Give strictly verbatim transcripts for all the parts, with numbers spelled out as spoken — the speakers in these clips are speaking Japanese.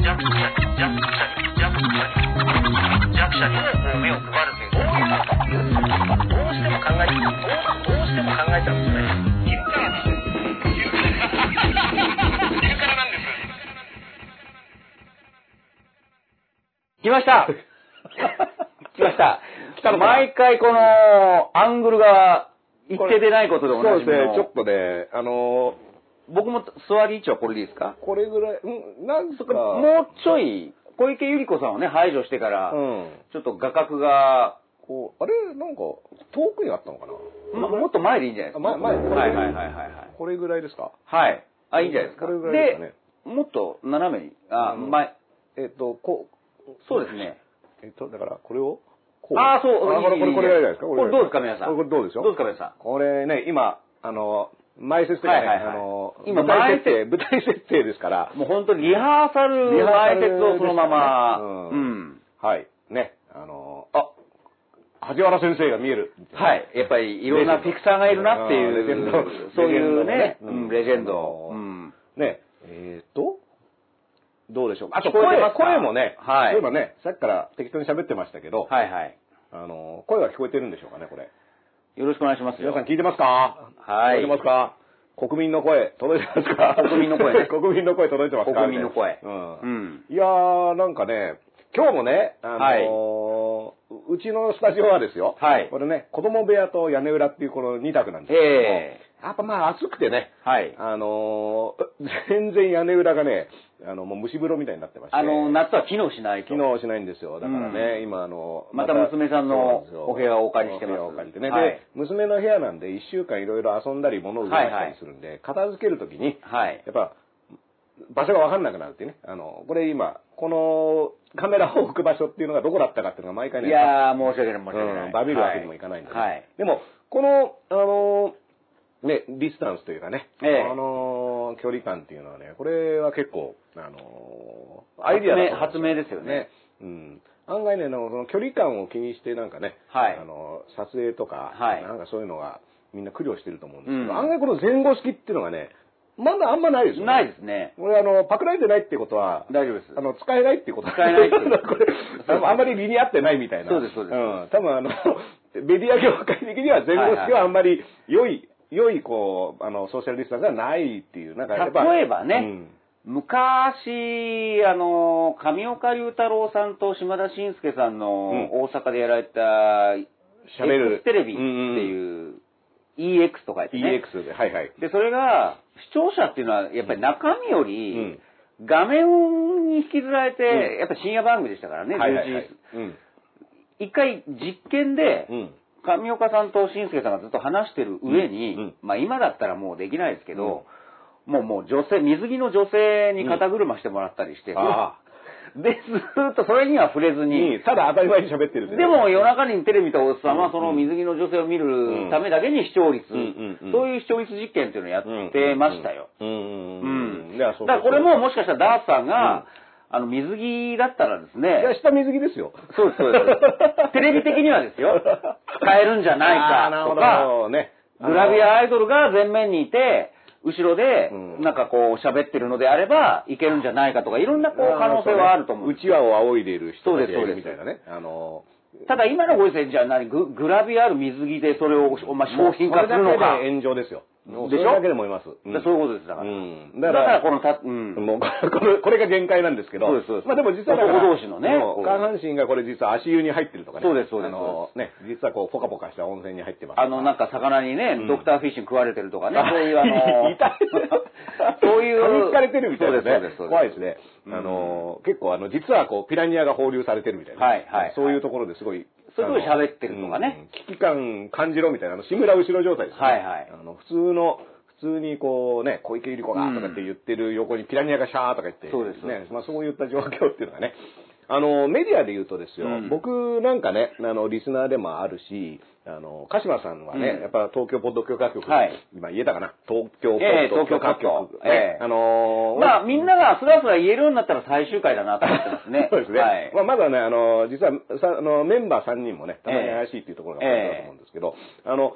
者にも目を配るという、どういうことかっていうと、どうしても考えて、どうしても考えちゃうんですね。昼からです。昼からなんです。 来ました来ました。来たの毎回このアングルが一定でないことでおなじみの。 そうですね、ちょっとね、あのー、僕も座り位置はこれでいいですか？ これぐらい、うん、なんとか。 もうちょい、小池百合子さんをね、排除してから、うん、ちょっと画角が、 こう、あれなんか、遠くにあったのかな、 ま、もっと前でいいんじゃないですか？ 前、前、 はいはいはいはい。 これぐらいですか？ はい。あ、いいんじゃないですか。 これぐらいですかね。 で、もっと斜めに、あ、うん、前。 えっと、こう、そうですね。 えっと、だから、これを、こう。 ああ、そう、 あ、これ、これ、これぐらいじゃないですか？ これどうですか、皆さん。 これどうでしょう？ どうですか、皆さん。 これね、今、あの、前説というかね、はいはいはい、あの、 今、 舞台設定、舞台設定ですから。 もう本当にリハーサル、前説をそのまま、 うん。うん。はい。ね、あの、あ、梶原先生が見える。 はい。やっぱりいろんなフィクサーがいるなっていう、レジェンド、そういうね、レジェンド。 うん。ね、えっと、どうでしょうか。 あと声、 声もね、 はい。 そういえばね、さっきから適当に喋ってましたけど、 はいはい。 あの、声は聞こえてるんでしょうかね、これ。 よろしくお願いしますよ。 皆さん聞いてますか？ はい。 聞いてますか？国民の声、届いてますか？ 国民の声ね。 国民の声届いてますか？ 国民の声。 うん。 うん。 いやー、なんかね、今日もね、あのー、はい、うちのスタジオはですよ。はい。これね、子供部屋と屋根裏っていうこのに択なんですけども、えー、やっぱまあ暑くてね、はい。あのー、全然屋根裏がね、あの、もう蒸し風呂みたいになってまして。 あの、夏は機能しないと。 機能しないんですよ。だからね、うん、今あの、 また娘さんのお部屋をお借りしてます。 お部屋を借りてね。はい、で、娘の部屋なんでいっしゅうかんいろいろ遊んだり物を動かしたりするんで、はいはい、片付けるときに、はい、やっぱ、場所がわかんなくなるってね。あの、これ今、このカメラを置く場所っていうのがどこだったかっていうのが毎回ね。 いやー、申し訳ない、申し訳ない。 うん、バビるわけにもいかないんで、ね。 はい。 でも、この、あのー、ね、ディスタンスというかね、ええ、あのー、距離感っていうのはね、これは結構、あのー、アイディアだと発明ですよね。 うん。案外ね、その距離感を気にしてなんかね、はい、あのー、撮影とか、はい、なんかそういうのがみんな苦慮してると思うんですけど、うん、案外この前後式っていうのがね、まだあんまないですよね。 ないですね。 これあの、パクられてないってことは、 大丈夫です。 あの、使えないっていうこと使えないっていう。 これ、あんまり理に合ってないみたいな。 そうです、そうです。うん。 多分あの、メディア業界的には前後式はあんまり良い、良い、こう、あの、ソーシャルディスタンスがないっていう、なんかやっぱ。 例えばね、うん、昔、あの、上岡龍太郎さんと島田紳介さんの大阪でやられた、しゃべる X テレビっていう、イーエックス とか言ってね。 イーエックス で、はいはい。 で、それが、視聴者っていうのは、やっぱり中身より、画面に引きずられて、うん、やっぱ深夜番組でしたからね、じゅういちじ。一回実験で、うん上岡さんと紳介さんがずっと話してる上に、うんうん、まあ今だったらもうできないですけど、うん、もうもう女性、水着の女性に肩車してもらったりして、うん、で、ずっとそれには触れずに、 うん、ただ当たり前に喋ってる、 ね、でも夜中にテレビとおっさんはその水着の女性を見るためだけに視聴率、うんうん、そういう視聴率実験っていうのをやってましたよ。だからこれももしかしたらダースさんが、うんあの、水着だったらですね。 いや、下水着ですよ。 そうです、そうです。テレビ的にはですよ。使えるんじゃないかとか、ね、グラビアアイドルが前面にいて、後ろで、なんかこう喋ってるのであれば、いけるんじゃないかとか、いろんなこう可能性はあると思う。 うちわを仰いでいる人たちがいるみたいなね。あのただ今のご時世じゃ何グ、グラビアある水着でそれを、まあ、商品化するのか。 炎上ですよ。 でしょ？ それだけでもいます。 うん、そういうことですだから。うん、 だから、だからこのた、うん、もうこれ、これが限界なんですけど。 そうです、そうです。 まあでも実は男同士のね。 下半身がこれ実は足湯に入ってるとかね。 そうです、そうです。 あの、ね、実はこう、ポカポカした温泉に入ってます。 あの、なんか魚にね、うん、ドクターフィッシュ食われてるとかね。そういうあの、 痛い。 そういう。 噛みつかれてるみたいなね。 そうです、そうです。 怖いですね。あの、結構あの、実はこう、ピラニアが放流されてるみたいな。はい、はい。そういうところですごい。 そういうこと喋ってるとかね。 危機感感じろみたいな、あの、志村後ろ状態ですね。 はいはい。 あの、普通の、普通にこうね、小池百合子がとかって言ってる横にピラニアがシャーとか言って、 そうですね。まあそういった状況っていうのがね、あの、メディアで言うとですよ、うん、僕なんかね、あの、リスナーでもあるし、あの、鹿島さんはね、うん、やっぱ東京ポッド許可局、はい、今言えたかな、東京ポッド許可局、 えー、あのー、まあみんながスラスラ言えるようになったら最終回だなと思ってますね。 そうですね。はい、まあまだね、あの、実はさあのメンバーさんにんもね、たまに怪しいっていうところがあると思うんですけど、えー、あの、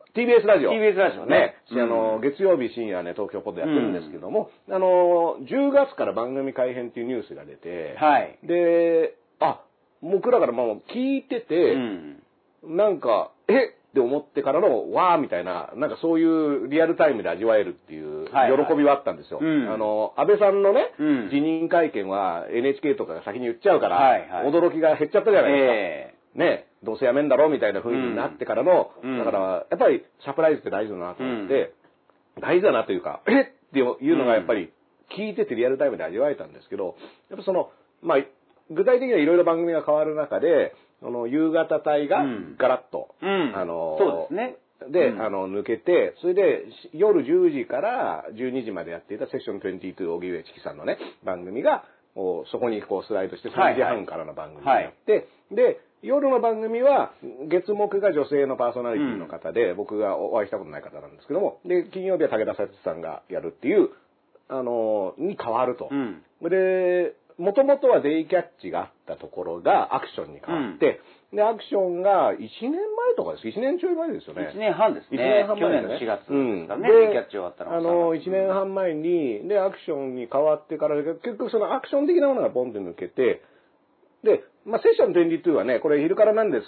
ティービーエス ラジオ。 ティービーエス ラジオね。 あの、月曜日深夜ね、東京ポッドやってるんですけども、あの、じゅうがつから番組改編っていうニュースが出て、はい。で、あ、僕らからもう聞いてて、なんか、えって思ってからの、わーみたいな、なんかそういうリアルタイムで味わえるっていう喜びはあったんですよ。あの、安倍さんのね、辞任会見は エヌエイチケー とかが先に言っちゃうから、驚きが減っちゃったじゃないですか。ね、どうせやめんだろみたいな雰囲気になってからの、だから、やっぱりサプライズって大事だなと思って、大事だなというか、えっていうのがやっぱり聞いててリアルタイムで味わえたんですけど、やっぱその、まあ、具体的にはいろいろ番組が変わる中で、その夕方帯がガラッと、 うん、 あの、 そうですね。 で、うん、あの、抜けて、それで夜じゅうじからじゅうにじまでやっていたセッションにじゅうに、荻上チキさんのね、番組が、そこにこうスライドしてさんじはんからの番組にやって、はいはい、で、夜の番組は、月木が女性のパーソナリティの方で、うん、僕がお会いしたことない方なんですけども、で、金曜日は武田さつさんがやるっていう、あの、に変わると。うん、で、もともとはデイキャッチがあったところがアクションに変わって、うん、で、アクションがいちねんまえとかです。いちねんちょい前ですよね。 いちねんはんですね。いちねんはん前、ね。去年のしがつですかね。 デイキャッチ終わったのは。 あの、いちねんはん前に、で、アクションに変わってから、結局そのアクション的なものがボンって抜けて、で、まあ、セッションにじゅうにはね、これ昼からなんです、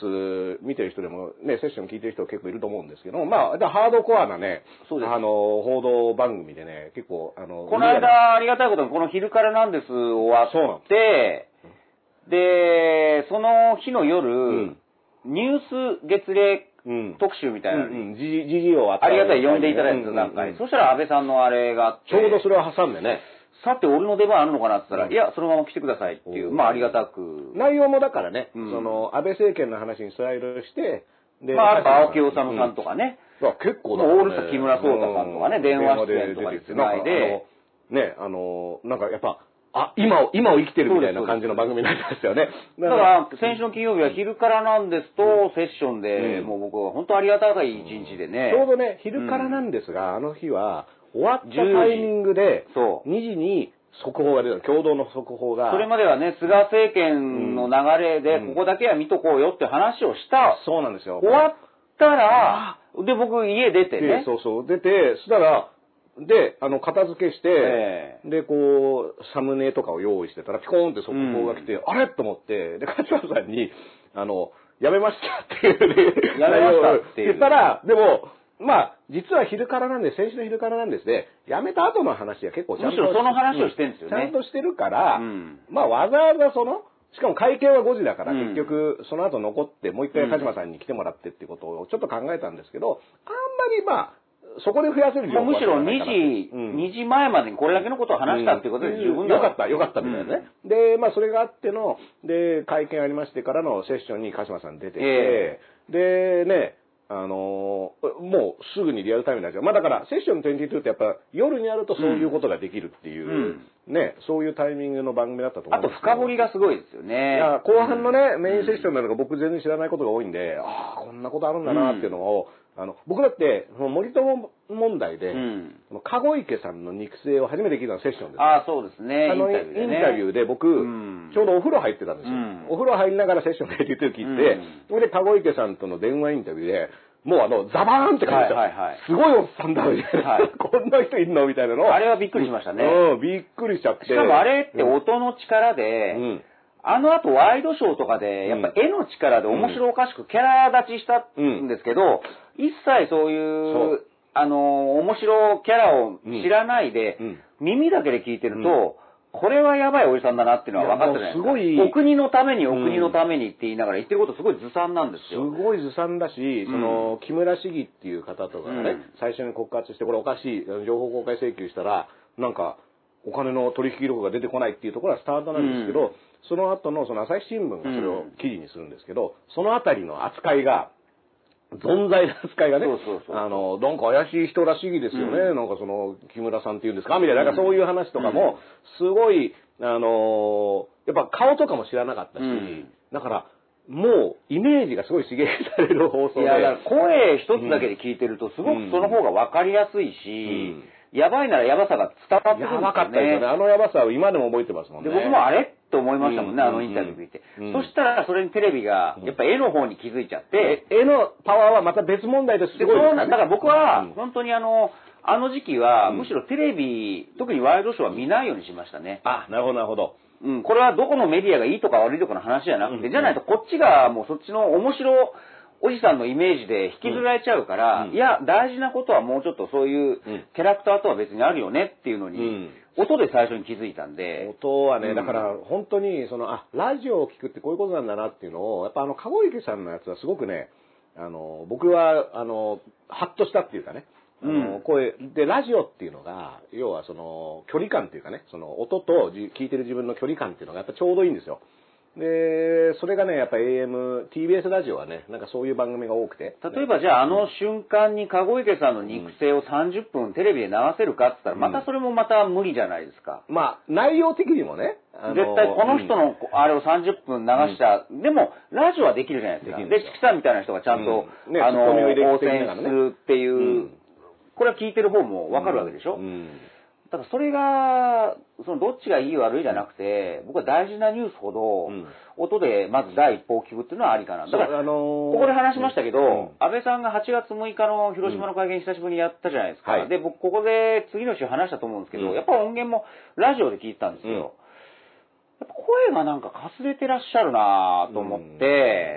見てる人でもね、セッション聞いてる人結構いると思うんですけど、まあ、ハードコアなね、そうです。あの、報道番組でね、結構、あの、 この間、ありがたいことに、この昼からなんです終わって、で、その日の夜、うん、ニュース月例特集みたいなのに、 時事をありがたい呼んでいただいた段階、そしたら安倍さんのあれがあって、 ちょうどそれを挟んでね、 さて俺の出番あるのかなって言ったら、うん、いや、そのまま来てくださいっていう、まあありがたく。 内容もだからね、うん、その、安倍政権の話にスライドして、 で、まあ、あと青木治さんとかね。 うん、結構だね。オールスター木村壮太さんとかね、電話出演とかにつないで。 ね、あの、なんかやっぱ、あ、今を、今を生きてるみたいな感じの番組になってましたよね。 だから、先週の金曜日は昼からなんですと、セッションで、もう僕は本当ありがたい一日でね。 ちょうどね、昼からなんですが、あの日は、終わったタイミングで、にじに速報が出た、共同の速報が。 それまではね、菅政権の流れで、ここだけは見とこうよって話をした。 そうなんですよ。 終わったら、で、僕家出てね。 そうそう、出て、そしたら、で、あの、片付けして、えー、で、こう、サムネとかを用意してたら、ピコーンって速報が来て、うん、あれと思って、で、勝村さんに、あの、やめましたっていうね。 やめましたっていう。 言ったら、でも、まあ、実は昼からなんで、先週の昼からなんですね、辞めた後の話は結構ちゃんと。 むしろその話をしてるんですよね。 ちゃんとしてるから、うん、まあわざわざその、しかも会見はごじだから、結局、その後残って、もう一回鹿島さんに来てもらってっていうことをちょっと考えたんですけど、あんまりまあ、そこで増やせる情報はむしろにじ、うん、にじまえまでにこれだけのことを話したっていうことで十分だ、 うん、よかった、よかったみたいなね。うん、で、まあそれがあっての、で、会見ありましてからのセッションに鹿島さん出てて、えー、で、ね、あのー、もうすぐにリアルタイムになっちゃう。まあだから、セッションにじゅうにってやっぱ夜にやるとそういうことができるっていう、うん、ね、そういうタイミングの番組だったと思うんですけど。あと深掘りがすごいですよね。 いや、後半のね、メインセッションなのが僕全然知らないことが多いんで、ああ、こんなことあるんだなっていうのを、あの、僕だって、森友問題で、うん、籠池さんの肉声を初めて聞いたのはセッションです。 ああ、そうですね。 あの、インタビューで、ね、インタビューで僕、うん、ちょうどお風呂入ってたんですよ。うん、お風呂入りながらセッションで言ってる聞いて、それで籠池さんとの電話インタビューで、もうあの、ザバーンって感じでした。はいはいはい、すごいおっさんだみたいな、はい。こんな人いんのみたいなの。 あれはびっくりしましたね。 うん、びっくりしちゃって。 しかもあれって音の力で、うん、あの後ワイドショーとかで、やっぱ絵の力で面白おかしくキャラ立ちしたんですけど、うん、一切そういう、うあの、面白キャラを知らないで、うん、耳だけで聞いてると、うんこれはやばいおじさんだなっていうのは分かってないですか。すごい。お国のためにお国のためにって言いながら言ってることすごいずさんなんですよ。 すごいずさんだし、その、木村市議っていう方とかね、うん、最初に告発してこれおかしい、情報公開請求したら、なんか、お金の取引記録が出てこないっていうところはスタートなんですけど、うん、その後のその朝日新聞がそれを記事にするんですけど、そのあたりの扱いが、存在の扱いがね、そうそうそうあの、なんか怪しい人らしいですよね、うん、なんかその、木村さんっていうんですかみたいな、なんかそういう話とかも、すごい、あの、やっぱ顔とかも知らなかったし、うん、だから、もう、イメージがすごい刺激される放送で。いや、だから声一つだけで聞いてると、すごくその方が分かりやすいし、 やばいならやばさが伝わってくるんですよね。 やばかったですよね。あのやばさを今でも覚えてますもんね。 で、僕もあれと思いましたもんね、あのインタビュー見て。そしたら、それにテレビが、やっぱ絵の方に気づいちゃって。 絵のパワーはまた別問題ですごいですね。 だから僕は、本当にあの、あの時期は、むしろテレビ、特にワイドショーは見ないようにしましたね。 あ、なるほど、なるほど。 うん、これはどこのメディアがいいとか悪いとかの話じゃなくて、じゃないとこっちがもうそっちの面白おじさんのイメージで引きずられちゃうから、いや、大事なことはもうちょっとそういうキャラクターとは別にあるよねっていうのに、音で最初に気づいたんで。 音はね、だから本当に、その、あ、ラジオを聞くってこういうことなんだなっていうのを、やっぱあの、籠池さんのやつはすごくね、あの、僕は、あの、ハッとしたっていうかね、あの、うん、声で、ラジオっていうのが、要はその、距離感っていうかね、その、音と聞いてる自分の距離感っていうのがやっぱちょうどいいんですよ。で、それがね、やっぱ エーエム、ティービーエス ラジオはね、なんかそういう番組が多くて。 例えばじゃああの瞬間に籠池さんの肉声をさんじゅっぷんテレビで流せるかって言ったら、またそれもまた無理じゃないですか。 うん、まあ、内容的にもね。 あのー、絶対この人のあれをさんじゅっぷん流した、うん、でも、ラジオはできるじゃないですか。で、チキさんみたいな人がちゃんと、うんね、あの、応戦するっていう、うんこれは聞いてる方もわかるわけでしょ、うんうん、だからそれが、そのどっちがいい悪いじゃなくて、僕は大事なニュースほど、音でまず第一報を聞くっていうのはありかな。だから、あのー、ここで話しましたけど、うん、安倍さんがはちがつむいかの広島の会見久しぶりにやったじゃないですか。はい、で、僕ここで次の週話したと思うんですけど、うん、やっぱ音源もラジオで聞いてたんですよ。うんやっぱ声がなんかかすれてらっしゃるなぁと思って、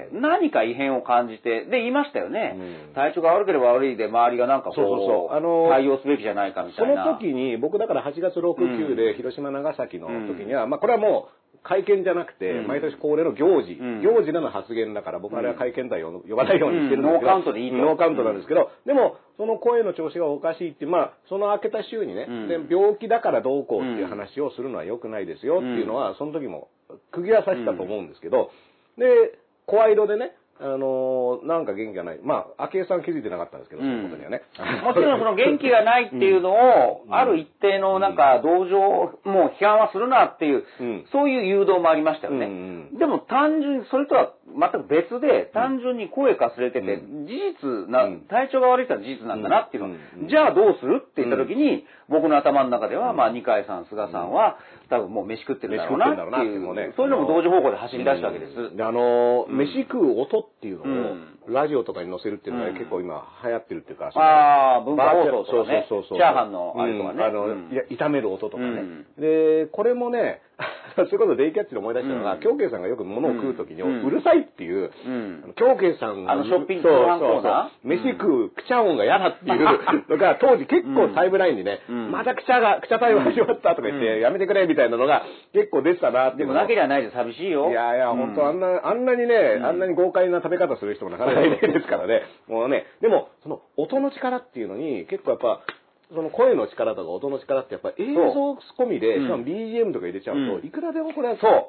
うん、何か異変を感じて、で、言いましたよね。うん、体調が悪ければ悪いで周りがなんかこう、そうそうそうあのー、対応すべきじゃないかみたいな。 その時に、僕だからはちがつろく、くで広島長崎の時には、うん、まあこれはもう、会見じゃなくて、うん、毎年恒例の行事、うん、行事での発言だから、僕あれは会見とは呼ばないようにしてるんですけど、 うん、ノーカウントでいいと。 ノーカウントなんですけど、でも、その声の調子がおかしいって、まあ、その明けた週にね、うん、で病気だからどうこうっていう話をするのは良くないですよっていうのは、その時も、釘は刺したと思うんですけど、で、声色でね、あのー、なんか元気がない。まあ、昭恵さん気づいてなかったんですけど、うん、そういうことにはね。 もちろんその元気がないっていうのを、うん、ある一定のなんか同情、もう批判はするなっていう、うん、そういう誘導もありましたよね。うんうん、でも単純に、それとは全く別で、単純に声かすれてて、事実な、体調が悪い人は事実なんだなっていうのを、じゃあどうするって言った時に、僕の頭の中では、まあ、二階さん、菅さんは、多分もう飯食ってるんだろうなっていう、ね、そういうのも同時方向で走り出したわけです。 で、あの、飯食う音っていうのを、ラジオとかに載せるっていうのが結構今流行ってるっていうか、 ああ、文化放送とかね、チャーハンのあれとかね。 あの、炒める音とかね。で、これもね、そういうことでデイキャッチで思い出したのが、京慶さんがよく物を食うときに、うるさいっていう、京慶さんあのショッピングコーナー飯食うくちゃ音が嫌だっていうのが、当時結構タイムラインにね、またくちゃが、くちゃタイム始まったとか言って、やめてくれみたいなのが結構出てたなっていうの。 でもなけりゃないで寂しいよ。 いやいや、本当あんな、あんなにね、あんなに豪快な食べ方する人もなかなかいないですからね。もうね、でも、その音の力っていうのに、結構やっぱ、その声の力とか音の力ってやっぱ映像込みで、しかも ビージーエム とか入れちゃうと、いくらでもこれはそう。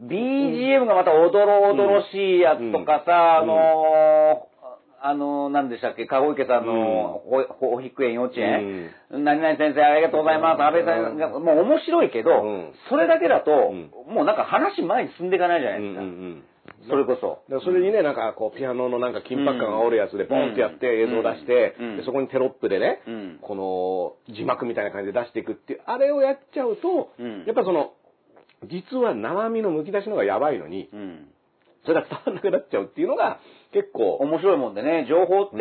ビージーエム がまたおどろおどろしいやつとかさ、あのー、あのー、何でしたっけ、籠池さんの保育園幼稚園、何々先生ありがとうございます。安倍さんが、もう面白いけど、それだけだと、もうなんか話前に進んでいかないじゃないですか。それこそ。 それにね、なんかこう、ピアノのなんか緊迫感がおるやつで、ボンってやって映像出して、でそこにテロップでね、この字幕みたいな感じで出していくっていう、あれをやっちゃうと、やっぱその、実は生身の剥き出しの方がやばいのに、それが伝わらなくなっちゃうっていうのが、結構。 面白いもんでね、情報って、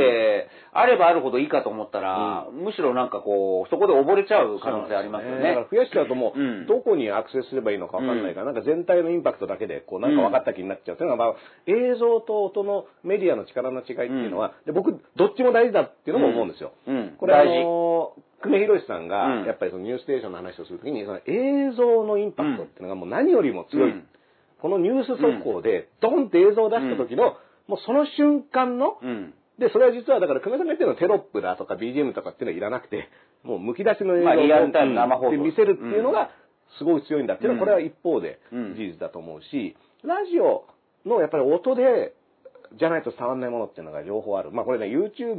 あればあるほどいいかと思ったら、むしろなんかこう、そこで溺れちゃう可能性ありますよね。だから増やしちゃうともう、どこにアクセスすればいいのかわかんないから、なんか全体のインパクトだけで、こう、なんか分かった気になっちゃうっていうのが、まあ、映像と音のメディアの力の違いっていうのは、で僕、どっちも大事だっていうのも思うんですよ。これあの、久米宏さんが、やっぱりそのニューステーションの話をするときに、その映像のインパクトっていうのがもう何よりも強い。このニュース速報で、ドンって映像を出した時の、もうその瞬間の、うん、で、それは実はだから、久米さんが言ってるのテロップだとか ビージーエム とかっていうのはいらなくて、もう剥き出しの映像を、まあ、リアルタイム生放送で見せるっていうのがすごい強いんだっていうのは、これは一方で事実だと思うし、ラジオのやっぱり音で、じゃないと伝わんないものっていうのが両方ある。まあこれね、YouTube で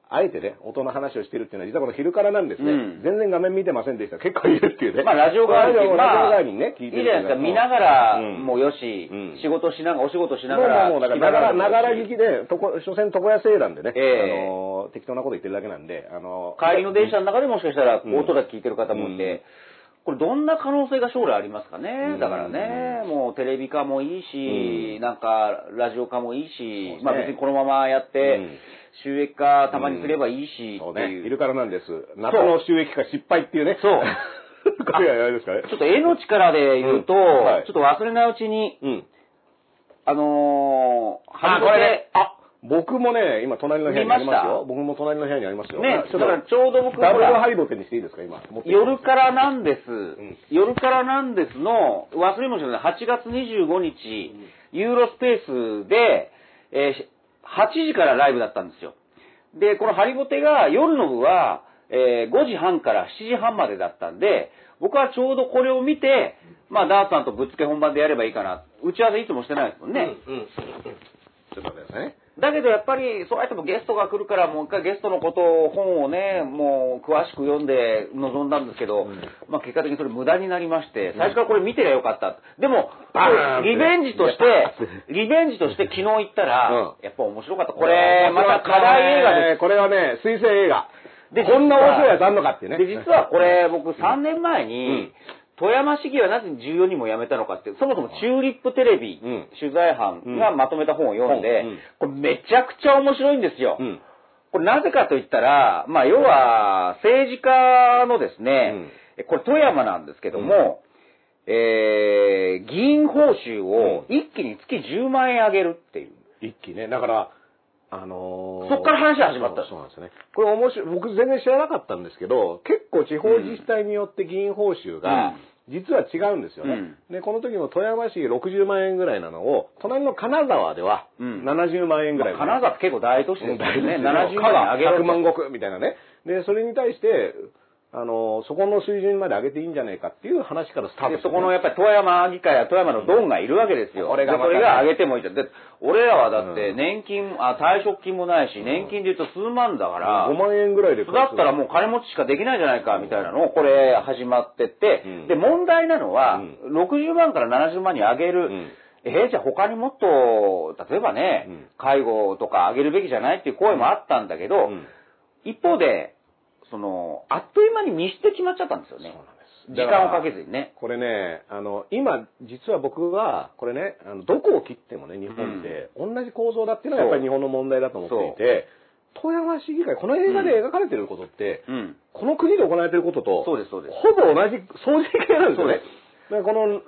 あえてね、音の話をしてるっていうのは、実はこの昼からなんですね。うん、全然画面見てませんでした。結構いるっていうね。 まあ、ラジオ側に、 まあ、にね、 聞いてる。いいじゃないですか。見ながらもよし、うん、仕事しながら、お仕事しながら。 もう、もう、だから、ながら聞きで、とこ、所詮床屋製なんでね、えー、あの、適当なこと言ってるだけなんで、あの、 帰りの電車の中でもしかしたら、音だけ聞いてる方もいて、うんこれどんな可能性が将来ありますかね。だからね、もうテレビ化もいいし、なんかラジオ化もいいし、まあ別にこのままやって、収益化たまにすればいいしっていう。 昼からなんです。夏の収益化失敗っていうね。 そう。 これはあれですかね。 ちょっと絵の力で言うと、ちょっと忘れないうちに、あのー、 あ、これね。僕もね、今隣の部屋にありますよ。僕も隣の部屋にありますよ。 ね、だからちょうど僕ダブルハリボテにしていいですか、今。 夜からなんです。うん、夜からなんですの、忘れもしないはちがつにじゅうごにち、うん、ユーロスペースで、えー、はちじからライブだったんですよ。で、このハリボテが夜の部は、えー、ごじはんからしちじはんまでだったんで、僕はちょうどこれを見て、まあ、ダーツさんとぶっつけ本番でやればいいかな。打ち合わせいつもしてないですもんね。うんうん、ちょっと待ってくださいね。だけどやっぱり、そうやってもゲストが来るから、もう一回ゲストのことを、本をね、もう詳しく読んで臨んだんですけど、うん、まあ結果的にそれ無駄になりまして、最初からこれ見てりゃよかった。でも、リベンジとして、リベンジとして昨日行ったら、うん、やっぱ面白かった。これ、また課題映画です。 これはね、推薦映画。で、こんな面白いやつあんのかっていうね。 で、実はこれ、僕さんねんまえに、うん富山市議はなぜじゅうよにんも辞めたのかって、そもそもチューリップテレビ、うん、取材班がまとめた本を読んで、うん、これめちゃくちゃ面白いんですよ。うん、これなぜかと言ったら、まあ要は政治家のですね、うん、これ富山なんですけども、うん、えー、議員報酬を一気に月じゅうまんえん上げるっていう。 一気ね。だから、あのー、 そっから話が始まった。 そうなんですね。これ面白い。僕全然知らなかったんですけど、結構地方自治体によって議員報酬が、実は違うんですよね。うん、で、この時も富山市ろくじゅうまんえんぐらいなのを、隣の金沢ではななじゅうまんえんぐらい、 まあ、金沢って結構大都市ですよね。ななじゅうまんえん上げる。ひゃくまんごくみたいなね。で、それに対して、あの、そこの水準まで上げていいんじゃないかっていう話からスタート、ね、 で、そこのやっぱり富山議会や富山のドンがいるわけですよ。俺が、それが上げてもいいじゃん。で、俺らはだって年金、うん、あ、退職金もないし、年金で言うと数万だから、 ごまんえんぐらいで。 だったらもう金持ちしかできないじゃないか、みたいなのをこれ始まってって、うん、で、問題なのは、うん、ろくじゅうまんからななじゅうまんに上げる、うんえー、じゃあ他にもっと、例えばね、うん、介護とか上げるべきじゃないっていう声もあったんだけど、うん、一方で、その、あっという間に見捨て決まっちゃったんですよね。そうなんです。時間をかけずにね。 これね、あの、今、実は僕は、これね、あのどこを切ってもね、日本で、同じ構造だっていうのはやっぱり日本の問題だと思っていて、富山市議会、この映画で描かれてることって、うん、この国で行われてることと、 そうです、そうです。 ほぼ同じ、相似系なんですよね。でこの、うん、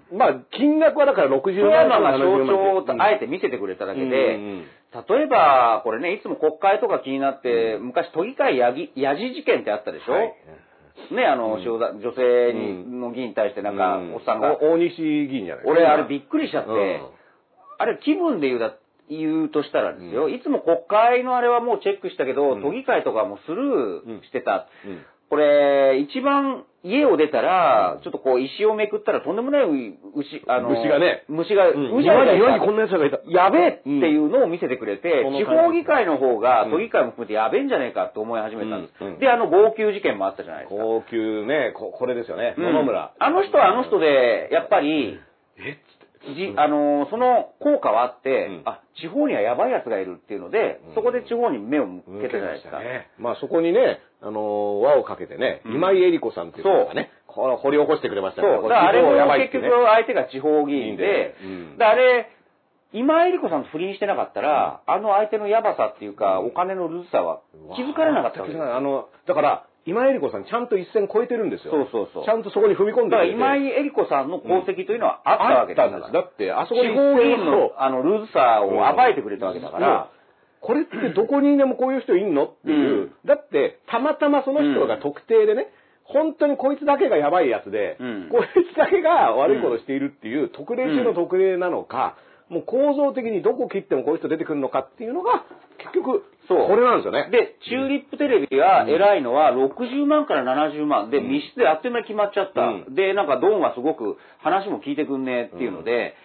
まあ、金額はだからろくじゅうまん富山が象徴をあえて見せてくれただけで、うんうんうん例えば、これね、いつも国会とか気になって、うん、昔都議会やぎ、やじ事件ってあったでしょ、はい、ね、あの、うん、女性に、の議員に対してなんか、うん、おっさんが。 大西議員じゃないですか。 俺、あれびっくりしちゃって、うん、あれ気分で言うだ、言うとしたらですよ、うん、いつも国会のあれはもうチェックしたけど、うん、都議会とかもスルーしてた。うんうんこれ、一番家を出たら、ちょっとこう石をめくったらとんでもない牛、あの、 虫がね。 虫が、 うん、虫が庭にこんな奴がいた。 やべえっていうのを見せてくれて、うん、地方議会の方が都議会も含めてやべえんじゃねえかって思い始めたんです。うんうん、で、あの号泣事件もあったじゃないですか。 号泣ね、こ, これですよね。野々村。 あの人はあの人で、やっぱり、えじあのその効果はあって、うん、あ地方にはやばいやつがいるっていうので、うん、そこで地方に目を向けたじゃないですか。 ね、まあそこにね、あの輪をかけてね、うん、今井絵理子さんっていうのがね、これ掘り起こしてくれましたね。 そう。だからあれも結局相手が地方議員で、うん、だあれ、今井絵理子さんと不倫してなかったら、うん、あの相手のやばさっていうか、お金のルズさは気づかれなかったわけです。 あの、だから、今井絵理子さんちゃんと一線超えてるんですよ。 そうそうそう。 ちゃんとそこに踏み込んでる。 だから今井絵理子さんの功績というのはあったわけです。 うん、あったんです。だって、あそこに地方議員のあのルーズさを暴いてくれたわけだから、うん、 これってどこにでもこういう人いんのっていう、うん、だってたまたまその人が特定でね、本当にこいつだけがやばいやつで、うん、こいつだけが悪いことしているっていう特例中の特例なのか、もう構造的にどこ切ってもこういう人出てくるのかっていうのが結局そうこれなんですよね。 で、チューリップテレビが偉いのはろくじゅうまんからななじゅうまんで、密室であっという間に決まっちゃった。うん、で、なんかドンはすごく話も聞いてくんねっていうので、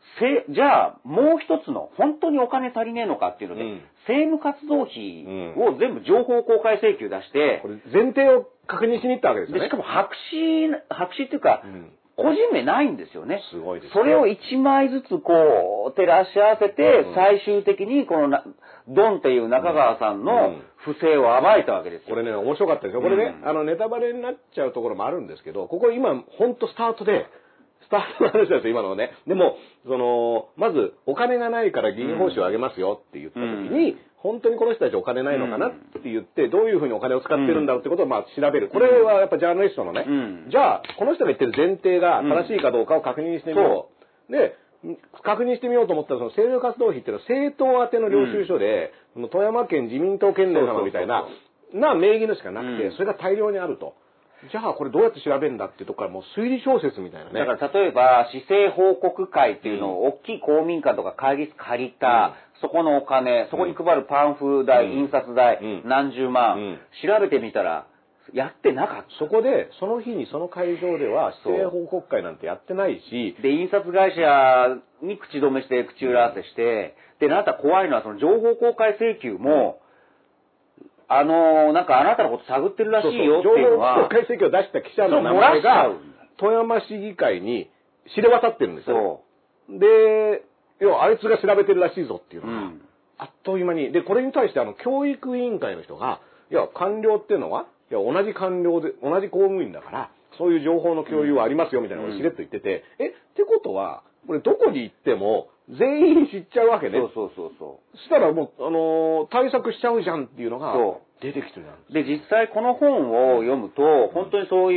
せじゃあ、もう一つの、本当にお金足りねえのかっていうので、うん、政務活動費を全部情報公開請求出して、 これ前提を確認しに行ったわけですよね。 でしかも白紙、白紙っていうか、うん個人名ないんですよね。 すごいですね。 それを一枚ずつこう、照らし合わせて、最終的にこのな、ドンっていう中川さんの不正を暴いたわけですよ。 これね、面白かったですよ。これね、うん、あの、ネタバレになっちゃうところもあるんですけど、ここ今、ほんとスタートで、スタートの話ですよ、今のね。でも、その、まず、お金がないから議員報酬を上げますよって言った時に、うん、本当にこの人たちお金ないのかなって言って、どういうふうにお金を使ってるんだろうってことをまあ調べる。これはやっぱジャーナリストのね、うん、じゃあ、この人が言ってる前提が正しいかどうかを確認してみよう。うん、で、確認してみようと思ったら、その政務活動費っていうのは政党宛ての領収書で、うん、富山県自民党県連様みたいな、な名義のしかなくて、それが大量にあると。じゃあこれどうやって調べるんだっていうところからもう推理小説みたいなね。 だから例えば、市政報告会っていうのを大きい公民館とか会議室借りた、うん、そこのお金、そこに配るパンフ代、うん、印刷代、うん、何十万、うん、調べてみたら、やってなかった。 そこで、その日にその会場では、市政報告会なんてやってないし。 で、印刷会社に口止めして、口裏合わせして、で、あなた怖いのは、その情報公開請求も、あのー、なんかあなたのこと探ってるらしいよっていうのは。 情報公開請求を出した記者の名前が、富山市議会に知れ渡ってるんですよ。で、要はあいつが調べてるらしいぞっていうのが、うん、あっという間に。で、これに対してあの、教育委員会の人が、いや、官僚っていうのは、いや、同じ官僚で、同じ公務員だから、そういう情報の共有はありますよみたいなことをしれっと言ってて、うん、え、ってことは、これどこに行っても、全員知っちゃうわけね。 そうそうそうそう。 そしたらもう、あのー、対策しちゃうじゃんっていうのが出てきてるんです。 で、実際この本を読むと、うん、本当にそういう、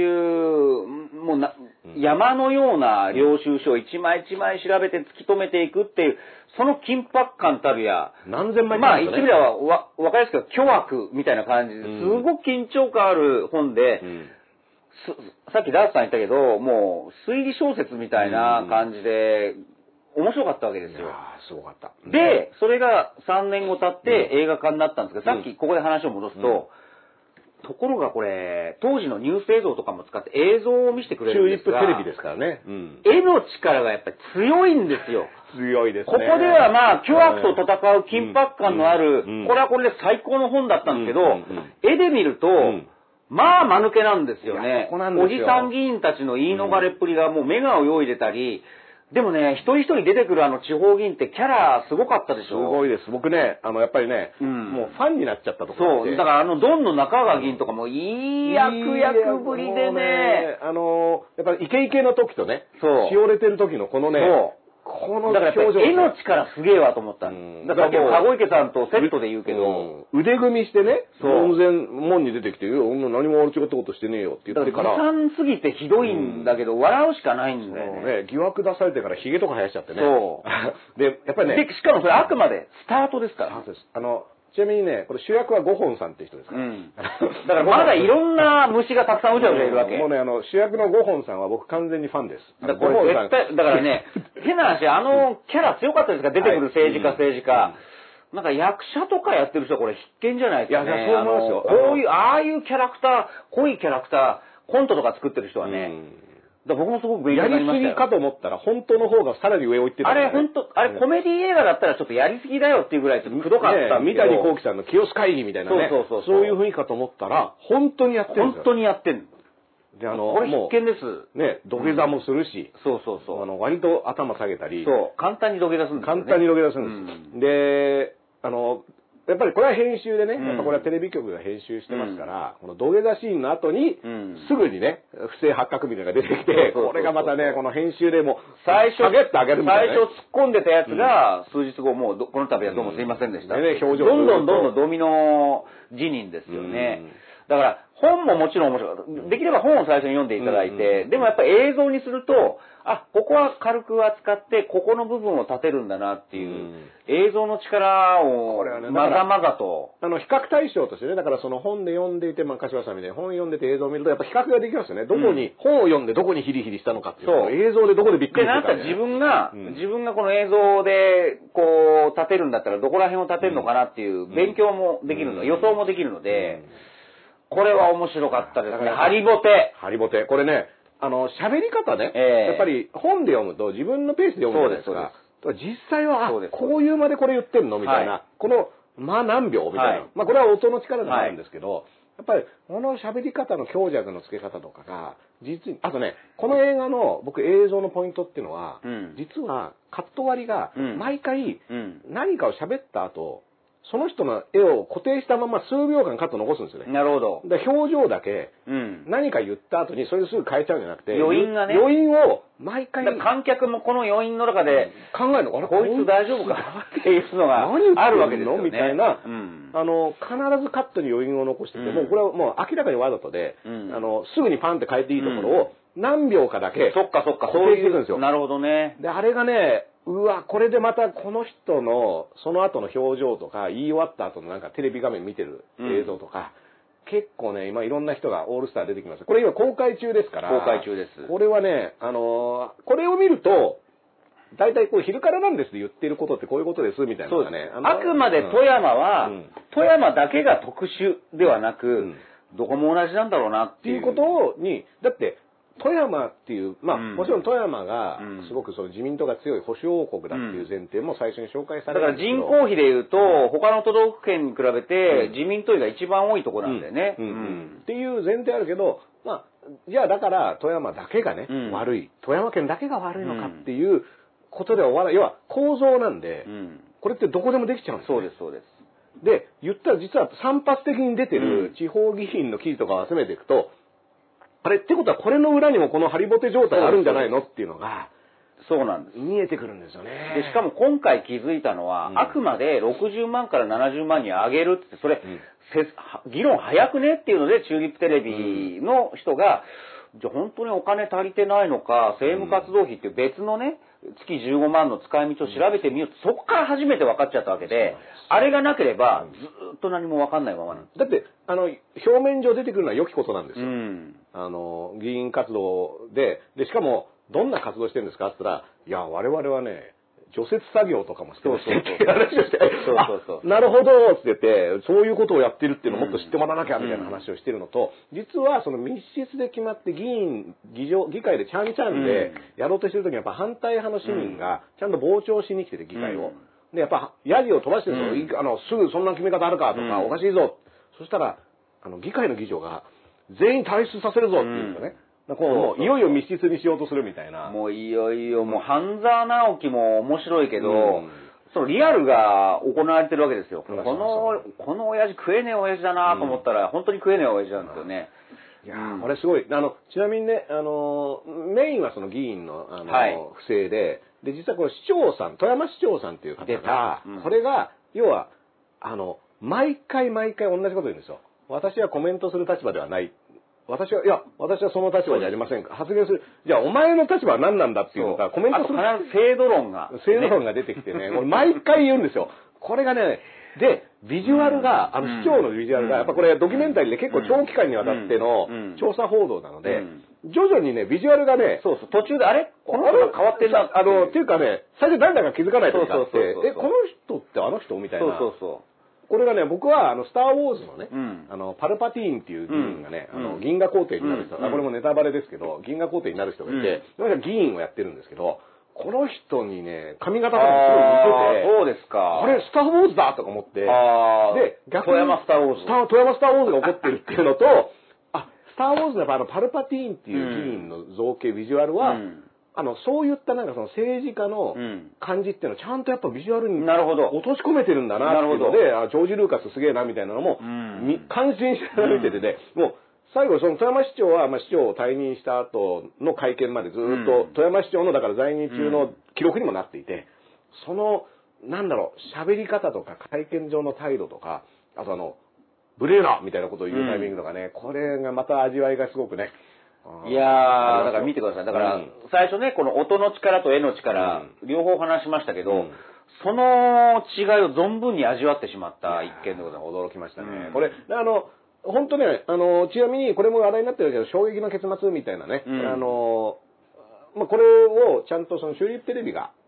もうな、うん、山のような領収書を一枚一枚調べて突き止めていくっていう、その緊迫感たるや、 何千枚まあ一部ではわ分かりやすく巨悪みたいな感じで、すごく緊張感ある本で、うん、さっきダースさん言ったけど、もう推理小説みたいな感じで、面白かったわけですよ。 いやー、すごかった。 で、それがさんねんご経って映画化になったんですけど、さっきここで話を戻すと、ところがこれ、当時のニュース映像とかも使って映像を見せてくれるんですが、 チューリップテレビですからね。 うん、絵の力がやっぱり強いんですよ。 強いですね。 ここではまあ、巨悪と戦う緊迫感のある、うんうん、これはこれで最高の本だったんですけど、うんうんうん、絵で見ると、うんまあ、間抜けなんですよね。ここなんですよ。おじさん議員たちの言い逃れっぷりがもう目が泳いでたり、でもね、一人一人出てくるあの地方議員ってキャラすごかったでしょ。 すごいです。僕ね、あの、やっぱりね、うん、もうファンになっちゃったところそう。だからあの、ドンの中川議員とかもいい役役ぶりでね。ねあの、やっぱりイケイケの時とね、そう。しおれてる時のこのね、そうこのだからやっぱ絵の力すげえわと思った。うん、だからもう、籠池さんとセットで言うけど、 うん、腕組みしてね、門前、門に出てきて、いや、何も俺違ったことしてねえよって言ってから。 悲惨すぎてひどいんだけど、うん、笑うしかないんだよね。 ね疑惑出されてからヒゲとか生やしちゃってね。そう。で、やっぱりね。 で、しかもそれあくまでスタートですから。 そうです。あの、ちなみにね、これ主役はゴホンさんって人ですから。うん。 だからまだいろんな虫がたくさんうじゃうじゃいるわけ。 もうね、あの、主役のゴホンさんは僕完全にファンです。 だからこれ絶対、だからね、変な話、あのキャラ強かったですか出てくる政治家、政治家。なんか役者とかやってる人はこれ必見じゃないですかね。 いや、そう思いますよ。 こういう、ああいうキャラクター、濃いキャラクター、コントとか作ってる人はね、だ僕もすごく勉強になりましたよ。 やりすぎかと思ったら、本当の方がさらに上を行ってた、 ね。あれ、本当あれ、コメディ映画だったらちょっとやりすぎだよっていうぐらいちょっとくどかったんですけど。ね、三谷幸喜さんの清会議みたいなね。そうそうそうそう。そういう雰囲気かと思ったら、本当にやってるんですよ。 本当にやってる。 で、あの、 これ必見です。 ね、土下座もするし。 うん、そうそうそう。 あの、割と頭下げたり。 そう。簡単に土下座するんですよ、ね。 簡単に土下座するんです。うん、で、あの、やっぱりこれは編集でね、うん、やっぱこれはテレビ局が編集してますから、うん、この土下座シーンの後に、うん、すぐにね、不正発覚みたいなのが出てきて、これがまたね、この編集でも、 最初、 下げってあげるみたいな、 ね、最初突っ込んでたやつが、数日後もう、この度はどうもすいませんでした。うん、でね、表情どんどんどんどんドミノ辞任ですよね。うんだから、本ももちろん面白かった。できれば本を最初に読んでいただいて、うん、でもやっぱり映像にすると、あ、ここは軽く扱って、ここの部分を立てるんだなっていう、うん、映像の力を、まざまざと。 あの、比較対象としてね、だからその本で読んでいて、まあ、柏さんみたいに本読んでて映像を見ると、やっぱ比較ができますよね。どこに、うん、本を読んでどこにヒリヒリしたのかっていうのを映像でどこでびっくりしたか、 ね。で、なんか自分が、うん、自分がこの映像で、こう、立てるんだったら、どこら辺を立てるのかなっていう勉強もできるの、うん、予想もできるので、これは面白かったですね。ハリボテ。 ハリボテ。これね、 あの、喋り方ね、えー、やっぱり本で読むと自分のペースで読むじゃないですか。そうです。実際は、あ、こういう間でこれ言ってんのみたいな、はい、この、まあ何秒みたいな。はい、まあこれは音の力でもあるんですけど、はい、やっぱり、この喋り方の強弱の付け方とかが、実に、あとね、この映画の僕映像のポイントっていうのは、うん、実はカット割りが、毎回、何かを喋った後、その人の絵を固定したまま数秒間カット残すんですよね。 なるほど。 で、表情だけ、何か言った後にそれですぐ変えちゃうんじゃなくて、 余韻がね。 余韻を毎回。 観客もこの余韻の中で、 考えるの、あれこいつ大丈夫かっていうのがあるわけですよね。 みたいな、うん、あの、必ずカットに余韻を残してて、うん、もうこれはもう明らかにわざとで、うん、あの、すぐにパンって変えていいところを、何秒かだけ、 そっかそっか、 そういう、んですよ。 なるほどね。 で、あれがね、うわ、これでまたこの人の、その後の表情とか、言い終わった後のなんかテレビ画面見てる映像とか、うん、結構ね、今いろんな人がオールスター出てきました。これ今公開中ですから。 公開中です。 これはね、あのー、これを見ると、大体こう昼からなんですって言ってることってこういうことですみたいなのがね。 あくまで富山は、うん、富山だけが特殊ではなく、うん、どこも同じなんだろうなっていう。 っていうことに、だって、富山っていう、まあ、うん、もちろん富山が、すごくその自民党が強い保守王国だっていう前提も最初に紹介されるんですけど、だから人口比でいうと、他の都道府県に比べて、自民党が一番多いところなんだよね。 っていう前提あるけど、まあ、じゃあだから富山だけがね、うん、悪い。富山県だけが悪いのかっていうことでは終わらない。要は構造なんで、うん、これってどこでもできちゃうんですよ、 ね。そうです、そうです。 で、言ったら実は散発的に出てる地方議員の記事とかを集めていくと、あれってことはこれの裏にもこのハリボテ状態あるんじゃないのっていうのが、 そうなんです。 見えてくるんですよね。 で、しかも今回気づいたのは、うん、あくまでろくじゅうまんからななじゅうまんに上げるって、それ、うん、議論早くねっていうので、チューリップテレビの人が、うん、じゃあ本当にお金足りてないのか、政務活動費っていう別のね、月じゅうごまんの使い道を調べてみようと、そこから初めて分かっちゃったわけで、あれがなければ、ずっと何も分かんないままなんです。 だって、あの、表面上出てくるのは良きことなんですよ。うん、あの、議員活動で、で、しかも、どんな活動してるんですかって言ったら、いや、我々はね、除雪作業とかもしてますっていう話をして、そうそうそう。なるほどって言って、そういうことをやってるっていうのをもっと知ってもらわなきゃみたいな話をしてるのと、うん、実はその密室で決まって議員、議場、議会でちゃんちゃんでやろうとしてるときにやっぱ反対派の市民がちゃんと傍聴しに来てて、議会を。で、やっぱ、ヤジを飛ばしてるんですよ。うん、あの、すぐそんな決め方あるかとか、うん、おかしいぞ。そしたら、あの、議会の議長が、全員退出させるぞっていうんですよね。こうもういよいよ密室にしようとするみたいな。 もういよいよ、もう半沢直樹も面白いけど、うん、そのリアルが行われてるわけですよ。うん、この、この親父食えねえ親父だなと思ったら、うん、本当に食えねえ親父なんですよね。 いやー、これすごい。あの、ちなみにね、あの、メインはその議員の、あの、はい、不正で、で、実はこれ市長さん、富山市長さんっていう方が、うん、これが、要は、あの、毎回毎回同じこと言うんですよ。私はコメントする立場ではない。私は、いや、私はその立場じゃありませんか。発言する。じゃあ、お前の立場は何なんだっていうのか、コメントする。 必ず制度論が。 制度論が出てきてね、これ毎回言うんですよ。これがね、で、ビジュアルが、あの、市長のビジュアルが、やっぱこれドキュメンタリーで結構長期間にわたっての調査報道なので、徐々にね、ビジュアルがね、 そうそう、途中で、あれこの人が変わってんな。 あの、っていうかね、最初誰だか気づかないときがあって、え、この人ってあの人みたいな。 そうそうそう。 これがね、僕は、あの、スター・ウォーズのね、うん、あの、パルパティーンっていう議員がね、うん、あの、銀河皇帝になる人、うん、これもネタバレですけど、銀河皇帝になる人がいて、うん、議員をやってるんですけど、この人にね、髪型がすごい似てて、 そうですか。 これ、スター・ウォーズだとか思って、で、 逆に、富山スター・ウォーズ。 富山スター・ウォーズが起こってるっていうのと、あ、スター・ウォーズのあの、パルパティーンっていう議員の造形、ビジュアルは、うんあの、そういったなんかその政治家の感じっていうのをちゃんとやっぱビジュアルに落とし込めてるんだなっていうので、あジョージ・ルーカスすげえなみたいなのも、うん、感心して見ててね、うん、もう最後その富山市長は、まあ、市長を退任した後の会見までずっと、うん、富山市長のだから在任中の記録にもなっていて、その、なんだろう、喋り方とか会見上の態度とか、あとあの、ブレーナみたいなことを言うタイミングとかね、これがまた味わいがすごくね、 いやー、だから見てください。だから、最初ね、この音の力と絵の力、両方話しましたけど、その違いを存分に味わってしまった一件でございます。 驚きましたね。これ、あの、本当ね、あの、ちなみにこれも話題になってるけど、衝撃の結末みたいなね、あの、まあ、これをちゃんとそのチューリップテレビが、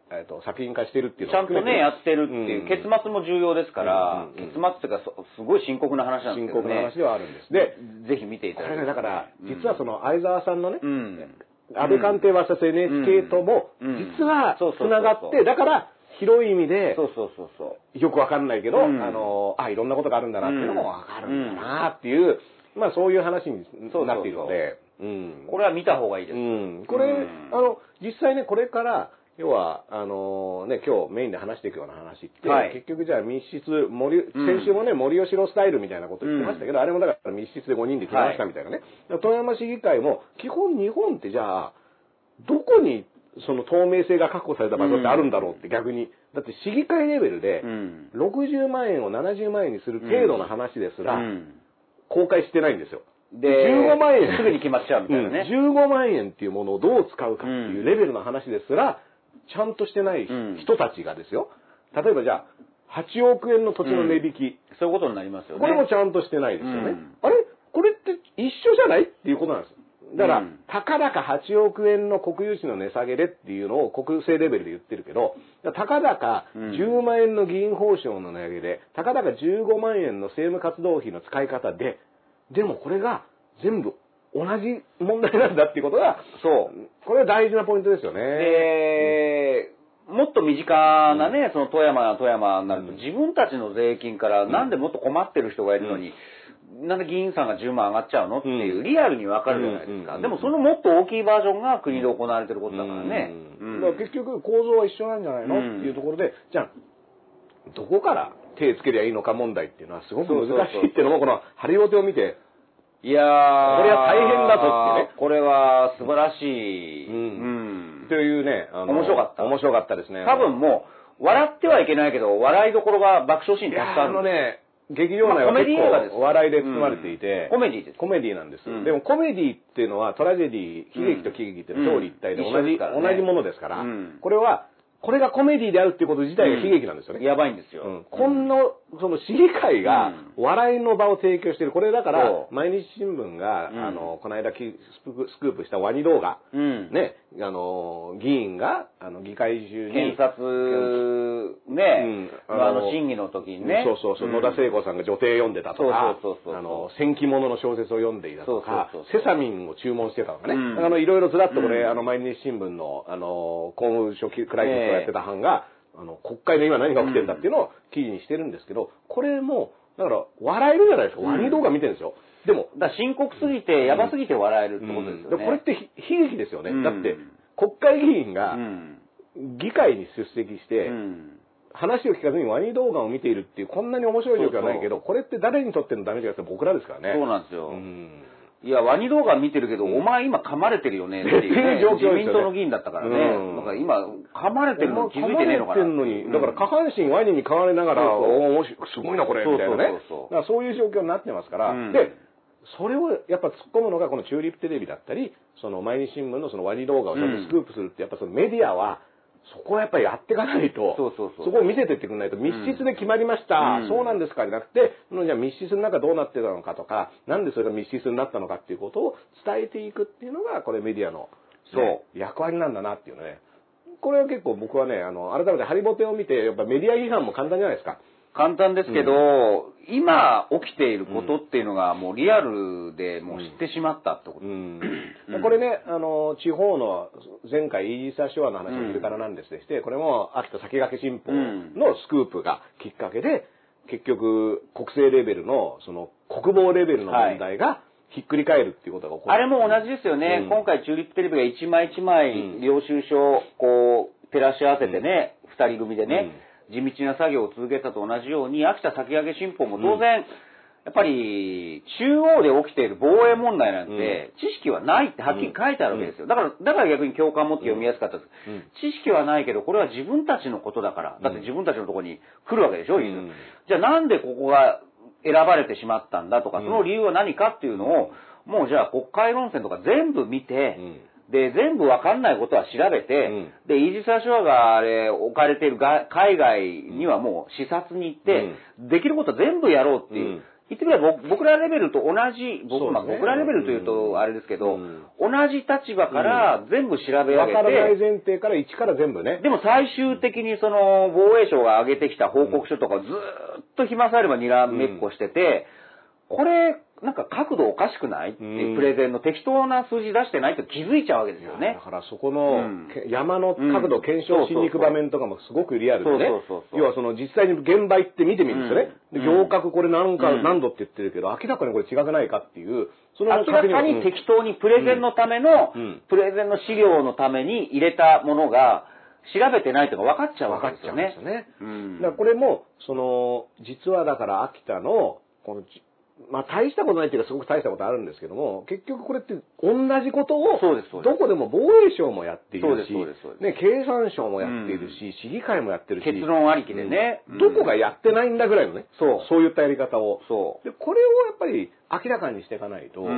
えっと、作品化してるっていうのちゃんとね、やってるっていう、結末も重要ですから、結末っていうか、すごい深刻な話なんですけどね。 深刻な話ではあるんです。で、 ぜひ見ていただきたい。 これね、だから、実はその、相沢さんのね、安倍官邸 ブイエスエヌエイチケー とも、実は繋がって、だから、広い意味で、 そうそうそうそう。 よくわかんないけど、あの、あ、いろんなことがあるんだなっていうのもわかるんだなっていう、まあそういう話になっているので、 これは見た方がいいです。 これ、あの、実際ね、これから、要は、あのね、今日メインで話していくような話って、はい、結局じゃあ密室、森、先週もね、森吉郎スタイルみたいなこと言ってましたけど、うん、あれもだから密室でごにんで来ましたみたいなね。はい、富山市議会も、基本日本ってじゃあ、どこにその透明性が確保された場所ってあるんだろうって逆に。だって市議会レベルで、ろくじゅうまんえんをななじゅうまんえんにする程度の話ですら、公開してないんですよ。 で、じゅうごまんえんすぐに決まっちゃうみたいなね。 じゅうごまんえんっていうものをどう使うかっていうレベルの話ですら、ちゃんとしてない人たちがですよ。例えばじゃあ、はちおくえんの土地の値引き、うん。 そういうことになりますよね。 これもちゃんとしてないですよね。うん、あれこれって一緒じゃないっていうことなんです。だから、うん、たかだかはちおくえんの国有地の値下げでっていうのを国政レベルで言ってるけど、たかだかじゅうまんえんの議員報酬の値上げで、たかだかじゅうごまんえんの政務活動費の使い方で、でもこれが全部同じ問題なんだっていうことが、そう。これは大事なポイントですよね。 で、もっと身近なね、うん、その富山富山になると、うん、自分たちの税金からなんでもっと困ってる人がいるのに、うん、なんで議員さんがじゅうまん上がっちゃうのっていう、リアルにわかるじゃないですか。でもそのもっと大きいバージョンが国で行われてることだからね。 だから結局構造は一緒なんじゃないの、うん、っていうところで、じゃあ、どこから手つけりゃいいのか問題っていうのはすごく難しいっていうのも、このハリボテを見て、 いやー、 これは大変だぞってね。 これは素晴らしい。うん。 うん、というね、 あの、面白かった。 面白かったですね。 多分もう、笑ってはいけないけど、笑いどころが爆笑シーンたくさんある。 あのね、劇場内は結構笑いで包まれていて、 コメディです。 コメディなんです。でもコメディっていうのはトラジェディ、悲劇と喜劇っていうのは表裏一体で同じ、同じものですから、これは、これがコメディであるっていうこと自体が悲劇なんですよね。 やばいんですよ。 こんな、その市議会が笑いの場を提供している。これだから、毎日新聞が、あの、この間スクープしたワニ動画、ね、あの、議員が、あの、議会中に。 検察、ね、あの、審議の時にね。 そうそうそう、野田聖子さんが女帝読んでたとか、あの、戦記物の小説を読んでいたとか、セサミンを注文してたとかね。あの、いろいろずらっとこれ、あの、毎日新聞の、あの、公務書記クライシスをやってた班が、あの、国会の今何が起きてるんだっていうのを記事にしてるんですけど、これも、だから、笑えるじゃないですか。ワニ動画見てるんですよ。でも、 だ深刻すぎて、やばすぎて笑えるってことですよね。 これって悲劇ですよね。だって、国会議員が、議会に出席して、話を聞かずにワニ動画を見ているっていう、こんなに面白い状況はないけど、これって誰にとってのダメージがあって僕らですからね。 そうなんですよ。いや、ワニ動画見てるけど、お前今噛まれてるよねっていう状況。自民党の議員だったからね。だから今、噛まれてるの気づいてねえのかな。 噛まれてるのに、だから下半身ワニに噛まれながら、おお、すごいなこれ、みたいなね。そういう状況になってますから。で、それをやっぱ突っ込むのがこのチューリップテレビだったり、その毎日新聞のそのワニ動画をちゃんとスクープするって、やっぱそのメディアは、そこはやっぱりやっていかないと、そこを見せてってくれないと、密室で決まりました、うん、そうなんですかじゃなくて、じゃあ密室の中どうなってたのかとか、なんでそれが密室になったのかっていうことを伝えていくっていうのが、これメディアの、そう、役割なんだなっていうね。これは結構僕はね、あの、改めてハリボテを見て、やっぱメディア批判も簡単じゃないですか。 簡単ですけど、うん、今起きていることっていうのがもうリアルでもう知ってしまったってこと。うんうん、これね、あの、地方の前回イージス・アショアの話をするからなんですでして、これも秋田先駆け新報のスクープがきっかけで、結局国政レベルの、その国防レベルの問題がひっくり返るっていうことが起こる。 あれも同じですよね。うん、今回チューリップテレビが一枚一枚領収書をこう照らし合わせてね、二、うん、人組でね、うん地道な作業を続けたと同じように、秋田先駆け新報も当然、うん、やっぱり、中央で起きている防衛問題なんて、知識はないってはっきり書いてあるわけですよ。だから、だから逆に共感を持って読みやすかったです。うん、知識はないけど、これは自分たちのことだから。だって自分たちのところに来るわけでしょ、うん、じゃあなんでここが選ばれてしまったんだとか、その理由は何かっていうのを、もうじゃあ国会論戦とか全部見て、うんで、全部わかんないことは調べて、うん、で、イージス・アショアがあれ、置かれているが海外にはもう視察に行って、うん、できることは全部やろうっていう、 言ってみれば僕らレベルと同じ、僕、まあ、僕らレベルというとあれですけど、うん、同じ立場から全部調べ上げて、 わからない前提から一から全部ね。 でも最終的にその防衛省が上げてきた報告書とかをずーっと暇さえあればにらめっこしてて、うん、これ、なんか角度おかしくないっていうプレゼンの適当な数字出してないと気づいちゃうわけですよね。 だからそこの山の角度を検証しに行く場面とかもすごくリアルでね。要はその実際に現場行って見てみるんですよね。うん、で行角これ何か、何度って言ってるけど、明らかにこれ違くないかっていう、 その明らかに適当にプレゼンのための、うん、プレゼンの資料のために入れたものが、調べてないとか分かっちゃうわけですよね。 分かっちゃうんですよね。うん、だからこれも、その、実はだから秋田の、この、まあ大したことないっていうかすごく大したことあるんですけども、結局これって同じことを、どこでも防衛省もやっているし、ね、経産省もやっているし、うん、市議会もやってるし、 結論ありきでね、 うん。どこがやってないんだぐらいのね、そう、そういったやり方を。そう。で、これをやっぱり明らかにしていかないと、うん、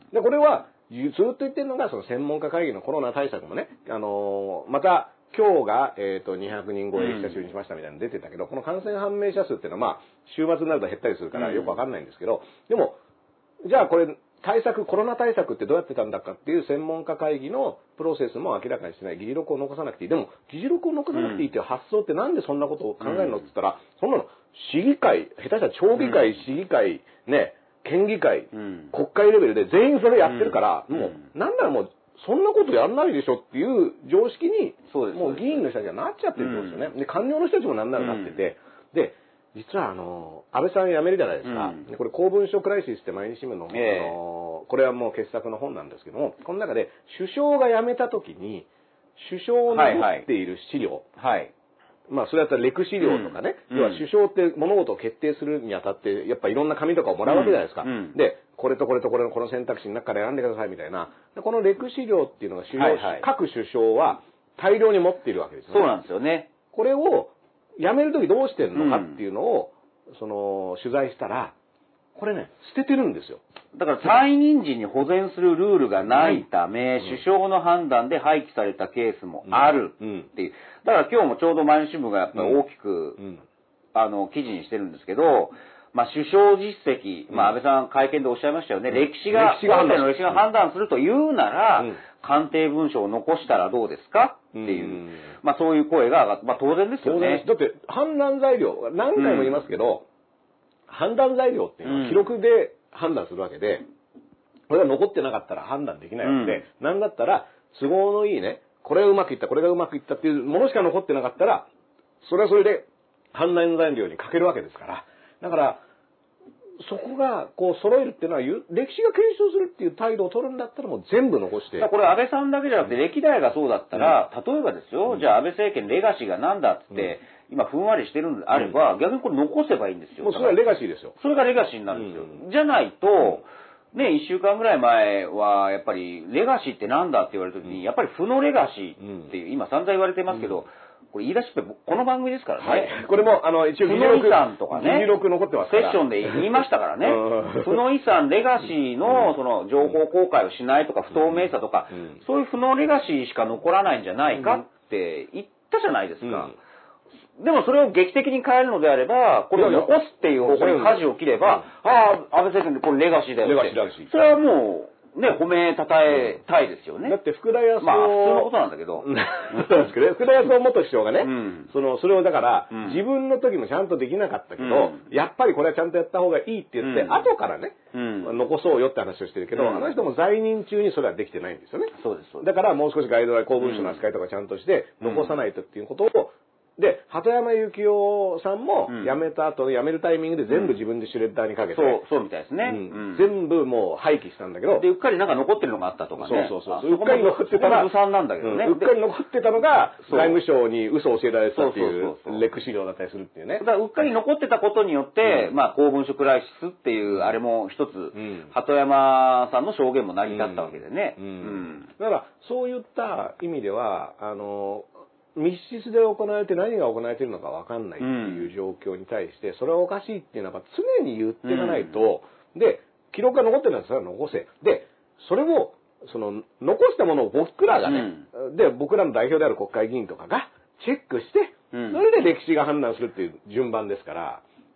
で、これはずっと言ってるのが、その専門家会議のコロナ対策もね、あのー、また、今日が、えっと、にひゃくにん超え久しぶりにしましたみたいなの出てたけど、この感染判明者数っていうのは、まあ、週末になると減ったりするからよくわかんないんですけど、でも、じゃあこれ、対策、コロナ対策ってどうやってたんだかっていう専門家会議のプロセスも明らかにしてない。議事録を残さなくていい。でも、議事録を残さなくていいっていう発想ってなんでそんなことを考えるのって言ったら、そんなの、市議会、下手したら町議会、市議会、ね、県議会、国会レベルで全員それやってるから、もう、なんならもう、そんなことやんないでしょっていう常識に、もう議員の人たちがなっちゃってるってことですよね。で、官僚の人たちもなんならなってて、で、実はあの、安倍さん辞めるじゃないですか。これ公文書クライシスって毎日新聞の、あの、これはもう傑作の本なんですけども、この中で首相が辞めた時に、首相の持っている資料、はいはい、まあ、それだったらレク資料とかね、うん、要は首相って物事を決定するにあたって、やっぱいろんな紙とかをもらうわけじゃないですか。うんうん、で、これとこれとこれのこの選択肢の中から選んでくださいみたいな。このレク資料っていうのが首相、はいはい、各首相は大量に持っているわけですよね。 そうなんですよね。 これを辞めるときどうしてるのかっていうのを、うん、その、取材したら、これね、捨ててるんですよ。 だから再任時に保全するルールがないため、うん、首相の判断で廃棄されたケースもあるっていう。だから今日もちょうど毎日新聞がやっぱり大きく、うん、あの、記事にしてるんですけど、まあ、首相実績、まあ、安倍さん会見でおっしゃいましたよね。うん、歴史が、歴史が歴史が判断するというなら、うん、官邸文書を残したらどうですかっていう、うん、まあ、そういう声が上がって、まあ、当然ですよね。 だって、判断材料、何回も言いますけど、うん、判断材料っていうのは記録で判断するわけで、これが残ってなかったら判断できないわけで、うん、なんだったら、都合のいいね、これがうまくいった、これがうまくいったっていうものしか残ってなかったら、それはそれで判断材料に欠けるわけですから、だから、そこが、こう、揃えるっていうのは、歴史が検証するっていう態度を取るんだったらもう全部残して。 これ安倍さんだけじゃなくて、歴代がそうだったら、うん、例えばですよ、うん、じゃあ安倍政権レガシーがなんだって、うん、今ふんわりしてるんであれば、うん、逆にこれ残せばいいんですよ。 もうそれはレガシーですよ。 それがレガシーになるんですよ。うん、じゃないと、ね、一週間ぐらい前は、やっぱり、レガシーってなんだって言われた時に、やっぱり負のレガシーっていう、今散々言われてますけど、これ言い出しっぺ、この番組ですからね。はい。 これも、あの、一応、 負の遺産とかね。 議事録残ってますから。 セッションで言いましたからね。負の遺産、レガシーの、その、情報公開をしないとか、不透明さとか、うん、そういう負のレガシーしか残らないんじゃないかって言ったじゃないですか。うん、でもそれを劇的に変えるのであれば、これを残すっていう方向に舵を切れば、ああ、安倍政権でこれレガシーだよって。レガシー、レガシー。それはもう、ね、褒めたたえたいですよね。 だって福田康夫。 まあ、普通のことなんだけど。 そうですけどね。福田康夫元首相がね、うん、その、それをだから、うん、自分の時もちゃんとできなかったけど、うん、やっぱりこれはちゃんとやった方がいいって言って、うん、後からね、うん、残そうよって話をしてるけど、うん、あの人も在任中にそれはできてないんですよね。 そうです、そうです。 だからもう少しガイドライン、公文書の扱いとかちゃんとして、残さないとっていうことを、で、鳩山幸夫さんも辞めた後、辞めるタイミングで全部自分でシュレッダーにかけて。 そう、そうみたいですね。 全部もう廃棄したんだけど。 で、うっかりなんか残ってるのがあったとかね。 そうそうそう。うっかり残ってたら、 うっかりなんだけどね。 うっかり残ってたのが、外務省に嘘を教えられてたっていうレク資料だったりするっていうね。 だからうっかり残ってたことによって、まあ、公文書クライシスっていう、あれも一つ、鳩山さんの証言も成り立ったわけでね。 だから、そういった意味では、あの、密室で行われて何が行われているのか分かんないっていう状況に対して、それはおかしいっていうのは常に言っていかないと、で、記録が残ってるんだったら残せ。で、それを、その、残したものを僕らがね、うん、で、僕らの代表である国会議員とかがチェックして、うん、それで歴史が判断するっていう順番ですから、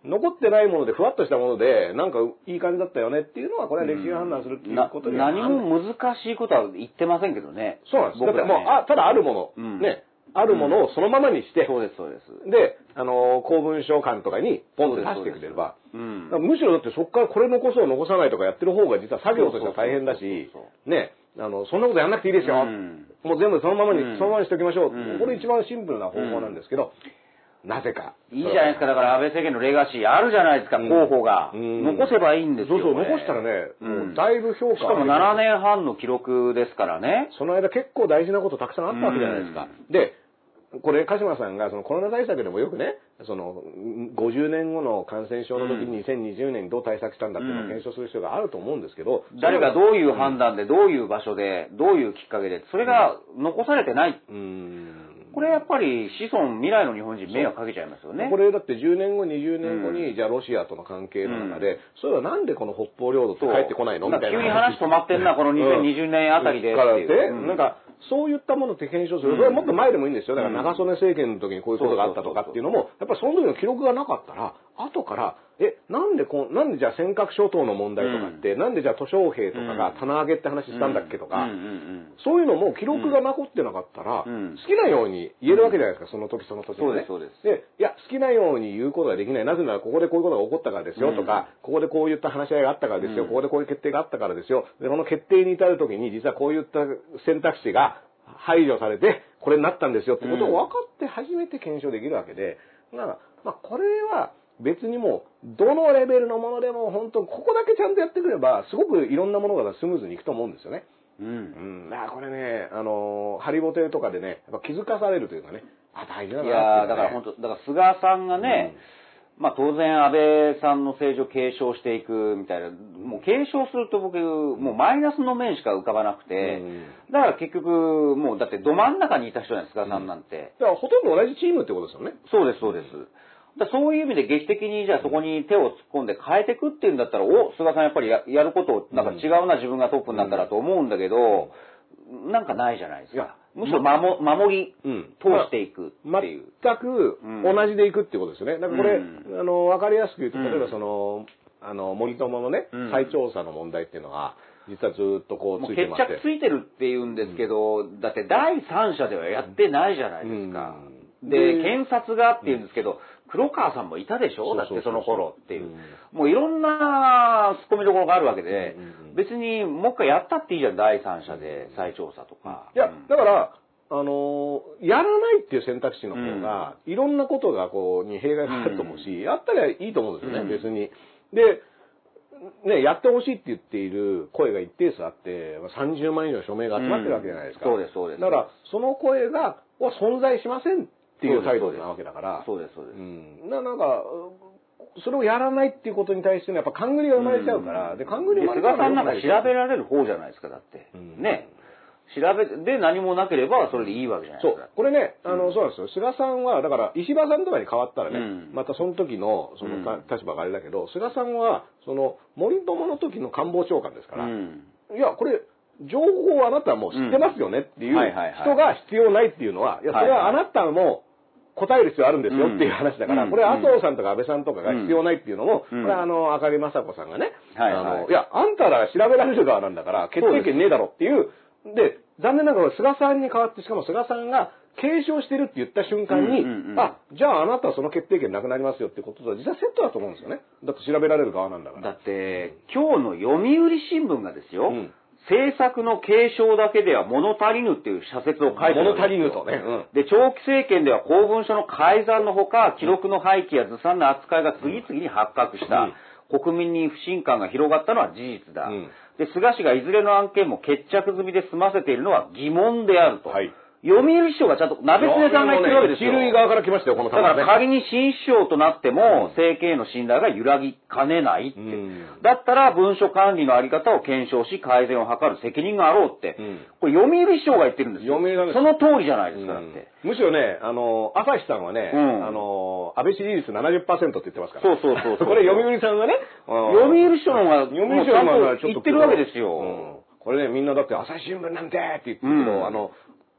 残ってないもので、ふわっとしたもので、なんかいい感じだったよねっていうのは、これは歴史が判断するっていうことには、 うん、何も難しいことは言ってませんけどね。 そうなんです。だってもう、あ、ただあるもの、うん、ね。あるものをそのままにして、 そうです、そうです。 で、あの、公文書館とかにポンと出してくれれば、うん、むしろだってそこからこれ残そう残さないとかやってる方が実は作業としては大変だし、ね、あの、そんなことやんなくていいですよ。うん、もう全部そのままに、うん、そのままにしておきましょう。うん、これ一番シンプルな方法なんですけど、うん、なぜか。 いいじゃないですか。だから安倍政権のレガシーあるじゃないですか、候補が。うん、残せばいいんですよ。 そうそう、残したらね、うん、もうだいぶ評価しかもななねんはんの記録ですからね。 その間結構大事なことたくさんあったわけじゃないですか。うん、で、これ、鹿島さんがそのコロナ対策でもよくね、そのごじゅうねんごの感染症の時ににせんにじゅうねんにどう対策したんだっていうのを検証する必要があると思うんですけど、 うん、誰がどういう判断で、どういう場所で、どういうきっかけで、それが残されてない。うん、これやっぱり子孫、未来の日本人迷惑かけちゃいますよね。 これだってじゅうねんご、にじゅうねんごに、うん、じゃあロシアとの関係の中で、うん、それはなんでこの北方領土って帰ってこないのみたいな。 急に話止まってんな、このにせんにじゅうねんあたりで。 からって、なんか、そういったものって検証する。それはもっと前でもいいんですよ。だから長曽根政権の時にこういうことがあったとかっていうのも、やっぱりその時の記録がなかったら、後から、え、なんでこう、なんでじゃあ尖閣諸島の問題とかって、うん、なんでじゃあ図小平とかが棚上げって話したんだっけとか、そういうのも記録が残ってなかったら、うん、好きなように言えるわけじゃないですか、その時その時に、ね。そうです、そうです。で、いや、好きなように言うことができない。なぜならここでこういうことが起こったからですよとか、うん、ここでこういった話し合いがあったからですよ、うん、ここでこういう決定があったからですよ。で、この決定に至る時に実はこういった選択肢が排除されて、これになったんですよってことを分かって初めて検証できるわけで、だから、まあ、これは、別にもう、どのレベルのものでも、本当ここだけちゃんとやってくれば、すごくいろんなものがスムーズにいくと思うんですよね。うん。うん。だからこれね、あの、ハリボテとかでね、やっぱ気づかされるというかね、あ、大事だなって、ね。いやだから本当、だから菅さんがね、うん、まあ当然安倍さんの政治を継承していくみたいな、もう継承すると僕、もうマイナスの面しか浮かばなくて、うん、だから結局、もうだってど真ん中にいた人じゃないですか、菅さんなんて。うん、 だからほとんど同じチームってことですよね。 そうです、そうです。だそういう意味で劇的にじゃあそこに手を突っ込んで変えていくっていうんだったら、お、菅さんやっぱり や, やることをなんか違うな、自分がトップになったらと思うんだけど、なんかないじゃないですか。むしろ守守り通していくっていう。 全く同じでいくっていうことですよね。だからこれ、うん、あの、わかりやすく言うと、例えばその、あの、森友のね、再調査の問題っていうのが、実はずっとこうついてまして。 決着ついてるっていうんですけど、うん、だって第三者ではやってないじゃないですか。うん、で、検察がっていうんですけど、黒川さんもいたでしょだってその頃っていう。もういろんな突っ込みどころがあるわけで、別にもう一回やったっていいじゃん、第三者で再調査とか。 いや、だから、あのー、やらないっていう選択肢の方が、いろんなことがこう、に弊害があると思うし、やったらいいと思うんですよね、別に。で、ね、やってほしいって言っている声が一定数あって、さんじゅうまん以上署名が集まってるわけじゃないですか。 そうです、そうです。 だから、その声が、は存在しませんっていう態度なわけだから。 そうです、そうです。うん。なんか、それをやらないっていうことに対してのやっぱ勘繰りが生まれちゃうから、で、勘繰り生まれちゃうから。菅さんなんか調べられる方じゃないですか、だって。うん、ね。調べで何もなければそれでいいわけじゃないですか。 そう。これね、あの、うん、そうなんですよ。菅さんは、だから、石破さんとかに変わったらね、うん、またその時の、その、うん、立場があれだけど、菅さんは、その、森友の時の官房長官ですから、うん、いや、これ、情報をあなたはもう知ってますよねっていう人が必要ないっていうのは、いや、それはあなたも答える必要あるんですよっていう話だから、これ麻生さんとか安倍さんとかが必要ないっていうのも、これはあの、赤木雅子さんがね、あの、いや、あんたらが調べられる側なんだから、決定権ねえだろっていう、で、残念ながら菅さんに代わって、しかも菅さんが継承してるって言った瞬間に、あ、じゃああなたはその決定権なくなりますよってこととは実はセットだと思うんですよね。だって調べられる側なんだから。 だって、今日の読売新聞がですよ、うん、政策の継承だけでは物足りぬっていう社説を書いてる。 物足りぬとね。うん、 で、長期政権では公文書の改ざんのほか、記録の廃棄やずさんな扱いが次々に発覚した。うん、国民に不信感が広がったのは事実だ。うん、で、菅氏がいずれの案件も決着済みで済ませているのは疑問であると。はい、読売師匠がちゃんと、鍋常さんが言ってるわけですよ。 一類側から来ましたよ、このだから仮に新首相となっても、政権への信頼が揺らぎかねないって。うん、だったら文書管理のあり方を検証し、改善を図る責任があろうって。うん、これ読売師匠が言ってるんですよ。読売なんです。その通りじゃないですか、だって。 むしろね、あの、朝日さんはね、うん、あの、安倍支持率 ななじゅっパーセント って言ってますから。 そうそうそうそう。 これ読売さんがね、 読売師匠の方が、読売師匠の方が言ってるわけですよ。 うん、これね、みんなだって朝日新聞なんてって言ってるけど、うん、あの、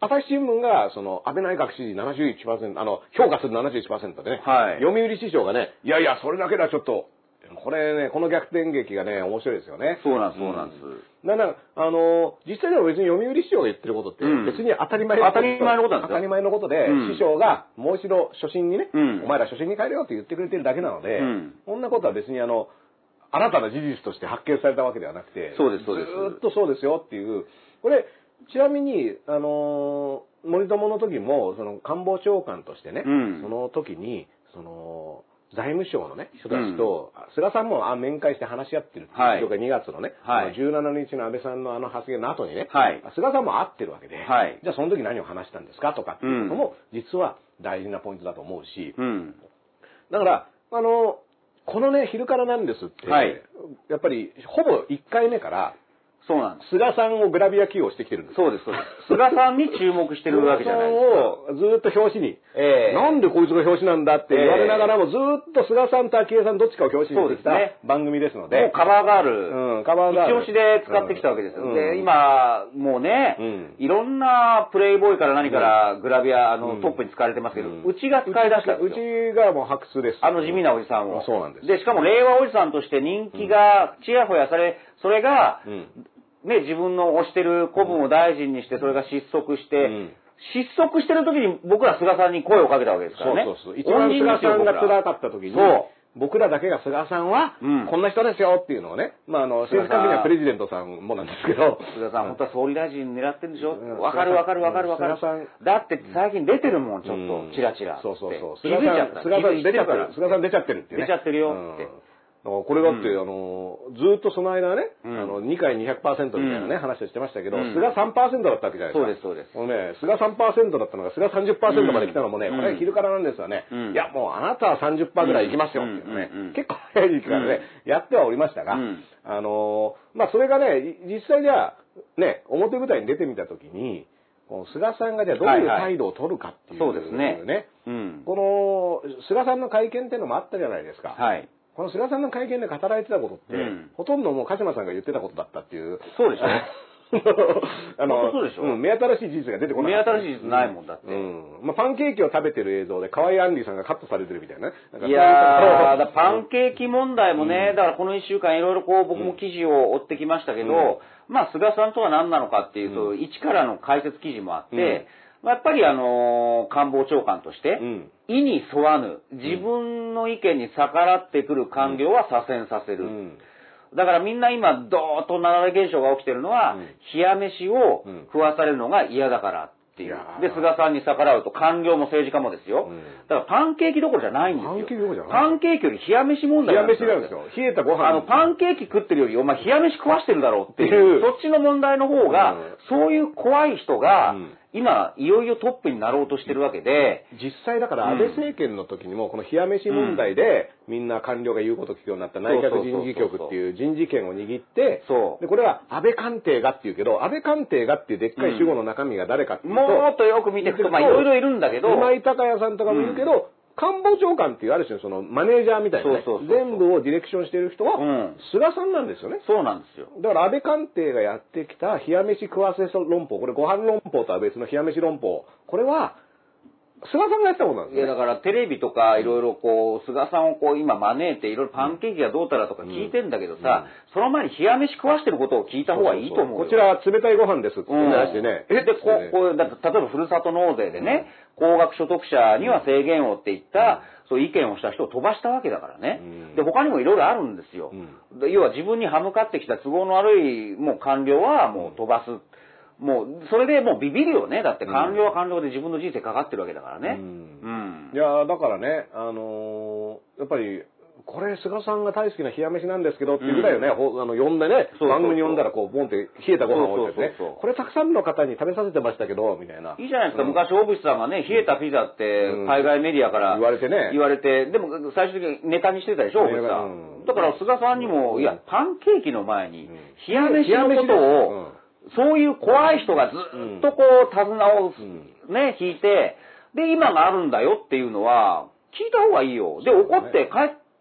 朝日新聞が、その、安倍内閣支持ななじゅういちパーセント、あの、評価する ななじゅういちパーセント でね、はい、読売師匠がね、いやいや、それだけではちょっと、これね、この逆転劇がね、面白いですよね。 そうなんです、そうなんです。 だから、あの、実際では別に読売師匠が言ってることって、別に当たり前のこと、うん、当たり前のことなんですよ。 当たり前のことで、うん、師匠がもう一度初心にね、うん、お前ら初心に帰れよって言ってくれてるだけなので、うん、こんなことは別にあの、新たな事実として発見されたわけではなくて、 そうです、そうです。 ずーっとそうですよっていう、これ、ちなみに、あの、森友の時も、その官房長官としてね、うん、その時に、その、財務省のね、人たちと、うん、菅さんもあ面会して話し合ってるっていう状況がにがつのね、はい、じゅうしちにちの安倍さんのあの発言の後にね、はい、菅さんも会ってるわけで、はい、じゃあその時何を話したんですかとかっていうことも、実は大事なポイントだと思うし、うん、だから、あの、このね、昼からなんですって、はい、やっぱり、ほぼいっかいめから、 そうなんです。 菅さんをグラビア起用してきてるんです。 そうです、そうです。菅さんに注目してるわけじゃないですか。 菅さんをずっと表紙に、えー、なんでこいつが表紙なんだって言われながらも、ずっと菅さんと昭恵さんどっちかを表紙にしてきた番組ですので。 もうカバーガール。うん、カバーガール。一押しで使ってきたわけですよ。うん、で、今、もうね、うん、いろんなプレイボーイから何からグラビア、あの、うん、トップに使われてますけど、うちが使い出したんですよ。うちがもう白紙です。 あの地味なおじさんを。 そうなんです。 で、しかも令和おじさんとして人気がちやほやされ、それが、うんね、自分の推してる子分を大臣にして、それが失速して、うん、失速してる時に僕ら菅さんに声をかけたわけですからね。 そうそうそう。一番菅さんが辛かった時に、僕らだけが菅さんは、こんな人ですよっていうのをね、まああの、政治家的にはプレジデントさんもなんですけど。 菅さん、本当は総理大臣狙ってるんでしょわかるわかるわかるわかる。だって最近出てるもん、ちょっと、チラチラ。 そうそうそう。 菅さん、 菅さん出ちゃってる。菅さん出ちゃってるってね。 出ちゃってるよって。 これだって、うん、あの、ずっとその間ね、うん、あの、にかいにひゃくパーセントみたいなね、うん、話をしてましたけど、うん、菅 さんパーセント だったわけじゃないですか。 そうです、そうです。 もうね、菅 さんパーセント だったのが菅 さんじゅっパーセント まで来たのもね、うん、これ昼からなんですよね。うん、いや、もうあなたは さんじゅっパーセント ぐらい行きますよっていうね、うん、結構早い時期からね、うん、やってはおりましたが、うん、あの、まあ、それがね、実際じゃあ、ね、表舞台に出てみたときに、菅さんがじゃあどういう態度を取るかっていう、ね、はいはい、そうですね。うん、この、菅さんの会見っていうのもあったじゃないですか。はい。この菅さんの会見で語られてたことって、うん、ほとんどもう鹿島さんが言ってたことだったっていう。 そうでしょあの、 そうでしょ、 うん、目新しい事実が出てこない。 目新しい事実ないもんだって。うん。まあ、パンケーキを食べてる映像で河合アンディさんがカットされてるみたいなね。 いやー、だパンケーキ問題もね、うん、だからこの一週間いろいろこう僕も記事を追ってきましたけど、うん、まあ、菅さんとは何なのかっていうと、うん、一からの解説記事もあって、うんやっぱりあのー、官房長官として、うん、意に沿わぬ、自分の意見に逆らってくる官僚は左遷させる。うん、だからみんな今、どーっと流れ現象が起きてるのは、うん、冷や飯を食わされるのが嫌だからっていう。うん、で、菅さんに逆らうと、官僚も政治家もですよ。うん、だからパンケーキどころじゃないんですよ。 パンケーキどころじゃない。 パンケーキより冷や飯問題なんですよ。冷や飯なんですよ。冷えたご飯。 あの、パンケーキ食ってるより、お前冷や飯食わしてるだろうっていう、そっちの問題の方が、うん、そういう怖い人が、うん今、いよいよトップになろうとしてるわけで。 実際だから安倍政権の時にも、この冷や飯問題で、みんな官僚が言うこと聞くようになった内閣人事局っていう人事権を握って、で、これは安倍官邸がっていうけど、安倍官邸がっていうでっかい主語の中身が誰かっていうと、 もっとよく見ていくと、まあいろいろいるんだけど、 今井隆也さんとかもいるけど、官房長官っていうある種のそのマネージャーみたいなね、全部をディレクションしている人は、菅さんなんですよね。 そうなんですよ。 だから安倍官邸がやってきた冷や飯食わせ論法、これご飯論法とは別の冷や飯論法、これは、菅さんがやったことなんですね。 いやだからテレビとかいろいろこう、菅さんをこう今招いていろいろパンケーキがどうたらとか聞いてんだけどさ、うん、その前に冷や飯食わしてることを聞いた方がいいと思うよ。 そうそうそうこちらは冷たいご飯ですって言い出してね。 うん、えで、こう、こう、だ例えばふるさと納税でね、高額所得者には制限をって言った、うん、そういう意見をした人を飛ばしたわけだからね。うん、で、他にもいろいろあるんですよ。うん、で要は自分に歯向かってきた都合の悪いもう官僚はもう飛ばす。もう、それでもうビビるよね。だって官僚は官僚で自分の人生かかってるわけだからね。うん。 うん、いやだからね、あのー、やっぱり、これ、菅さんが大好きな冷や飯なんですけどっていうぐらいをね、うん、あの、呼んでね、番組に呼んだらこう、ボンって冷えたご飯を置いてね、これたくさんの方に食べさせてましたけど、みたいな。 いいじゃないですか、うん、昔、大渕さんがね、冷えたピザって、海外メディアから、言われてね。言われて、でも最終的にネタにしてたでしょ、大渕さん。だから、菅さんにも、いや、パンケーキの前に、冷や飯のことを、そういう怖い人がずっとこう、手綱をね、引いて、で、今があるんだよっていうのは、聞いた方がいいよ。で、怒って帰っ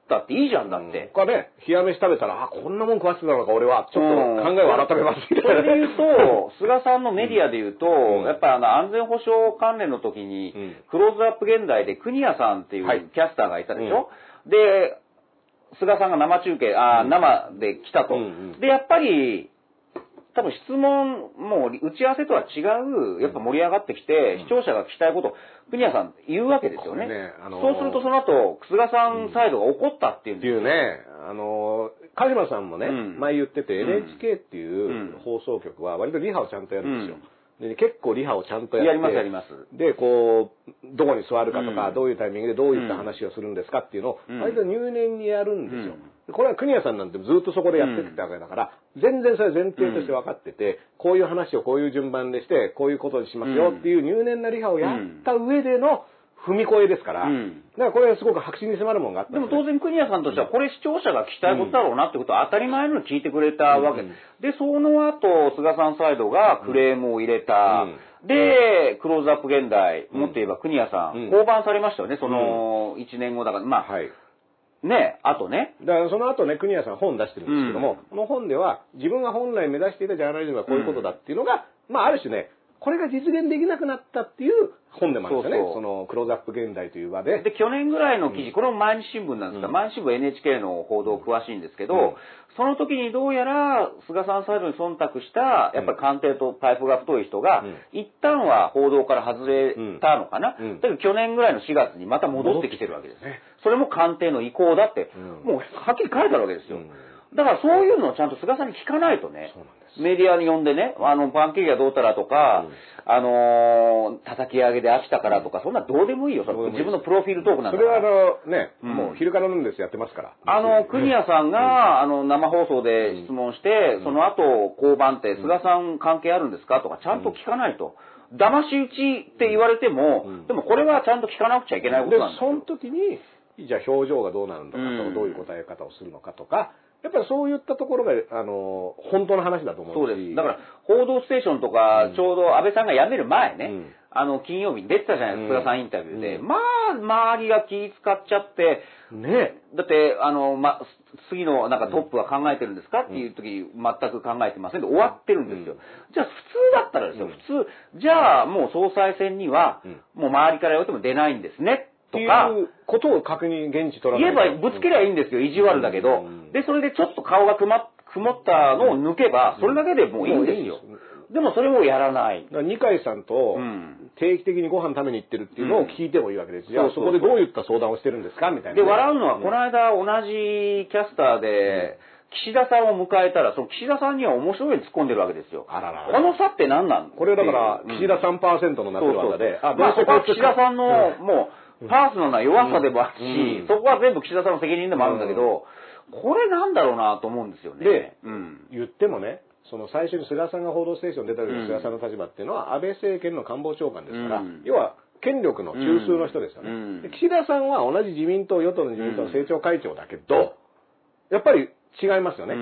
たっていいじゃんだって。 他ね、冷や飯食べたら、あ、こんなもん食わせてたのか俺は、ちょっと考えを改めますみたいな。 それで言うと、菅さんのメディアで言うと、やっぱりあの安全保障関連の時に、クローズアップ現代で国谷さんっていうキャスターがいたでしょ。で、菅さんが生中継、あ、生で来たと。で、やっぱり、多分質問、もう打ち合わせとは違う、やっぱ盛り上がってきて、視聴者が聞きたいこと、国谷さん言うわけですよね。ねあのー、そうするとその後、菅さんサイドが怒ったっていうんですよ。っていうね、あのー、鹿島さんもね、うん、前言ってて、エヌエイチケー っていう放送局は割とリハをちゃんとやるんですよ。うん、で結構リハをちゃんとやって。 やりますやります。 で、こう、どこに座るかとか、うん、どういうタイミングでどういった話をするんですかっていうのを、割と入念にやるんですよ。うんこれは国谷さんなんてずっとそこでやってきたわけだから、うん、全然それは前提として分かってて、うん、こういう話をこういう順番でして、こういうことにしますよっていう入念なリハをやった上での踏み越えですから、うん、だからこれはすごく白紙に迫るものがあったんです、ね。 でも当然国谷さんとしては、これ視聴者が聞きたいことだろうなってことは当たり前の聞いてくれたわけ。うん、で、その後、菅さんサイドがクレームを入れた。うん、で、クローズアップ現代、もっと言えば国谷さん、降板されましたよね、そのいちねんごだから。まあ、はいね、あとね。 だからその後ね、国谷さん本出してるんですけども、うん、この本では自分が本来目指していたジャーナリズムはこういうことだっていうのが、うん、まあある種ね、これが実現できなくなったっていう本でもあるんですよね。そうそうそのクローズアップ現代という場で。 で、去年ぐらいの記事、うん、これも毎日新聞なんですが、うん、毎日新聞 エヌエイチケー の報道詳しいんですけど、うん、その時にどうやら菅さんサイドに忖度した、やっぱり官邸とパイプが太い人が、うん、一旦は報道から外れたのかな。うんうん、だけど去年ぐらいのしがつにまた戻ってきてるわけです。ね、それも官邸の意向だって、もうはっきり書いてあるわけですよ。だからそういうのをちゃんと菅さんに聞かないとね、メディアに呼んでね、あの、パンケーキがどうたらとか、うん、あのー、叩き上げで飽きたからとか、そんなどうでもいいよ。それ自分のプロフィールトークなんだから。 それはあの、ね、うん、もう昼から飲んですやってますから。 あの、国谷さんが、うん、あの、生放送で質問して、うん、その後、交番って、菅さん関係あるんですかとか、ちゃんと聞かないと。騙し討ちって言われても、うん、でもこれはちゃんと聞かなくちゃいけないことなんですよ。 で、その時に、じゃあ表情がどうなるのかとか、うん、どういう答え方をするのかとか、やっぱりそういったところが、あの、本当の話だと思うし。 そうです。だから、報道ステーションとか、ちょうど安倍さんが辞める前ね、うん、あの、金曜日に出てたじゃないですか、菅さんインタビューで。うん、まあ、周りが気使っちゃって、ね。だって、あの、ま、次のなんかトップは考えてるんですかっていう時、全く考えてませんで終わってるんですよ。うん、じゃあ、普通だったらですよ、普通、じゃあ、もう総裁選には、もう周りから言われても出ないんですね。とか、 いうことを確認、現地取らない。言えば、ぶつけりゃいいんですよ、意地悪だけど。うん、で、それでちょっと顔が曇ったのを抜けば、それだけでもういいんですよ。うん、でもそれをやらない。 二階さんと定期的にご飯食べに行ってるっていうのを聞いてもいいわけです。じゃあそこでどういった相談をしてるんですかみたいな、ね。 で、笑うのは、この間同じキャスターで、岸田さんを迎えたら、その岸田さんには面白いように突っ込んでるわけですよ。あららこの差って何なんこれだから、岸田 さんパーセント のなってるわけで。 あ、まあそこは岸田さんの、もう、パーソナルな弱さでもあるし、うん、そこは全部岸田さんの責任でもあるんだけど、うん、これなんだろうなと思うんですよね。 で、うん、言ってもね、その最初に菅さんが報道ステーションに出た時の菅さんの立場っていうのは安倍政権の官房長官ですから、うん、要は権力の中枢の人ですよね、うん、で岸田さんは同じ自民党、与党の自民党の政調会長だけど、やっぱり違いますよね。うん、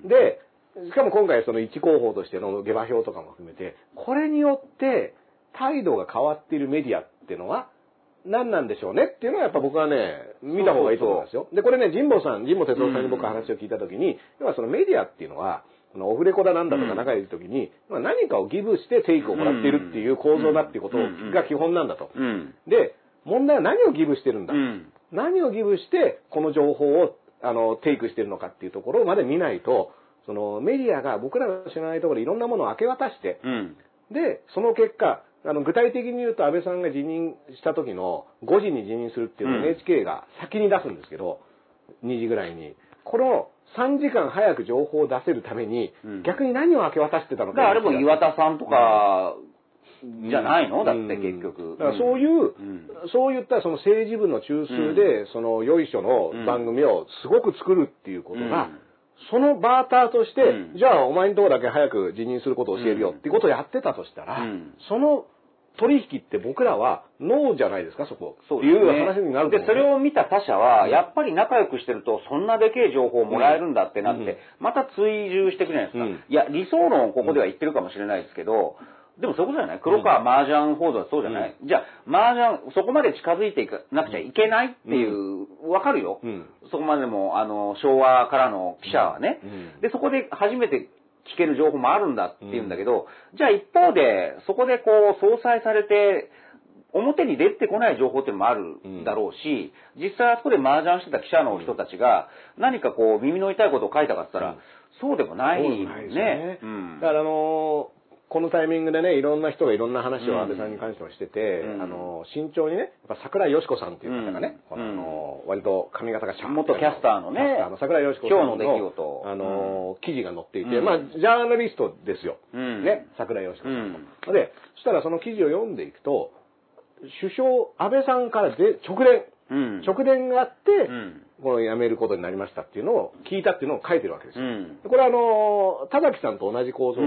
で、しかも今回その一候補としての下馬評とかも含めて、これによって態度が変わっているメディアっていうのは、何なんでしょうねっていうのはやっぱ僕はね、見た方がいいと思いますよ。で、これね、神保さん、神保哲夫さんに僕話を聞いたときに、要はそのメディアっていうのは、オフレコだなんだとか仲いいときに、うん、何かをギブしてテイクをもらっているっていう構造だっていうことが基本なんだと。うん、で、問題は何をギブしてるんだ、うん、何をギブしてこの情報をあのテイクしてるのかっていうところまで見ないと、そのメディアが僕らの知らないところでいろんなものを明け渡して、うん、で、その結果、あの具体的に言うと安倍さんが辞任した時のごじに辞任するっていうのを エヌエイチケー が先に出すんですけど、にじぐらいに。このさんじかん早く情報を出せるために、うん、逆に何を明け渡してたのか。 だからあれも岩田さんとか、じゃないの、うん、だって結局。 だからそういう、うん、そういったその政治部の中枢で、うん、そのよいしょの番組をすごく作るっていうことが、うんそのバーターとして、うん、じゃあお前のところだけ早く辞任することを教えるよっていうことをやってたとしたら、うん、その取引って僕らはノーじゃないですか、そこ。そういう話になると思う、ね。 で、それを見た他者は、やっぱり仲良くしてると、そんなでけえ情報をもらえるんだってなって、うん、また追従してくるじゃないですか。うん、いや、理想論をここでは言ってるかもしれないですけど、でもそういうことじゃない黒川麻雀報道はそうじゃない、うん、じゃあ、麻雀、そこまで近づいていかなくちゃいけないっていうわかるよ。うん、そこまでも、あの、昭和からの記者はね。うん、で、そこで初めて聞ける情報もあるんだって言うんだけど、うん、じゃあ一方で、そこでこう、相殺されて、表に出てこない情報っていうのもあるだろうし、うん、実際あそこで麻雀してた記者の人たちが、何かこう、耳の痛いことを書いたかって言ったら、うん、そうでもないね。ねうん、だからあのー、このタイミングでね、いろんな人がいろんな話を安倍さんに関してはしてて、うん、あの、慎重にね、やっぱ桜井よしこさんっていう方がね、うん、このあの、割と髪型がシャープ。 元キャスターのね、 あの桜井よしこさんの今日の出来事。 あの、記事が載っていて、うん、まあ、ジャーナリストですよ。うん、ね、桜井よしこさんも。うん、で、そしたらその記事を読んでいくと、首相、安倍さんからで直伝、うん、直伝があって、うんこの辞めることになりましたっていうのを聞いたっていうのを書いてるわけですよ。うん、これはあの、田崎さんと同じ構造で、うん、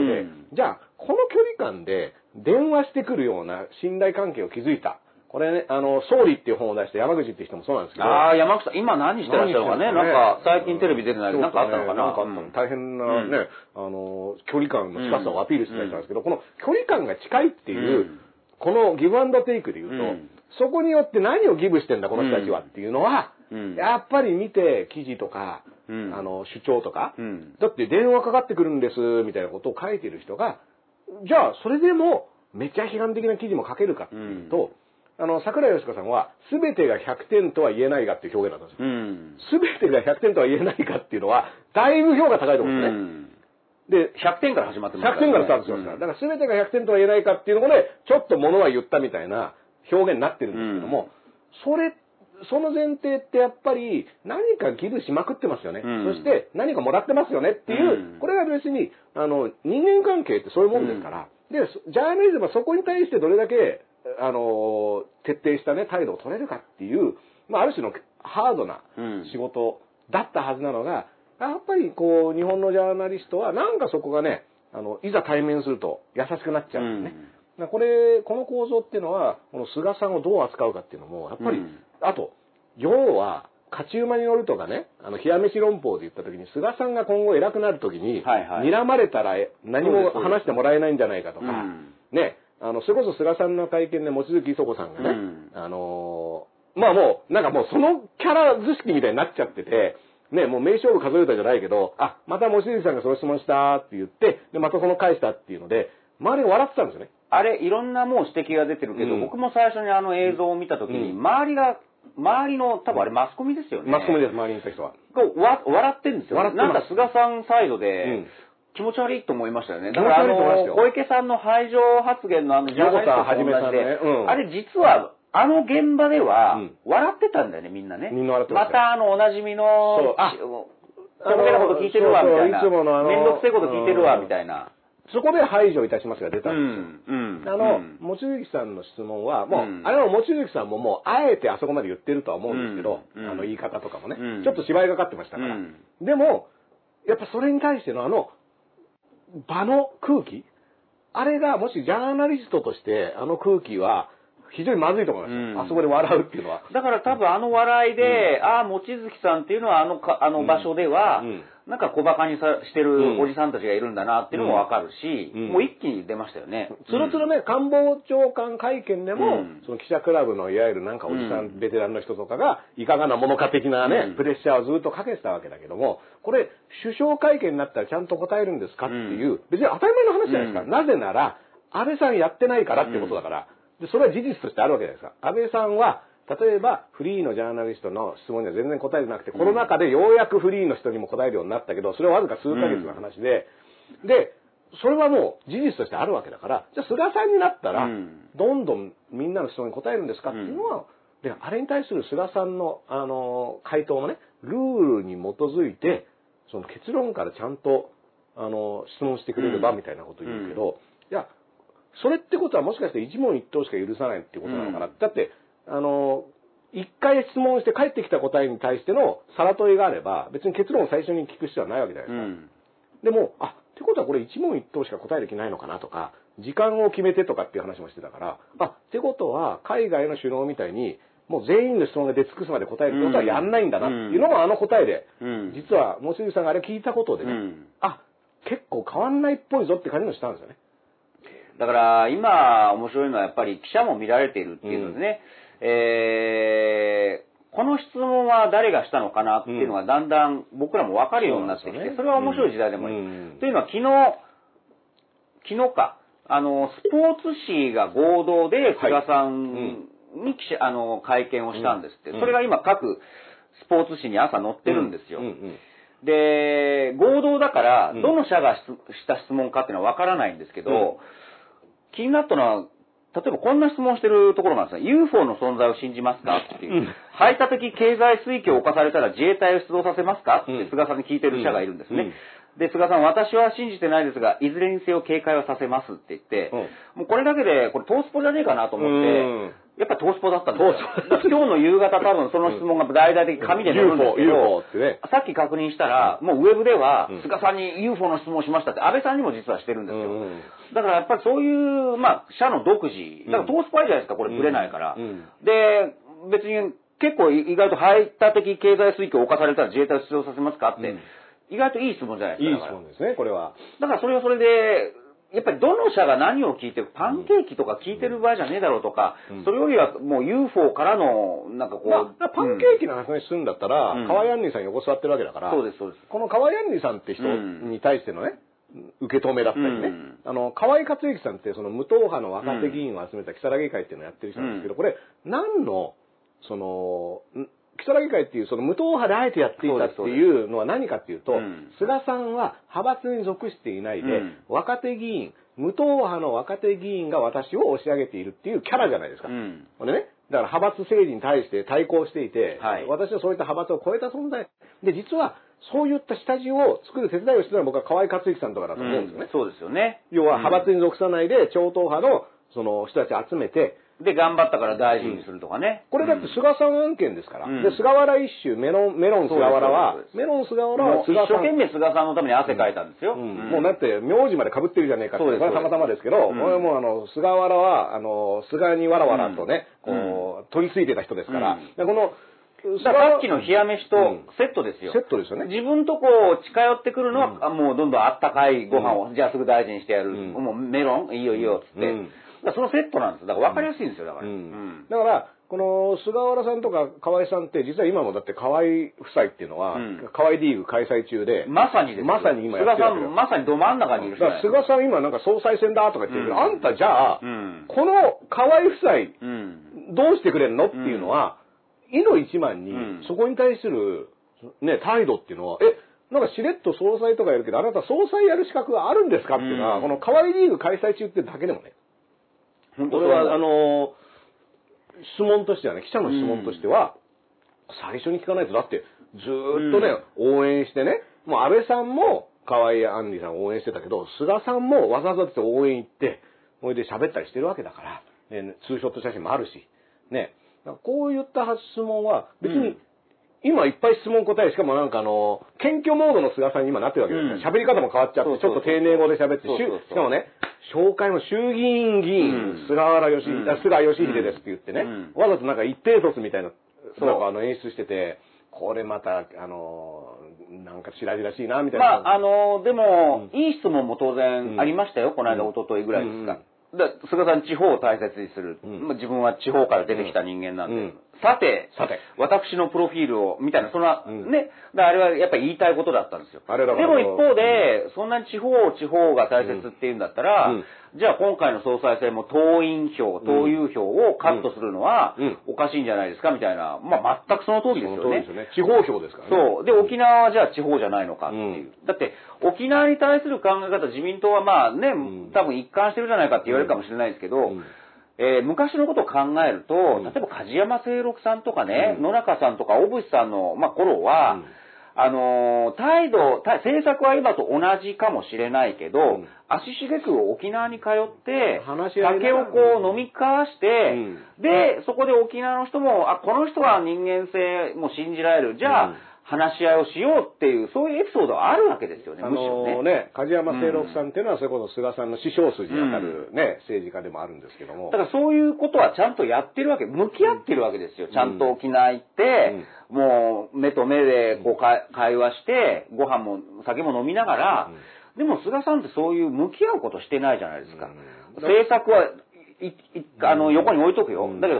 じゃあ、この距離感で電話してくるような信頼関係を築いた。これね、あの、総理っていう本を出して山口っていう人もそうなんですけど。 ああ、山口さん、今何してらっしゃるのかね。なんか、最近テレビ出てないけど、なんかあったのかな。 なんかあったの。大変なね、うん、あの、距離感の近さをアピールしてたんですけど、この距離感が近いっていう、うん、このギブアンドテイクで言うと、うん、そこによって何をギブしてんだ、この人たちはっていうのは、うん、やっぱり見て記事とか、うん、あの主張とか、うん、だって電話かかってくるんですみたいなことを書いてる人が、じゃあそれでもめっちゃ批判的な記事も書けるかっていうと、うん、あの桜井よしこさんは全てがひゃくてんとは言えないがっていう表現なんですよ。全、うん、てがひゃくてんとは言えないかっていうのはだいぶ評価高いと思うんですね。うんで、ひゃくてんから始まってますからね。ひゃくてんからスタートしますから。だから全てがひゃくてんとは言えないかっていうのもね、ちょっと物は言ったみたいな表現になってるんですけども、うん、それその前提ってやっぱり何かギブしまくってますよね。うん、そして何かもらってますよねっていう、うん、これが別にあの人間関係ってそういうもんですから。うん、で、ジャーナリズムはそこに対してどれだけあの徹底したね態度を取れるかっていう、まあある種のハードな仕事だったはずなのが、やっぱりこう日本のジャーナリストはなんかそこがね、あのいざ対面すると優しくなっちゃうんですね。うん、これこの構造っていうのはこの菅さんをどう扱うかっていうのもやっぱり、うん、あと要は勝ち馬に乗るとかね、あの冷や飯論法で言った時に菅さんが今後偉くなる時に、はいはい、睨まれたら何も話してもらえないんじゃないかとか、うん、ね、あのそれこそ菅さんの会見で望月磯子さんがね、うん、あのー、まあもうなんかもうそのキャラ図式みたいになっちゃってて。ね、もう名勝負数えたじゃないけど、あ、また望月さんがその質問したって言って、で、またその返したっていうので、周りが笑ってたんですよね。 あれ、いろんなもう指摘が出てるけど、うん、僕も最初にあの映像を見たときに、うん、周りが、周りの、多分あれマスコミですよね。 マスコミです、周りにいた人は。 わ笑ってるんですよ。笑ってなんか菅さんサイドで、うん、気持ち悪いと思いましたよね。だからあの、小池さんの排除発言のあの、ジャーナリストと同じで、ね、うん、あれ実は、あの現場では、笑ってたんだよね、みんなね。 みんな笑ってまたあの、おなじみの、あとぼけなこと聞いてるわ、みたいな。めんどくせえこと聞いてるわ、みたいな。 そこで排除いたしますが出たんですよ。うんうん、あの、望月さんの質問は、もう、うん、あれは望月さんももう、あえてあそこまで言ってるとは思うんですけど、うん、あの言い方とかもね、うん、ちょっと芝居がかってましたから。うん、でも、やっぱそれに対してのあの、場の空気、あれがもしジャーナリストとしてあの空気は、非常にまずいと思います、うん、あそこで笑うっていうのは。 だから多分あの笑いで、うん、ああ、望月さんっていうのはあのか、あの場所では、うん、なんか小馬鹿にさしてるおじさんたちがいるんだなっていうのもわかるし、うん、もう一気に出ましたよね。 つるつるね、官房長官会見でも、うん、その記者クラブのいわゆるなんかおじさん、うん、ベテランの人とかが、いかがなものか的なね、うん、プレッシャーをずっとかけてたわけだけども、これ、首相会見になったらちゃんと答えるんですかっていう、うん、別に当たり前の話じゃないですか。うん、なぜなら、安倍さんやってないからってことだから、で、それは事実としてあるわけじゃないですか。安倍さんは、例えば、フリーのジャーナリストの質問には全然答えてなくて、うん、コロナ禍でようやくフリーの人にも答えるようになったけど、それはわずか数ヶ月の話で、うん、で、それはもう事実としてあるわけだから、じゃあ菅さんになったら、うん、どんどんみんなの質問に答えるんですかっていうのは、で、あれに対する菅さんの、あの、回答のね、ルールに基づいて、その結論からちゃんと、あの、質問してくれればみたいなことを言うけど、いや、それってことはもしかして一問一答しか許さないっていうことなのかな。うん、だって、あの、一回質問して帰ってきた答えに対してのさら問いがあれば、別に結論を最初に聞く必要はないわけじゃないですか。うん、でも、あ、ってことはこれ一問一答しか答えできないのかなとか、時間を決めてとかっていう話もしてたから、あ、ってことは海外の首脳みたいに、もう全員の質問が出尽くすまで答えるってことはやんないんだなっていうのもあの答えで、うん、実は望月さんがあれ聞いたことでね、うん、あ、結構変わんないっぽいぞって感じもしたんですよね。 だから今面白いのはやっぱり記者も見られているっていうのでね、うん、えー、 この質問は誰がしたのかなっていうのがだんだん僕らも分かるようになってきて、それは面白い時代でもいい。というのは昨日、昨日か、あの、スポーツ紙が合同で菅さんに記者、あの、会見をしたんですって。それが今各スポーツ紙に朝載ってるんですよ。で、合同だから、どの社がした質問かっていうのは分からないんですけど、気になったのは、例えばこんな質問してるところなんですね。ユーフォー の存在を信じますかっていう。排他的経済水域を犯されたら自衛隊を出動させますかって菅さんに聞いてる社がいるんですね。で、菅さん、私は信じてないですが、いずれにせよ警戒はさせますって言って、もうこれだけで、これトースポじゃねえかなと思って、やっぱりトースポだったんですよ。今日の夕方多分その質問が大々的に紙で載るんですけど、さっき確認したら、もうウェブでは、菅さんに ユーフォー の質問をしましたって、安倍さんにも実はしてるんですよ。だからやっぱりそういう、まあ、社の独自、だからトースポあるじゃないですか、これぶれないから。で、別に結構意外と排他的経済水域を侵されたら自衛隊を出動させますかって、意外といい質問じゃないですか。 いい質問ですね、これは。 だからそれはそれで、やっぱりどの社が何を聞いてる、パンケーキとか聞いてる場合じゃねえだろうとか、うん、それよりはもう ユーフォー からの、なんかこう。まあ、パンケーキの話するんだったら、うん、河合杏里さん横座ってるわけだから、 そうです、そうです。 この河合杏里さんって人に対してのね、受け止めだったりね、うん、あの、河合克行さんってその無党派の若手議員を集めた木更木会っていうのをやってる人なんですけど、これ、何の、その、木更木会っていうその無党派であえてやっていたっていうのは何かっていうと、うん、菅さんは派閥に属していないで、うん、若手議員、無党派の若手議員が私を押し上げているっていうキャラじゃないですか。うん、でね、だから派閥政治に対して対抗していて、はい、私はそういった派閥を超えた存在。で、実はそういった下地を作る手伝いをしてたのは僕は河合克行さんとかだと思うんですよね。 うん、そうですよね。 要は派閥に属さないで超党派のその人たちを集めて、 で、頑張ったから大臣にするとかね。 これだって菅さん案件ですから。うん、で、菅原一種、メロン、メロン菅原は、メロン菅原は菅さん。一生懸命菅さんのために汗かいたんですよ。 うんうん、もうだって、名字まで被ってるじゃねえかって、それはたまたまですけど、これもうあの、菅原は、あの、菅にわらわらとね、こう、取り付いてた人ですから、でこの、 さっきの冷や飯とセットですよ。 セットですよね。 自分とこう近寄ってくるのは、もうどんどんあったかいご飯を、じゃあすぐ大臣してやる。もうメロンいいよいいよ、つって。そのセットなんですよ。だから分かりやすいんですよ、だから。うん、 だから、この菅原さんとか河合さんって、実は今もだって河合夫妻っていうのは、うん、河合リーグ開催中で。 まさにです。 まさに今やってる。 菅さん、まさにど真ん中にいる人。 だから菅さん今なんか総裁選だとか言ってるけど、うん、あんたじゃあ、うん、この河合夫妻、うん、どうしてくれるのっていうのは、いの一番に、そこに対する、ね、態度っていうのは、え、なんかしれっと総裁とかやるけど、あなた総裁やる資格があるんですかっていうのは、この河合リーグ開催中ってだけでもね、これは、あの、質問としてはね、記者の質問としては、最初に聞かないと、だって、ずーっとね、応援してね、もう安倍さんも河合杏里さんを応援してたけど、菅さんもわざわざって応援行って、それで喋ったりしてるわけだから、ね、ツーショット写真もあるし、ね、こういった質問は、別に、今いっぱい質問答え、しかもなんかあの、謙虚モードの菅さんに今なってるわけですから、喋、うん、り方も変わっちゃって、ちょっと丁寧語で喋って、しかもね、紹介も衆議院議員、うん、菅原義、うん、菅義偉ですって言ってね、うん、わざとなんか一定卒みたいな、なんかあの演出してて、これまた、あの、なんか白々しいな、みたいな。 まあ、あの、でも、うん、いい質問も当然ありましたよ、うん、この間、一昨日ぐらいですか。うん、だ菅さん、地方を大切にする。うん、自分は地方から出てきた人間なんで。うん、さて、さて、私のプロフィールを、みたいな、そんな、うん、ね、だあれはやっぱり言いたいことだったんですよ。あれだでも一方で、うん、そんなに地方、地方が大切っていうんだったら、うん、じゃあ今回の総裁選も党員票、党友票をカットするのはおかしいんじゃないですかみたいな、まあ全くその通りですよね。 そうですよね。地方票ですからね。 そう。で、沖縄はじゃあ地方じゃないのかっていう。うん、だって、沖縄に対する考え方、自民党はまあね、うん、多分一貫してるじゃないかって言われるかもしれないですけど、うんえー、昔のことを考えると、例えば梶山清六さんとかね、うん、野中さんとか小渕さんの、まあ、頃は、うんあのー、態度、政策は今と同じかもしれないけど、うん、足しげく沖縄に通って、酒をこう飲み交わして、うん、で、そこで沖縄の人も、あ、この人は人間性も信じられる。じゃあ、うん話し合いをしようっていう、そういうエピソードはあるわけですよね、むしろね。 あのね、梶山清六さんっていうのは、それこそ菅さんの師匠筋に当たるね、うん、政治家でもあるんですけども。 だからそういうことはちゃんとやってるわけ、向き合ってるわけですよ。ちゃんと沖縄行って、うん、もう目と目でこうか会話して、ご飯も酒も飲みながら、うん、でも菅さんってそういう向き合うことしてないじゃないですか。うん、政策はいいあの横に置いとくよ。だけど、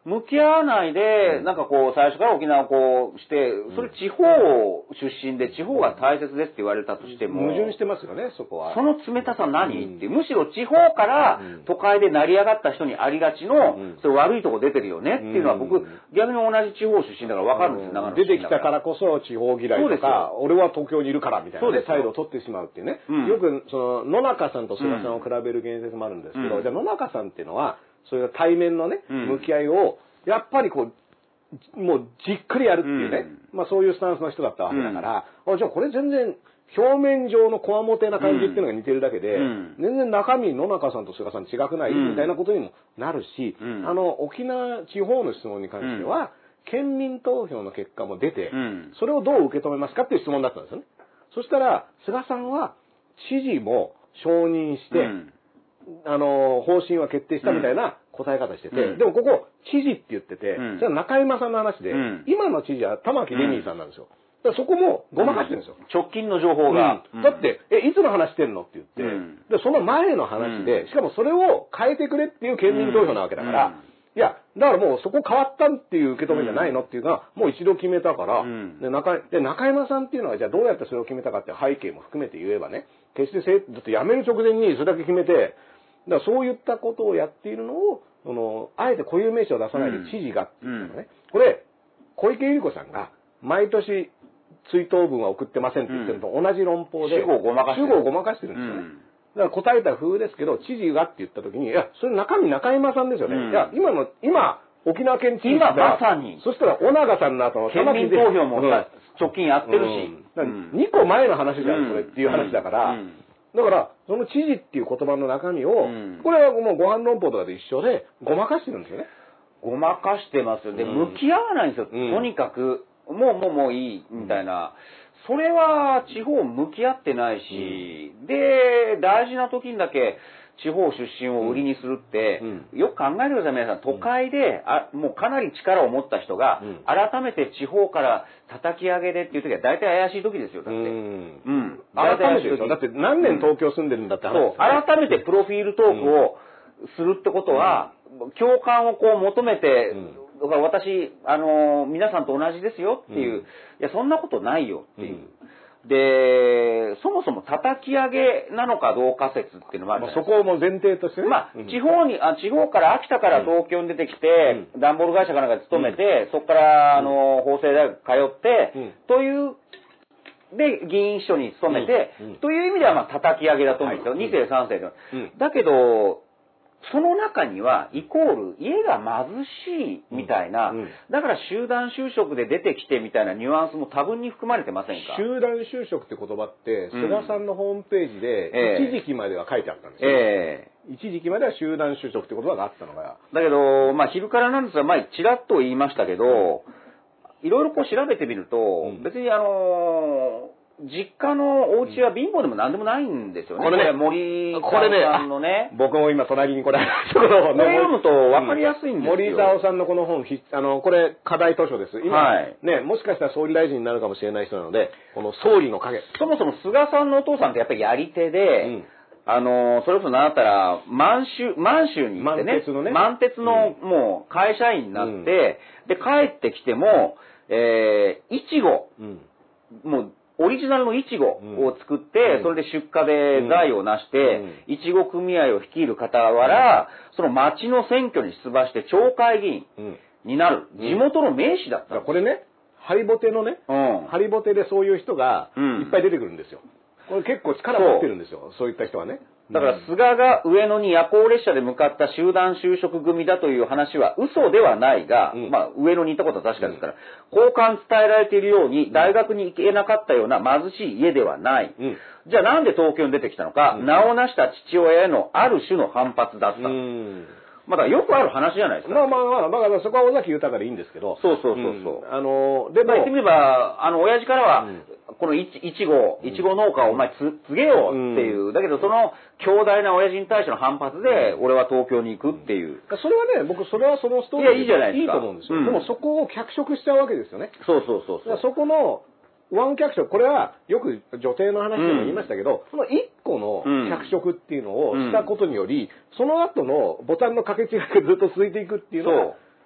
向き合わないで、なんかこう、最初から沖縄をこうして、それ地方出身で地方が大切ですって言われたとしても。 矛盾してますよね、そこは。 その冷たさ何、うん、って、むしろ地方から都会で成り上がった人にありがちの、うん、それ悪いとこ出てるよねっていうのは僕、逆に同じ地方出身だから分かるんですよ、長野出てきたからこそ地方嫌いとか、俺は東京にいるからみたいな、ね、態度を取ってしまうっていうね。うん、よく、その、野中さんと菅さんを比べる言説もあるんですけど、うん、じゃあ野中さんっていうのは、そういう対面のね、向き合いを、やっぱりこう、もうじっくりやるっていうね、うん、まあそういうスタンスの人だったわけだから、うん、あじゃあこれ全然表面上のこわもてな感じっていうのが似てるだけで、うん、全然中身野中さんと菅さん違くない、うん、みたいなことにもなるし、うん、あの沖縄地方の質問に関しては、うん、県民投票の結果も出て、うん、それをどう受け止めますかっていう質問だったんですよね。そしたら菅さんは知事も承認して、うんあの、方針は決定したみたいな答え方してて、うん、でもここ、知事って言ってて、うん、それは中山さんの話で、うん、今の知事は玉城デニーさんなんですよ。だからそこもごまかしてるんですよ。 直近の情報が。 うん、だって、え、いつの話してんのって言って、うん、で、その前の話で、しかもそれを変えてくれっていう県民投票なわけだから、いや、だからもうそこ変わったっていう受け止めじゃないのっていうのは、もう一度決めたから、うん、で中で中山さんっていうのはじゃあどうやってそれを決めたかっていう背景も含めて言えばね、決してせ、だって辞める直前にそれだけ決めて、だからそういったことをやっているのを、その、あえて固有名詞を出さないで知事がっていうのね、うん、これ、小池百合子さんが毎年追悼文は送ってませんって言ってるのと同じ論法で、 主語をごまかしてる。 主語をごまかしてるんですよね。うん、だから答えた風ですけど、知事がって言った時に、いや、それ中身中山さんですよね。うん、いや、今の、今、沖縄県知事が、今まさに。 そしたら、小長さんの後の県民投票も直近やってるし。 うん、にこまえの話じゃん、それっていう話だから、うんうんだから、その知事っていう言葉の中身を、うん、これはもうご飯論法とかと一緒で、ごまかしてるんですよね。 ごまかしてますよ。で、うん、向き合わないんですよ。うん、とにかく、もうもうもういい、みたいな。それは地方向き合ってないし、うん、で、大事な時にだけ、地方出身を売りにするって、うん、よく考えてください、皆さん。都会で、あもうかなり力を持った人が、うん、改めて地方から叩き上げでっていう時は大体怪しい時ですよ、だって。うん。 うん。改めてでしょだって何年東京住んでるんだって話、 ね、そう。改めてプロフィールトークをするってことは、うん、共感をこう求めて、うんだから私、あのー、皆さんと同じですよっていう、うん、いや、そんなことないよっていう。うん、で、そもそも叩き上げなのかどうか説っていうのもあるじゃないですか。 まあ、そこをも前提としてね。 まあ、地方に、あ地方から秋田から東京に出てきて、うん、段ボール会社かなんかで勤めて、うん、そこから、あのー、法政大学通って、うん、という、で、議員秘書に勤めて、うん、という意味では、まあ、叩き上げだと思うんですよ。はい、に世さん世で、うん。だけど、その中には、イコール、家が貧しいみたいな、うんうん、だから集団就職で出てきてみたいなニュアンスも多分に含まれてませんか？ 集団就職って言葉って、うん、菅さんのホームページで、一時期までは書いてあったんですよ。えー、一時期までは集団就職って言葉があったのが。 だけど、まあ、昼からなんですが、前、ちらっと言いましたけど、いろいろこう調べてみると、うん、別にあのー、実家のお家は貧乏でも何でもないんですよね。 これね、 森沢さんのね。 僕も今隣にこれ、 これ読むと分かりやすいんですよ。 森沢さんのこの本、あの、これ課題図書です。今、はい、ね、もしかしたら総理大臣になるかもしれない人なので、この総理の影。 そもそも菅さんのお父さんってやっぱりやり手で、うんあの、それこそなんだったら、満州、満州に行ってね、満鉄のね、満鉄のもう会社員になって、うん、で、帰ってきても、えー、いちご、うん、もう、オリジナルのイチゴを作って、うん、それで出荷で財を成して、いちご組合を率いる傍ら、うん、その町の選挙に出馬して町会議員になる、うん、地元の名士だったんです。 これね、ハリボテのね、うん、ハリボテでそういう人がいっぱい出てくるんですよ。これ結構力持ってるんですよ、そういった人はね。 だから菅が上野に夜行列車で向かった集団就職組だという話は嘘ではないが、うん、まあ上野に行ったことは確かですから、交換伝えられているように大学に行けなかったような貧しい家ではない。うん、じゃあなんで東京に出てきたのか、うん、名を成した父親へのある種の反発だった。うんまだよくある話じゃないですか。 まあまあまあ、だからそこは尾崎豊でいいんですけど。 そうそうそうそう。 うん、あの、でも。 言ってみれば、あの、親父からは、うん、このいち、いちご、いちご農家をお前つ、継げよっていう。うん、だけどその、強大な親父に対しての反発で、俺は東京に行くっていう。 うん、それはね、僕、それはそのストーリーでいいいじゃないですか。いいと思うんですよ。うん、でもそこを脚色しちゃうわけですよね。 そうそうそうそう。 そこの、ワン脚色、これはよく女帝の話でも言いましたけど、うん、その一個の脚色っていうのをしたことにより、うん、その後のボタンの掛け違いがずっと続いていくっていうのが、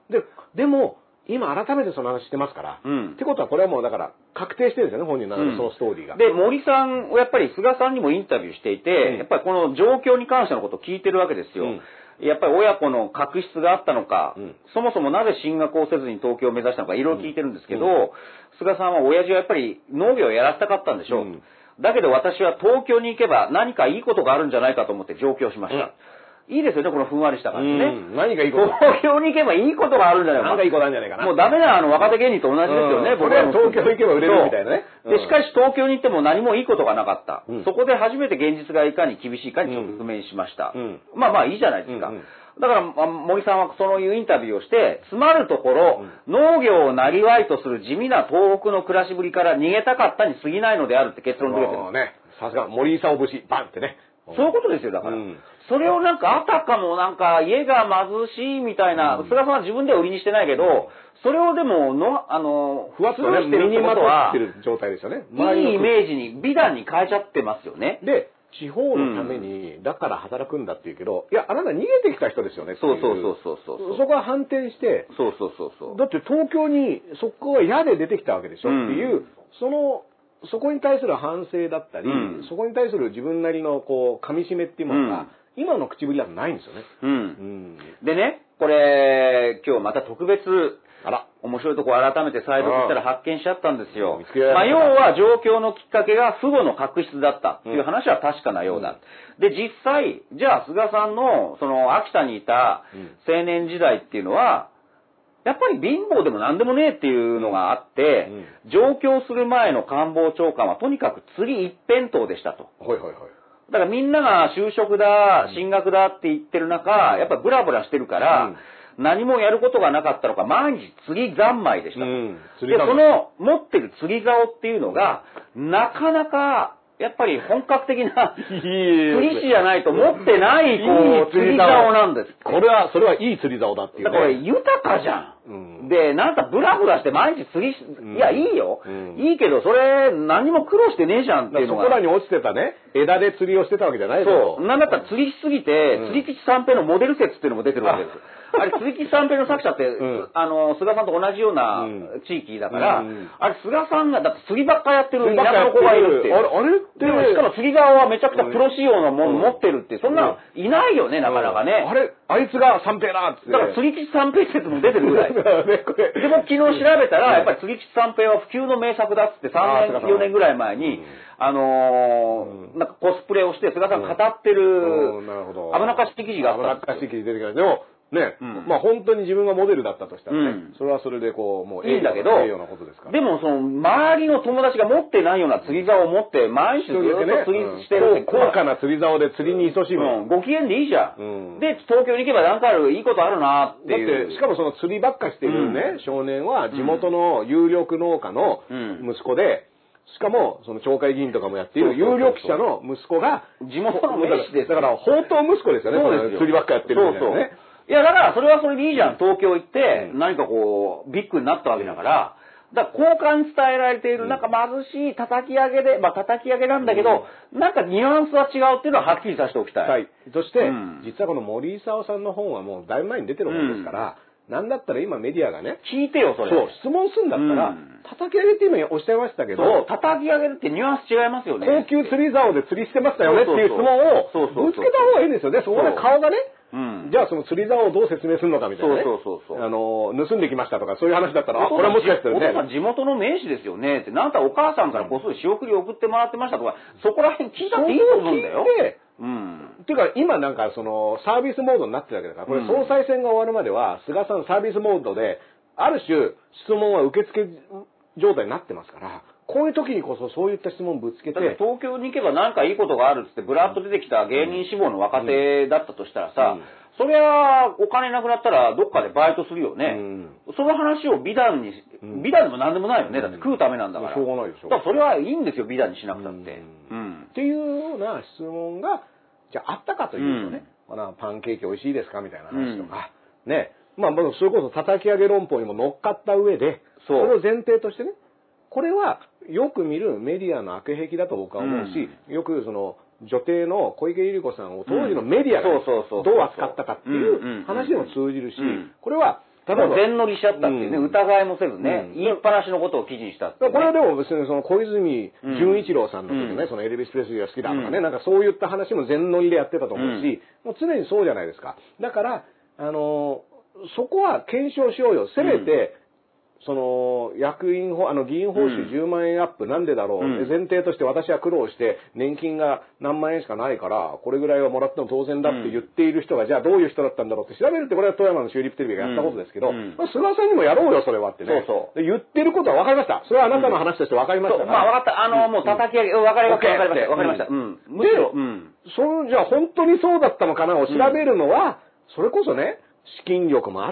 で、でも、今改めてその話してますから、うん、ってことはこれはもうだから確定してるんですよね、本人の中でそのストーリーが。 で、森さんをやっぱり菅さんにもインタビューしていて、うん、やっぱりこの状況に関してのことを聞いてるわけですよ。うん、やっぱり親子の確執があったのか、うん、そもそもなぜ進学をせずに東京を目指したのかいろいろ聞いてるんですけど、うん、菅さんは親父はやっぱり農業をやらせたかったんでしょう。うん、だけど私は東京に行けば何かいいことがあるんじゃないかと思って上京しました。うん、いいですよね、このふんわりした感じね。うん、 何かいいこと。 東京に行けばいいことがあるんじゃないかな。 何かいいことあるんじゃないかな。 もうダメなあの若手芸人と同じですよね、 うん、僕は東京行けば売れるみたいなね。 で、しかし東京に行っても何もいいことがなかった。うん、そこで初めて現実がいかに厳しいかに直面しました。うん、まあまあいいじゃないですか。うんうん、だから、森さんはそういうインタビューをして、つまるところ、うん、農業を生業とする地味な東北の暮らしぶりから逃げたかったに過ぎないのであるって結論付けてる。 ね。さすが、森勲節、バンってね。 そういうことですよ、だから。うん、それをなんか、あたかもなんか、家が貧しいみたいな、うん、菅さんは自分では売りにしてないけど、うん、それをでも、の、あの、 ふわっとね、 してるってことは、 身にまとってる状態ですよね。 いいイメージに、美談に変えちゃってますよね。 で、地方のために、うん、だから働くんだって言うけど、いや、あなた逃げてきた人ですよね。 そうそうそうそうそう。 そこは反転して、 そうそうそうそう。 だって東京に、そこは矢で出てきたわけでしょ、うん、っていう、その、そこに対する反省だったり、うん、そこに対する自分なりのこう噛み締めっていうものが、うん、今の口ぶりだとないんですよね。 うんうん、でね、これ今日また特別あら面白いところ改めて再読したら発見しちゃったんですよ。まあ、要は状況のきっかけが父母の確執だったっていう話は確かなようだ。うん、で実際じゃあ菅さんのその秋田にいた青年時代っていうのは。やっぱり貧乏でも何でもねえっていうのがあって、うん、上京する前の官房長官はとにかく釣り一辺倒でしたと。 はいはいはい。 だからみんなが就職だ、進学だって言ってる中、うん、やっぱブラブラしてるから、うん、何もやることがなかったのか、毎日釣り三昧でしたと。うん、で、その持ってる釣り竿っていうのが、なかなか、やっぱり本格的な釣り師じゃないと持ってない、こう、釣り竿なんです。 これは、それはいい釣り竿だっていう、ね。 だからこれ豊かじゃん。うん、で、なんかブラブラして毎日釣りし、うん、いや、いいよ、うん。いいけど、それ、何も苦労してねえじゃんっていうのが。 そこらに落ちてたね、枝で釣りをしてたわけじゃないですよ。 そう。なんだったら釣りしすぎて、うん、釣り吉三平のモデル説っていうのも出てるわけです。あれ、釣り吉三平の作者って、うん、あの、菅さんと同じような地域だから、うん、あれ、菅さんが、だって釣りばっかやってる田舎の子がいるっていう。 あれ、あれって。 でも、しかも釣り側はめちゃくちゃプロ仕様のもの持ってるって、そんなのいないよね、なかなかね。 あれ、あいつが三平だって。 だから釣り吉三平説も出てるぐらい。でも昨日調べたら、やっぱり釣り吉三平は不朽の名作だっつってさんねん、よねんぐらい前に、あのー、なんかコスプレをして菅さん語ってる、危なっかしい記事があったんですよ。 危なっかしい記事出てきた。でも、ね、うん、まあ本当に自分がモデルだったとしたらね、うん、それはそれでこう、もういいんだけど、でもその周りの友達が持ってないような釣り竿を持って、毎日ずっと釣りしてる、 ねうん、高価な釣り竿で釣りに勤しむ、 うん。ご機嫌でいいじゃん。うん、で、東京に行けばなんかある、いいことあるなっていう。 だって、しかもその釣りばっかしてるね、うん、少年は地元の有力農家の息子で、しかも、その町会議員とかもやっている有力者の息子が、 地元の名士です。 だから、宝刀息子ですよね、 そうですよ。 釣りばっかやってるみたいなね。そうそういや、だからそれはそれでいいじゃん。東京行って、何かこう、ビッグになったわけだから、だから交換に伝えられている、なんか貧しい叩き上げで、まあ叩き上げなんだけど、なんかニュアンスは違うっていうのははっきりさせておきたい。 はい。そして、実はこの森勲さんの本はもうだいぶ前に出てる本ですから、なんだったら今メディアがね、 聞いてよ、それ。 そう、質問するんだったら、叩き上げって今おっしゃいましたけど、 そう、叩き上げるってニュアンス違いますよね。 高級釣り竿で釣りしてましたよねっていう質問をぶつけた方がいいんですよね。そこで顔がね、うん、じゃあその釣り竿をどう説明するのかみたいなね。 そうそうそうそう。 あの、盗んできましたとかそういう話だったら、あ、これはもしかしたらね。 お父さん地元の名士ですよねって、なんたお母さんからこっそり仕送り送ってもらってましたとか、そこら辺聞いたっていいと思うんだよ。 うん。っていうか今なんかそのサービスモードになってるわけだから、これ総裁選が終わるまでは、菅さんサービスモードで、ある種質問は受付状態になってますから、こういう時にこそそういった質問をぶつけて。 東京に行けば何かいいことがあるっつってブラッと出てきた芸人志望の若手だったとしたらさ、うん、それはお金なくなったらどっかでバイトするよね。うん、その話を美談に、うん、美談でも何でもないよね。だって食うためなんだから。 しょうがないでしょ。 だからそれはいいんですよ、美談にしなくたって。 うんうん、っていうような質問が、じゃああったかというとね、うん、パンケーキ美味しいですかみたいな話とか、うん、ね。まあ、それこそ叩き上げ論法にも乗っかった上で、それを前提としてね、これはよく見るメディアの悪癖だと僕は思うし、うん、よくその女帝の小池百合子さんを当時のメディアがどう扱ったかっていう話でも通じるし、これは全乗りしちゃったっていうね、疑いもせずね、言いっぱなしのことを記事にしたって。 これはでも別にその小泉純一郎さんの時ね、そのエルビス・プレスリーが好きだとかね、なんかそういった話も全乗りでやってたと思うし、もう常にそうじゃないですか。だから、あの、そこは検証しようよ。せめて、その、役員法、あの、議員報酬じゅうまんえんアップなんでだろう、うん、前提として私は苦労して、年金が何万円しかないから、これぐらいはもらっても当然だって言っている人が、うん、じゃあどういう人だったんだろうって調べるって、これは富山のチューリップテレビがやったことですけど、うん、まあ、菅さんにもやろうよ、それはってね。そうそう。言ってることは分かりました。それはあなたの話として分かりましたから。 まあ分かった。あの、もう叩き上げ、分かりました。分かりました。分かりました。うん。 むしろ、うん。その、じゃあ本当にそうだったのかなを調べるのは、それこそね、資金力もあって、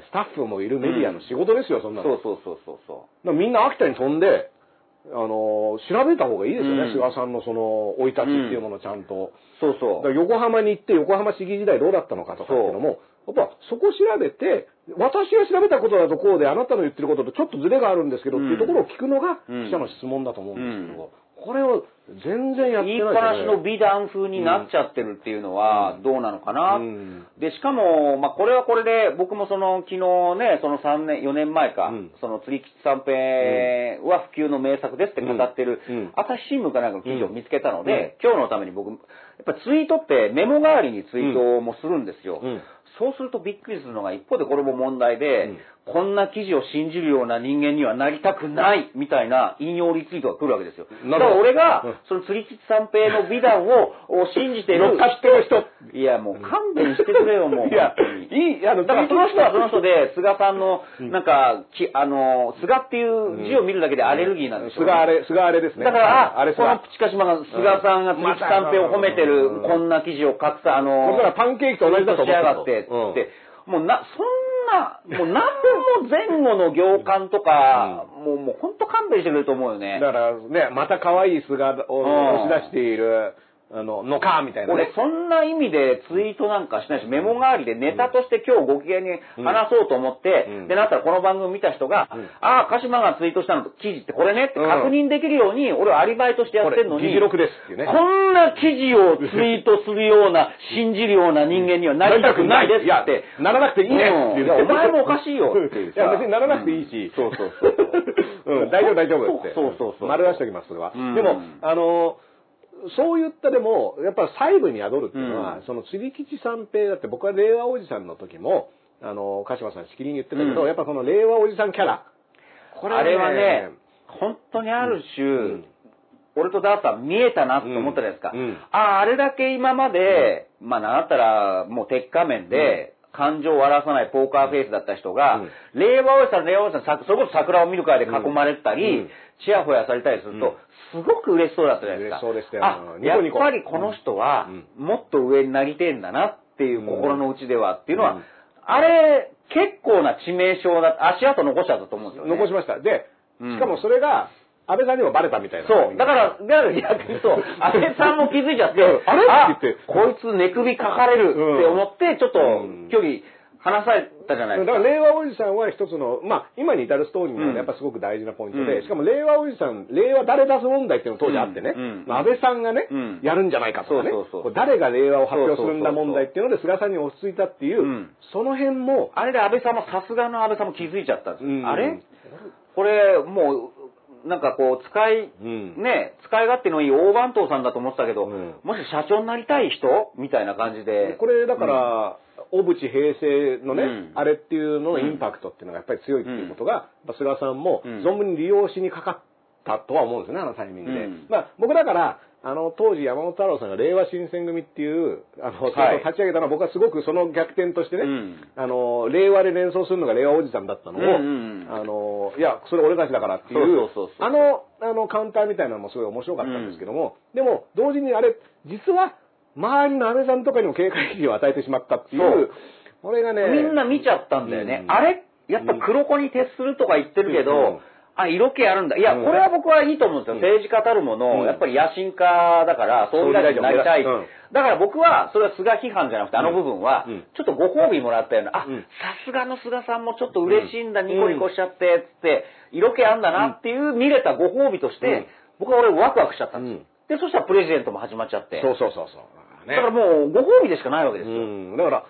スタッフもいるメディアの仕事ですよ、うん、そんなの。 そうそうそうそう。 みんな秋田に飛んで、あのー、調べた方がいいですよね、うん、菅さんのその、生い立ちっていうものをちゃんと。 うん、そうそう。 横浜に行って、横浜市議時代どうだったのかとかっていうのも、やっぱそこ調べて、私が調べたことだとこうで、あなたの言ってることとちょっとズレがあるんですけど、うん、っていうところを聞くのが記者の質問だと思うんですけど、うん、これを全然やってないですね。 言いっぱなしの美談風になっちゃってるっていうのはどうなのかな。うん、で、しかも、まあ、これはこれで、僕もその、昨日ね、そのさんねん、よねんまえか、うん、その釣り吉三平は普及の名作ですって語ってる、うん、朝日新聞かなんかの記事を見つけたので、うん、今日のために僕、やっぱツイートってメモ代わりにツイートもするんですよ。うん、そうするとびっくりするのが、一方でこれも問題で、うん、こんな記事を信じるような人間にはなりたくないみたいな引用リツイートが来るわけですよ。だから俺が、その釣り吉三平の美談を信じてる。 乗っかってる人。 いや、もう勘弁してくれよ、もう。 いや、いい、あの、 だからその人はその人で、菅さんの、なんか、きあの、菅っていう字を見るだけでアレルギーなんでしょう、 ね。菅あれ、菅あれですね。 だから、あれこのプチカシマが菅さんが釣り吉三平を褒めてる、こんな記事を書くさ、あの、 だからパンケーキと同じだと思って。 しやがって、って。もうな、そんな、もう何も前後の行間とか、うん、もう、もう本当勘弁してくれると思うよね。 だからね、また可愛い菅を押し出している、あの、のか、みたいな、 ね。俺、そんな意味でツイートなんかしないし、メモ代わりでネタとして今日ご機嫌に話そうと思って、うん、で、なったらこの番組見た人が、うん、ああ、鹿島がツイートしたの記事ってこれねって確認できるように、俺はアリバイとしてやってるのに、 議事録ですっていうね。 こんな記事をツイートするような、信じるような人間にはなりたくないですって。 ならなくていいねって言って。 お前もおかしいよっていう。 いや、別にならなくていいし。 そうそうそう。 うん、大丈夫大丈夫って。 そうそうそう。 丸出しておきます、それは。でも、あの、そう言ったでも、やっぱ細部に宿るっていうのは、うん、その釣り吉三平だって僕は令和おじさんの時も、あの、鹿島さんしきりに言ってたけど、うん、やっぱその令和おじさんキャラ。 これ、ね、あれはね、本当にある種、うん、俺とダーさん見えたなって思ったじゃないですか。うん、ああ、あれだけ今まで、うん、まあなんだったらもう鉄仮面で、感情を笑わさないポーカーフェイスだった人が、うん、令和おじさん、令和おじさん、それこそ桜を見る会で囲まれたり、うん、チヤホヤされたりすると、すごく嬉しそうだったじゃないですか。 嬉しそうでしたよ。 あ、やっぱりこの人は、もっと上になりてえんだなっていう心の内ではっていうのは、うん、あれ、結構な致命傷だ、足跡残しちゃったと思うんですよね。 残しました。で、しかもそれが、安倍さんにもバレたみたいな。 そう。だから、だから逆にそう、安倍さんも気づいちゃって、あれって言って、こいつ寝首かかれるって思って、ちょっと距離、話されたじゃないですか。 だから令和おじさんは一つの、まあ今に至るストーリーのやっぱすごく大事なポイントで、うん、しかも令和おじさん、令和誰出す問題っていうの当時あってね、うんうん、安倍さんがね、うん、やるんじゃないかとかね、そうそうそう、誰が令和を発表するんだ問題っていうので菅さんに落ち着いたっていう、うん、その辺も、 あれで安倍さんもさすがの安倍さんも気づいちゃったんですよ。うん、あれこれもう、なんかこう、使い、うん、ね、使い勝手のいい大番頭さんだと思ってたけど、うん、もし社長になりたい人みたいな感じで。 これだから、小渕平成のね、うん、あれっていうののインパクトっていうのがやっぱり強いっていうことが、うん、菅さんも存分に利用しにかかったとは思うんですよね、あのタイミングで。うん、まあ僕だから、あの当時山本太郎さんが令和新選組っていう、あの、はい、立ち上げたのは僕はすごくその逆転としてね、うん、あの、令和で連想するのが令和おじさんだったのを、うんうん、あの、いや、それ俺たちだからっていう、あの、あのカウンターみたいなのもすごい面白かったんですけども、うん、でも同時にあれ、実は、周りの安倍さんとかにも警戒心を与えてしまったっていう、これがね。 みんな見ちゃったんだよね。うん、あれやっぱ黒子に徹するとか言ってるけど、うん、あ、色気あるんだ。いや、これは僕はいいと思うんですよ。うん、政治家たるもの、うん、やっぱり野心家だから、総理大臣になりたい。うん、だから僕は、それは菅批判じゃなくて、あの部分は、ちょっとご褒美もらったような、あ、さすがの菅さんもちょっと嬉しいんだ、ニコニコしちゃって、つって、色気あんだなっていう見れたご褒美として、僕は俺ワクワクしちゃったんですよ。で、そしたらプレジデントも始まっちゃって。 そうそうそうそう。 ね、だからもうご褒美でしかないわけですよ。うん、だから、あ、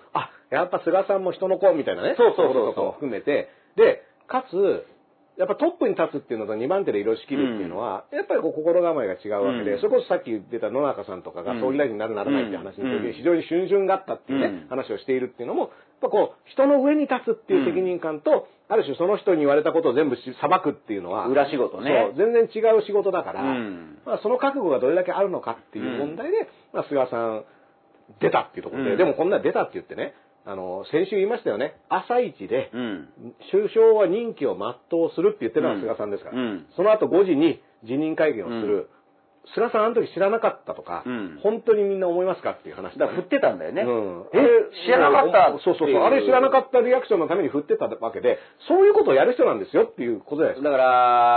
やっぱ菅さんも人の子みたいなね、 そうそうそうところとかも含めて、で、かつ、やっぱトップに立つっていうのとにばん手で色仕切るっていうのは、うん、やっぱりこう心構えが違うわけで、うん、それこそさっき言ってた野中さんとかが総理大臣になるならないって話について非常に逡巡があったっていうね、うん、話をしているっていうのも、やっぱこう、人の上に立つっていう責任感と、ある種その人に言われたことを全部裁くっていうのは、 裏仕事ね。 そう、全然違う仕事だから、うん、まあその覚悟がどれだけあるのかっていう問題で、まあ菅さん出たっていうところで、うん、でもこんな出たって言ってね、あの、先週言いましたよね。朝一で、うん、首相は任期を全うするって言ってるのは菅さんですから。うん、その後ごじに辞任会見をする。うん菅さんあの時知らなかったとか、うん、本当にみんな思いますかっていう話、 ね。だから振ってたんだよね。うん、 え、知らなかったそうそうそう。あれ知らなかったリアクションのために振ってたわけで、そういうことをやる人なんですよっていうことじゃないですか。 だから、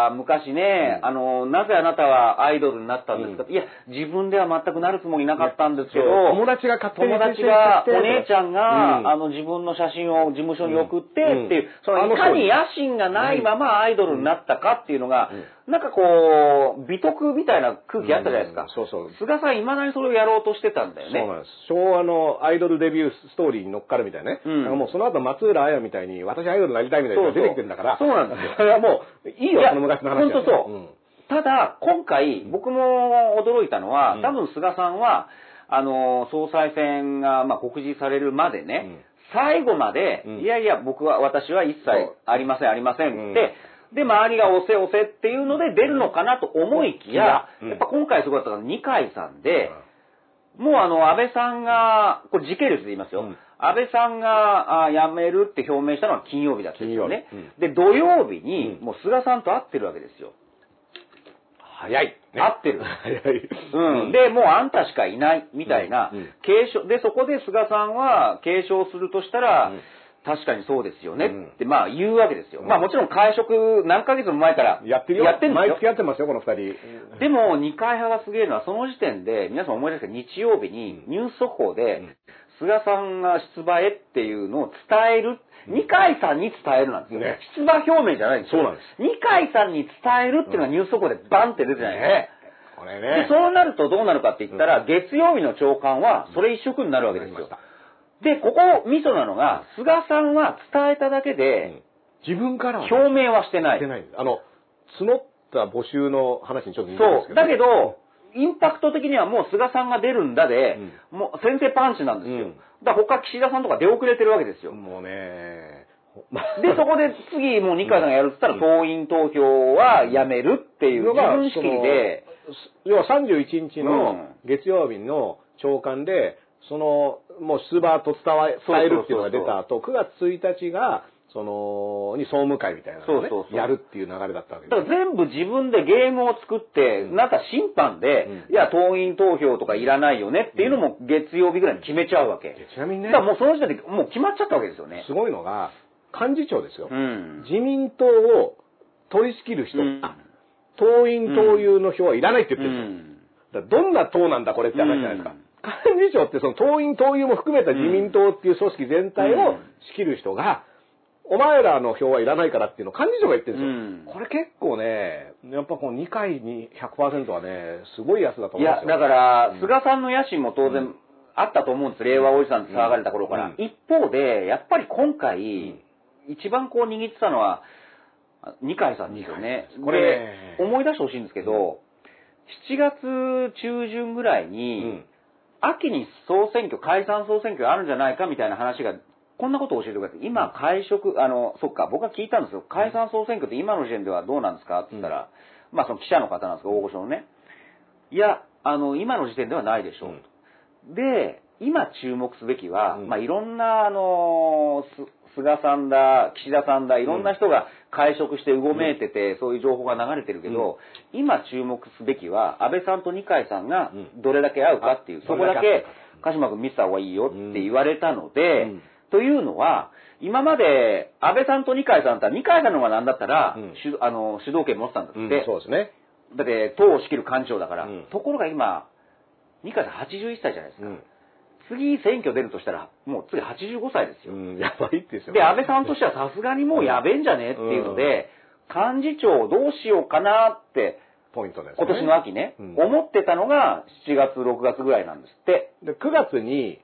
昔ね、うん、あの、なぜあなたはアイドルになったんですか、うん、いや、自分では全くなるつもりなかったんですけど、 友達が勝手に友達が、お姉ちゃんが、うん、あの、自分の写真を事務所に送ってっていう、その、いかに野心がないままアイドルになったかっていうのが、なんかこう、美徳みたいな空気あったじゃないですか。 そうそう。 菅さん、未だにそれをやろうとしてたんだよね。 そうなんです。昭和のアイドルデビューストーリーに乗っかるみたいなね。うん、なんかもうその後松浦綾みたいに、私アイドルになりたいみたいなのが出てきてるんだから。 そうなんですよ。 それはもう、いいよ、その昔の話は、ね。 本当そう。うん、ただ、今回、僕も驚いたのは、うん、多分菅さんは、あの、総裁選が、まあ、告示されるまでね、うん、最後まで、うん、いやいや、僕は、私は一切ありません、ありませんって、うんで、周りが押せ押せっていうので出るのかなと思いきや、うん、やっぱ今回すごかったのは二階さんで、うん、もうあの、安倍さんが、これ時系列で言いますよ。うん、安倍さんが辞めるって表明したのは金曜日だったんですよね。うん、で、土曜日に、もう菅さんと会ってるわけですよ。 早い。 ね、会ってる。 早い。 うん。で、もうあんたしかいない、みたいな、継承、で、そこで菅さんは継承するとしたら、うん確かにそうですよねって、まあ言うわけですよ。まあもちろん会食何ヶ月も前からやってるよ。 やってるんですよ。 毎月やってますよ、この二人。 でも二階派がすげえのはその時点で、皆さん思い出すけど日曜日にニュース速報で、菅さんが出馬へっていうのを伝える。二階さんに伝えるなんですよ。ね、出馬表明じゃないんですよ。 そうなんです。 二階さんに伝えるっていうのがニュース速報でバンって出てないですか。 これね。 で、そうなるとどうなるかって言ったら、月曜日の朝刊はそれ一色になるわけですよ。で、ここ、ミソなのが、菅さんは伝えただけで、 うん、自分から表明はしてない。 してない。あの、募った募集の話にちょっと似てるんですけど、 そう。だけど、インパクト的にはもう菅さんが出るんだで、うん、もう先制パンチなんですよ。うん、だから他岸田さんとか出遅れてるわけですよ。 もうねで、そこで次もう二階さんがやるって言ったら、党員投票はやめるっていう自分仕切りで、 要はさんじゅういちにちの月曜日の朝刊で、その、もう出馬と伝えるっていうのが出た後、くがつついたちが、その、に総務会みたいなのをね、やるっていう流れだったわけです、ね。 だから全部自分でゲームを作って、うん、なんか審判で、うん、いや、党員投票とかいらないよねっていうのも月曜日ぐらいに決めちゃうわけ。 ちなみにね。 だからもうその時点でもう決まっちゃったわけですよね。 すごいのが、幹事長ですよ。うん、自民党を取り仕切る人、うん、党員党友の票はいらないって言ってるんですよ。うん、だからどんな党なんだこれって話じゃないですか。うん幹事長ってその党員党友も含めた自民党っていう組織全体を仕切る人が、お前らの票はいらないからっていうのを幹事長が言ってるんですよ。これ結構ね、やっぱこのにかいに ひゃくパーセント はね、すごいやつだと思うんですよ。 いや、だから、菅さんの野心も当然あったと思うんです。令和おじさんって騒がれた頃から。一方で、やっぱり今回、一番こう握ってたのは、二階さんですよね。これ、思い出してほしいんですけど、しちがつ中旬ぐらいに、秋に総選挙、解散総選挙あるんじゃないかみたいな話が、こんなことを教えてください。今、会食、あの、そっか、僕は聞いたんですよ。解散総選挙って今の時点ではどうなんですかって言ったら、うん、まあその記者の方なんですけど、大御所のね。いや、あの、今の時点ではないでしょう。うん、で、今注目すべきは、うん、まあいろんな、あの、菅さんだ、岸田さんだ、いろんな人が会食してうごめいてて、うん、そういう情報が流れてるけど、うん、今注目すべきは、安倍さんと二階さんがどれだけ合うかっていう、うん、そこだけ、鹿島君見せた方がいいよって言われたので、うん、というのは、今まで安倍さんと二階さんだったら、二階さんの方がなんだったら、うん、主あの主導権持ってたんだって、うん、 そうですね。 だって党を仕切る幹事長だから、うん、ところが今、二階さんはちじゅういっさいじゃないですか。うん次選挙出るとしたら、もう次はちじゅうごさいですよ。 うん、やばいですよ、 ね。で、安倍さんとしてはさすがにもうやべえんじゃねっていうので、うん、幹事長どうしようかなって、 ポイントですね。 今年の秋ね、うん、思ってたのがしちがつ、ろくがつぐらいなんですって。 で、くがつに、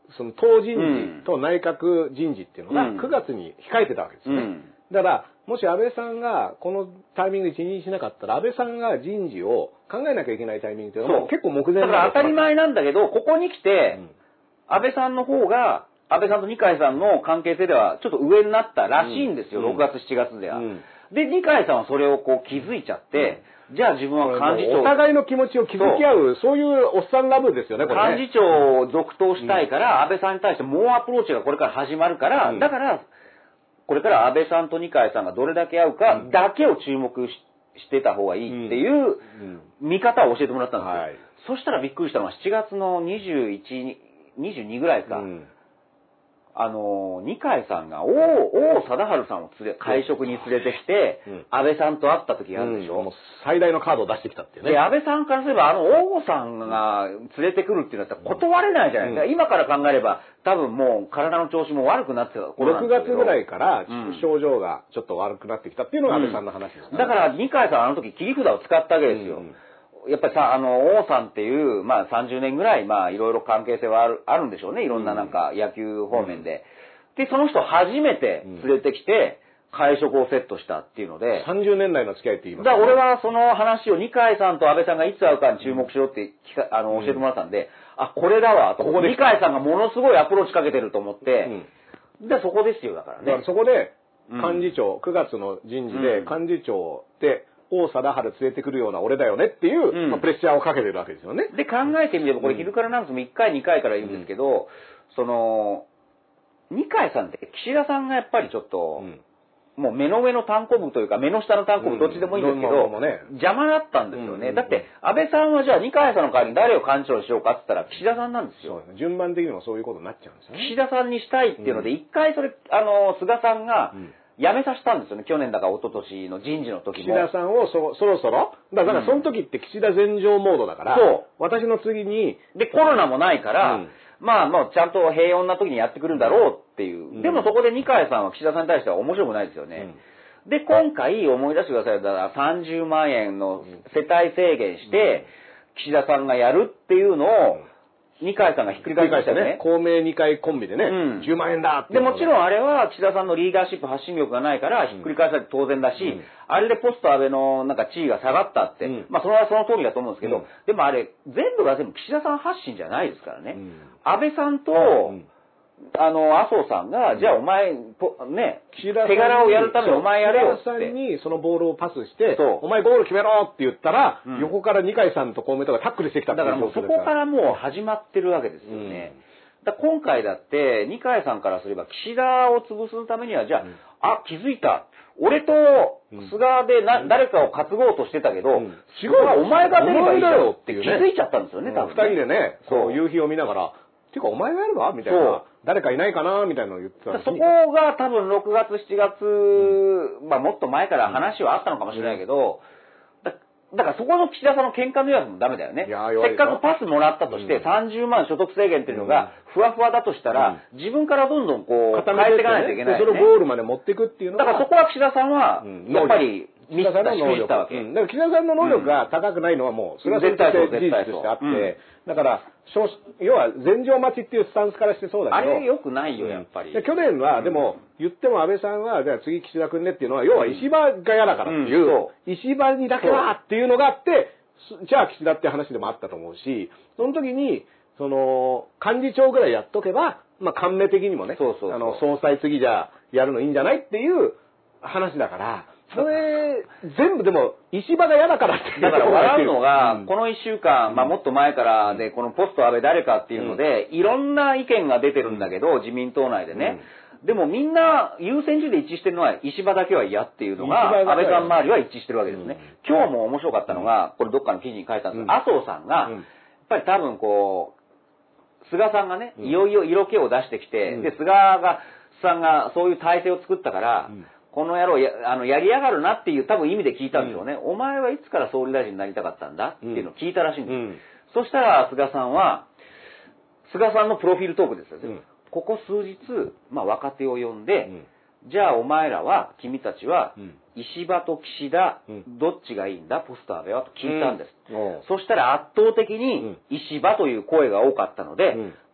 その党人事と内閣人事っていうのがくがつに控えてたわけですよね。うん、だから、もし安倍さんがこのタイミングで辞任しなかったら、安倍さんが人事を考えなきゃいけないタイミングっていうのは結構目前だから当たり前なんだけど、ここに来て、うん、安倍さんの方が、安倍さんと二階さんの関係性ではちょっと上になったらしいんですよ、うん、ろくがつしちがつでは。うん、で、二階さんはそれをこう気づいちゃって、うん、じゃあ自分は幹事長。 お互いの気持ちを気づき合う、そういうおっさんラブですよね、これね。 幹事長を続投したいから、うん、安倍さんに対して猛アプローチがこれから始まるから、うん、だから、これから安倍さんと二階さんがどれだけ合うかだけを注目 し, してた方がいいっていう見方を教えてもらったんですよ。うんはい、そしたらびっくりしたのはしちがつのにじゅういち、にじゅうにぐらいか。うんあの、二階さんが王、王貞治さんを連れ、会食に連れてきて、うん、安倍さんと会った時があるでしょ、うん、もう最大のカードを出してきたっていうね。 で、安倍さんからすれば、あの王さんが連れてくるっていうのだったら断れないじゃないですか。うん、今から考えれば、多分もう体の調子も悪くなってた頃なんですけど。 ろくがつぐらいから症状がちょっと悪くなってきたっていうのが安倍さんの話ですね、 うん。だから二階さんあの時切り札を使ったわけですよ。うんやっぱりさ、あの、王さんっていう、まあさんじゅうねんぐらい、まあいろいろ関係性はある、あるんでしょうね。いろんななんか野球方面で。うん、で、その人初めて連れてきて、会食をセットしたっていうので。 さんじゅうねんだいの付き合いって言いますか、ね、だから俺はその話を二階さんと安倍さんがいつ会うかに注目しろって聞か、あの、教えてもらったんで、うん、あ、これだわ、と。ここで二階さんがものすごいアプローチかけてると思って、うん、で、そこですよ、だからね。だからそこで、幹事長、うん、くがつの人事で幹事長で、王貞治連れてくるような俺だよねっていう、うんまあ、プレッシャーをかけてるわけですよね。 で、考えてみれば、これ昼からなんですもいっかいにかいから言うんですけど、うん、その、二階さんって岸田さんがやっぱりちょっと、うん、もう目の上の単行部というか目の下の単行部どっちでもいいんですけど、うんね、邪魔だったんですよね、うん。だって安倍さんはじゃあ二階さんの代わりに誰を幹事長にしようかって言ったら岸田さんなんですよ。 そうですね。順番的にもそういうことになっちゃうんですよね。 岸田さんにしたいっていうので、一、うん、回それ、あの、菅さんが、うん辞めさせたんですよね。去年だか一昨年の人事の時も。 岸田さんを そ, そろそろ、だからその時って岸田前場モードだから、うん、そう。私の次に。 で、コロナもないから、うん、まあもうちゃんと平穏な時にやってくるんだろうっていう。うん、でもそこで二階さんは岸田さんに対しては面白くないですよね。うん、で、今回思い出してください。だからさんじゅうまんえんの世帯制限して、岸田さんがやるっていうのを、二階さんがひっくり返しましたよね。 公明二階コンビでね、うん、じゅうまんえんだって。 で、もちろんあれは岸田さんのリーダーシップ発信力がないからひっくり返されて当然だし、うん、あれでポスト安倍のなんか地位が下がったって、うん、まあそれはその通りだと思うんですけど、うん、でもあれ全部が全部岸田さん発信じゃないですからね。うん、安倍さんと、うんあの、麻生さんが、じゃあお前、ね、手柄をやるためにお前やれよって。 岸田さんにそのボールをパスして、お前ゴール決めろって言ったら、うん、横から二階さんと公明とかタックルしてきたってだからもうそこからもう始まってるわけですよね。うん、だ今回だって、二階さんからすれば岸田を潰すためには、じゃあ、うん、あ、気づいた。俺と菅でな、うん、誰かを担ごうとしてたけど、うん、違う、お前が出ればいいだろうって気づいちゃったんですよね、多分、 ね。二人でね、そう、夕日を見ながら、ていうかお前がやるわみたいな。誰かいないかなみたいなのを言ってたそこが多分ろくがつ、しちがつ、うん、まあもっと前から話はあったのかもしれないけど、うん、だ, だからそこの岸田さんの喧嘩のやつもダメだよね。せっかくパスもらったとして、うん、さんじゅうまん所得制限っていうのがふわふわだとしたら、うん、自分からどんどんこう変えていかないといけない、ね。 それをゴールまで持っていくっていうのが。 だからそこは岸田さんは、やっぱり、 岸田さんの能力。だから岸田さんの能力が高くないのはもう、それは絶対事実としてあって、だから、要は前場待ちっていうスタンスからしてそうだけど。 あれ良くないよ、やっぱり。 去年は、でも、言っても安倍さんは、じゃあ次岸田君ねっていうのは、要は石破が嫌だからっていう、石破にだけはっていうのがあって、じゃあ岸田って話でもあったと思うし、その時に、その、幹事長ぐらいやっとけば、まあ、官名的にもね、そうそうそうあの、総裁次じゃやるのいいんじゃないっていう話だから、それ、全部でも、石破が嫌だからって。 だから笑うのが、この一週間、まあもっと前からで、このポスト安倍誰かっていうので、いろんな意見が出てるんだけど、自民党内でね。でもみんな優先順位で一致してるのは、石破だけは嫌っていうのが、安倍さん周りは一致してるわけですね。今日も面白かったのが、これどっかの記事に書いたんですが、麻生さんが、やっぱり多分こう、菅さんがね、いよいよ色気を出してきて、で、菅が、さんがそういう体制を作ったから、この野郎や、あの、やりやがるなっていう多分意味で聞いたんでしょうね。うん、お前はいつから総理大臣になりたかったんだっていうのを聞いたらしいんです。うん、そしたら、菅さんは、菅さんのプロフィールトークですよ。うん、ここ数日、まあ若手を呼んで、うん、じゃあお前らは、君たちは、石破と岸田、うん、どっちがいいんだポスト安倍はと聞いたんです。うん、そしたら圧倒的に石破という声が多かったので、うん、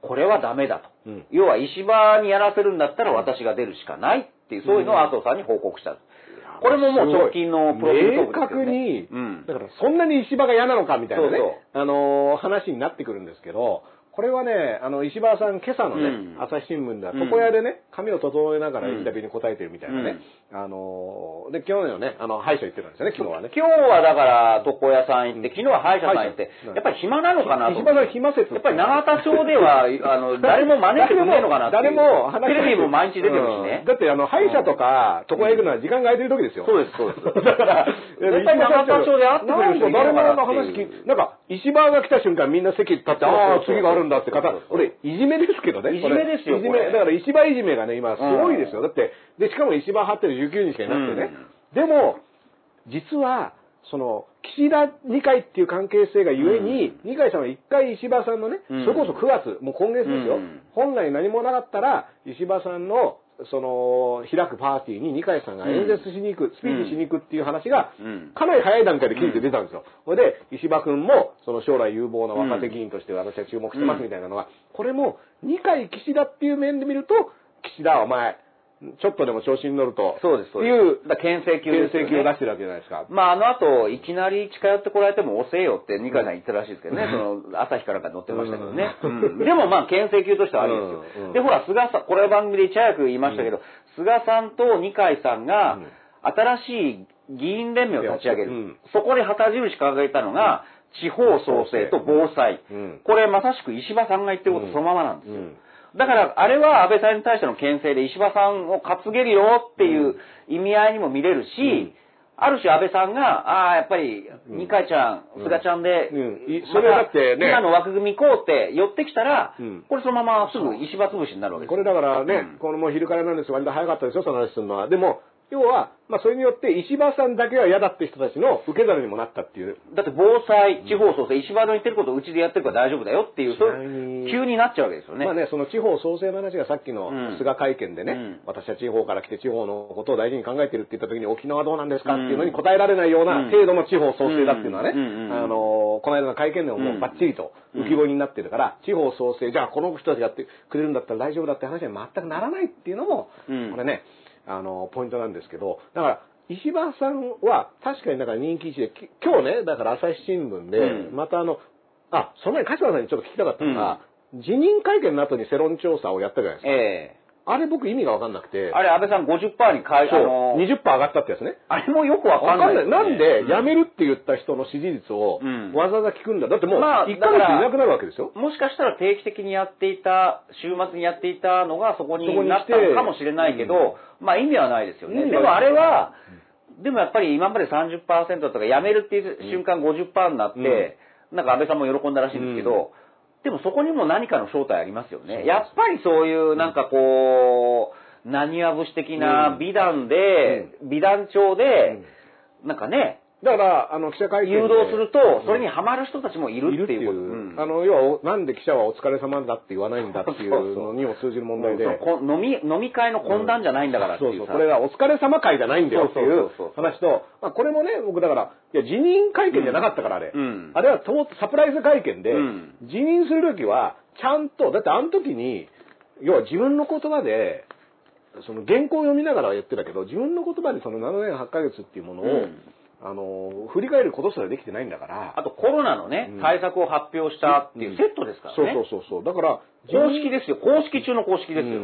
これはダメだと。うん、要は石破にやらせるんだったら私が出るしかないっていう、そういうのを麻生さんに報告した。これももう直近のプロフィールトークですよね。 明確に、うん、だからそんなに石破が嫌なのかみたいなね、そうそうあのー、話になってくるんですけど、これはね、あの、石破さん、今朝のね、うん、朝日新聞では、床屋でね、髪を整えながらインタビューに答えてるみたいなね、うん、あの、で、今日のね、あの、歯医者行ってたんですよね、昨日はね。 今日はだから、床屋さん行って、昨日は歯医者さん行って、やっぱり暇なのかなと。 石破さん暇説。 やっぱり永田町では、あの、誰も真似てくれないのかなって。 誰も、 テレビも毎日出てるしね。 だって、あの、歯医者とか、床屋行くのは時間が空いてる時ですよ。 そうです、そうです。 だから、 絶対永田町で会ってくれる人いる誰もの話聞いなんか、石破が来た瞬間みんな席立って、ああ、次があるんだって方、俺、いじめですけどね。 いじめですよ。 いじめ。だから石破いじめがね、今すごいですよ。だって、で、しかも石破張ってるじゅうきゅうにんしかいなくてね。でも、実は、その、岸田二階っていう関係性がゆえに、二階さんは一回石破さんのね、それこそくがつ、もう今月ですよ。本来何もなかったら、石破さんの、その、開くパーティーに二階さんが演説しに行く、スピーチしに行くっていう話が、かなり早い段階で聞いて出たんですよ。それで、石破くんも、その将来有望な若手議員として私は注目してますみたいなのが、これも、二階岸田っていう面で見ると、岸田お前、ちょっとでも調子に乗ると。 そうです、そうです。 いう、 だ牽制球ですよね。 牽制球を出してるわけじゃないですか。 まあ、あの後、いきなり近寄ってこられても遅えよって二階さん言ったらしいですけどね。その、朝日からか乗ってましたけどね。うん、でもまあ、牽制球としてはありですよ。うんうん、で、ほら、菅さん、これ番組でいち早く言いましたけど、うん、菅さんと二階さんが、新しい議員連盟を立ち上げる。うん、そこで旗印掲げたのが、地方創生と防災。うん、これまさしく石破さんが言ってることそのままなんですよ。うんうんだから、あれは安倍さんに対しての牽制で石破さんを担げるよっていう意味合いにも見れるし、うん、ある種安倍さんが、ああ、やっぱり、二階ちゃん、うん、菅ちゃんで、うん、それだってね、今の枠組み行こうって寄ってきたら、うん、これそのまますぐ石破潰しになるわけです。 これだからね、うん、このもう昼からなんです割と早かったですよ、その話するのは。でも、要は、まあそれによって石破さんだけは嫌だって人たちの受け皿にもなったっていう。 だって防災、地方創生、石破の言ってることをうちでやってるから大丈夫だよっていう、そう急になっちゃうわけですよね。 まあね、その地方創生の話がさっきの菅会見でね、うん、私は地方から来て地方のことを大事に考えてるって言った時に沖縄どうなんですかっていうのに答えられないような程度の地方創生だっていうのはね、あの、この間の会見でももうバッチリと浮き彫りになってるから、地方創生、じゃあこの人たちやってくれるんだったら大丈夫だって話には全くならないっていうのも、うん、これね、あの、ポイントなんですけど、だから、石破さんは確かにだから人気一で、今日ね、だから朝日新聞で、うん、またあの、あ、その前に柏さんにちょっと聞きたかったのが、うん、辞任会見の後に世論調査をやったじゃないですか。ええあれ僕意味がわかんなくて。 あれ安倍さん ごじゅっパーセント に変え、 そう、あのー、にじゅっパーセント 上がったってやつね。 あれもよくわかんない、ね。 なんで辞めるって言った人の支持率をわざわざ聞くんだ。だってもういっかげついなくなるわけですよ。 もしかしたら定期的にやっていた、週末にやっていたのがそこになったのかもしれないけど、うん、まあ意味はないですよね。でもあれは、でもやっぱり今まで さんじゅっパーセント とか辞めるっていう瞬間 ごじゅっパーセント になって、うん、なんか安倍さんも喜んだらしいんですけど、うんでもそこにも何かの正体ありますよね。やっぱりそういうなんかこう、何わ節的な美談で、うん、美談調で、うん、なんかね、 だから、あの、記者会見で誘導すると、それにハマる人たちもいるっていう。 うん、あの、要は、なんで記者はお疲れ様だって言わないんだっていうのにも通じる問題で。 そうそう飲み、飲み会の懇談じゃないんだからっていう、うん。そうそう、 これがお疲れ様会じゃないんだよっていう話と、まあ、これもね、僕だから、いや、辞任会見じゃなかったから、あれ。うん、あれはサプライズ会見で、うん、辞任するときは、ちゃんと、だってあの時に、要は自分の言葉で、その原稿を読みながら言ってたけど、自分の言葉でそのななねんはちかげつっていうものを、うんあの、振り返ることすらできてないんだから。 あとコロナのね、うん、対策を発表したっていうセットですからね。 そうそうそうそう。だから、 公式ですよ。公式中の公式ですよ。 うん、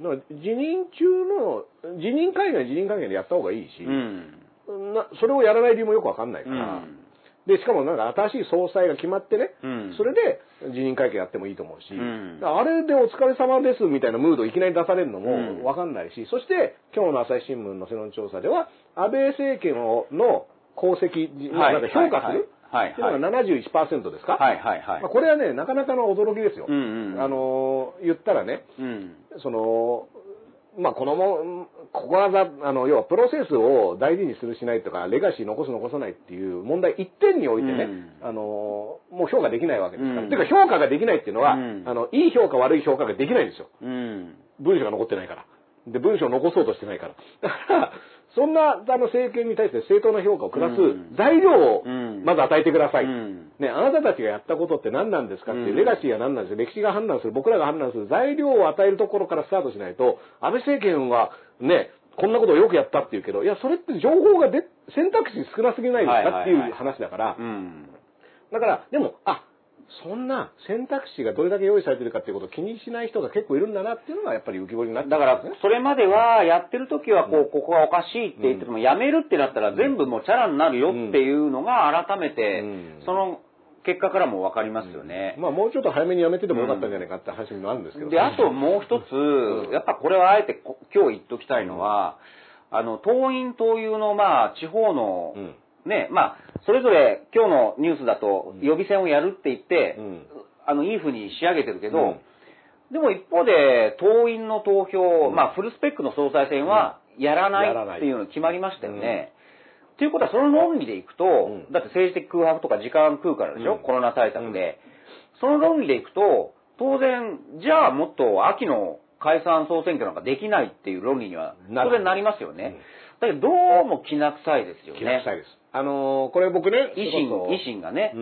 だから辞任中の、辞任会見は辞任会見でやった方がいいし、うん、なそれをやらない理由もよくわかんないから。うんで、しかもなんか新しい総裁が決まってね、うん、それで辞任会見やってもいいと思うし、うん、あれでお疲れ様ですみたいなムードをいきなり出されるのもわかんないし、うん、そして今日の朝日新聞の世論調査では、安倍政権の功績、はい、なんか評価するっていうのが ななじゅういちパーセント ですか、はいはいはいまあ、これはね、なかなかの驚きですよ。うんうん、あの、言ったらね、うん、その、まあ、このも、ここは、あの、要はプロセスを大事にするしないとか、レガシー残す残さないっていう問題一点においてね、うん、あの、もう評価できないわけですから。うん、ていうか評価ができないっていうのは、うん、あの、いい評価悪い評価ができないんですよ。うん、文章が残ってないから。で、文章を残そうとしてないから。だから、 そんなあの政権に対して正当な評価を下す材料をまず与えてください。ね、あなたたちがやったことって何なんですかっていう、レガシーは何なんですか、歴史が判断する、僕らが判断する材料を与えるところからスタートしないと、安倍政権はね、こんなことをよくやったっていうけど、いや、それって情報がで選択肢少なすぎないですかっていう話だから、だから、でも、あ、そんな選択肢がどれだけ用意されてるかっていうことを気にしない人が結構いるんだなっていうのがやっぱり浮き彫りになってるんですね。 だから、それまではやってる時はこう、ここがおかしいって言っても、やめるってなったら全部もうチャラになるよっていうのが改めて、その結果からも分かりますよね。 まあもうちょっと早めにやめててもよかったんじゃないかって話もあるんですけど。 で、あともう一つ、やっぱこれはあえて今日言っときたいのは、あの、党員党友のまあ地方の、ね、まあ、それぞれ今日のニュースだと予備選をやるって言って、あの、いい風に仕上げてるけど、うん、でも一方で、党員の投票、うん、まあ、フルスペックの総裁選はやらないっていうの決まりましたよね。うん、っていうことは、その論理でいくと、うん、だって政治的空白とか時間食うからでしょ、うん、コロナ対策で。その論理でいくと、当然、じゃあもっと秋の解散総選挙なんかできないっていう論理には、当然なりますよね。だけど、どうもきな臭いですよね。 きな臭いです。あのー、これ僕ね、 維新、維新がね、うん、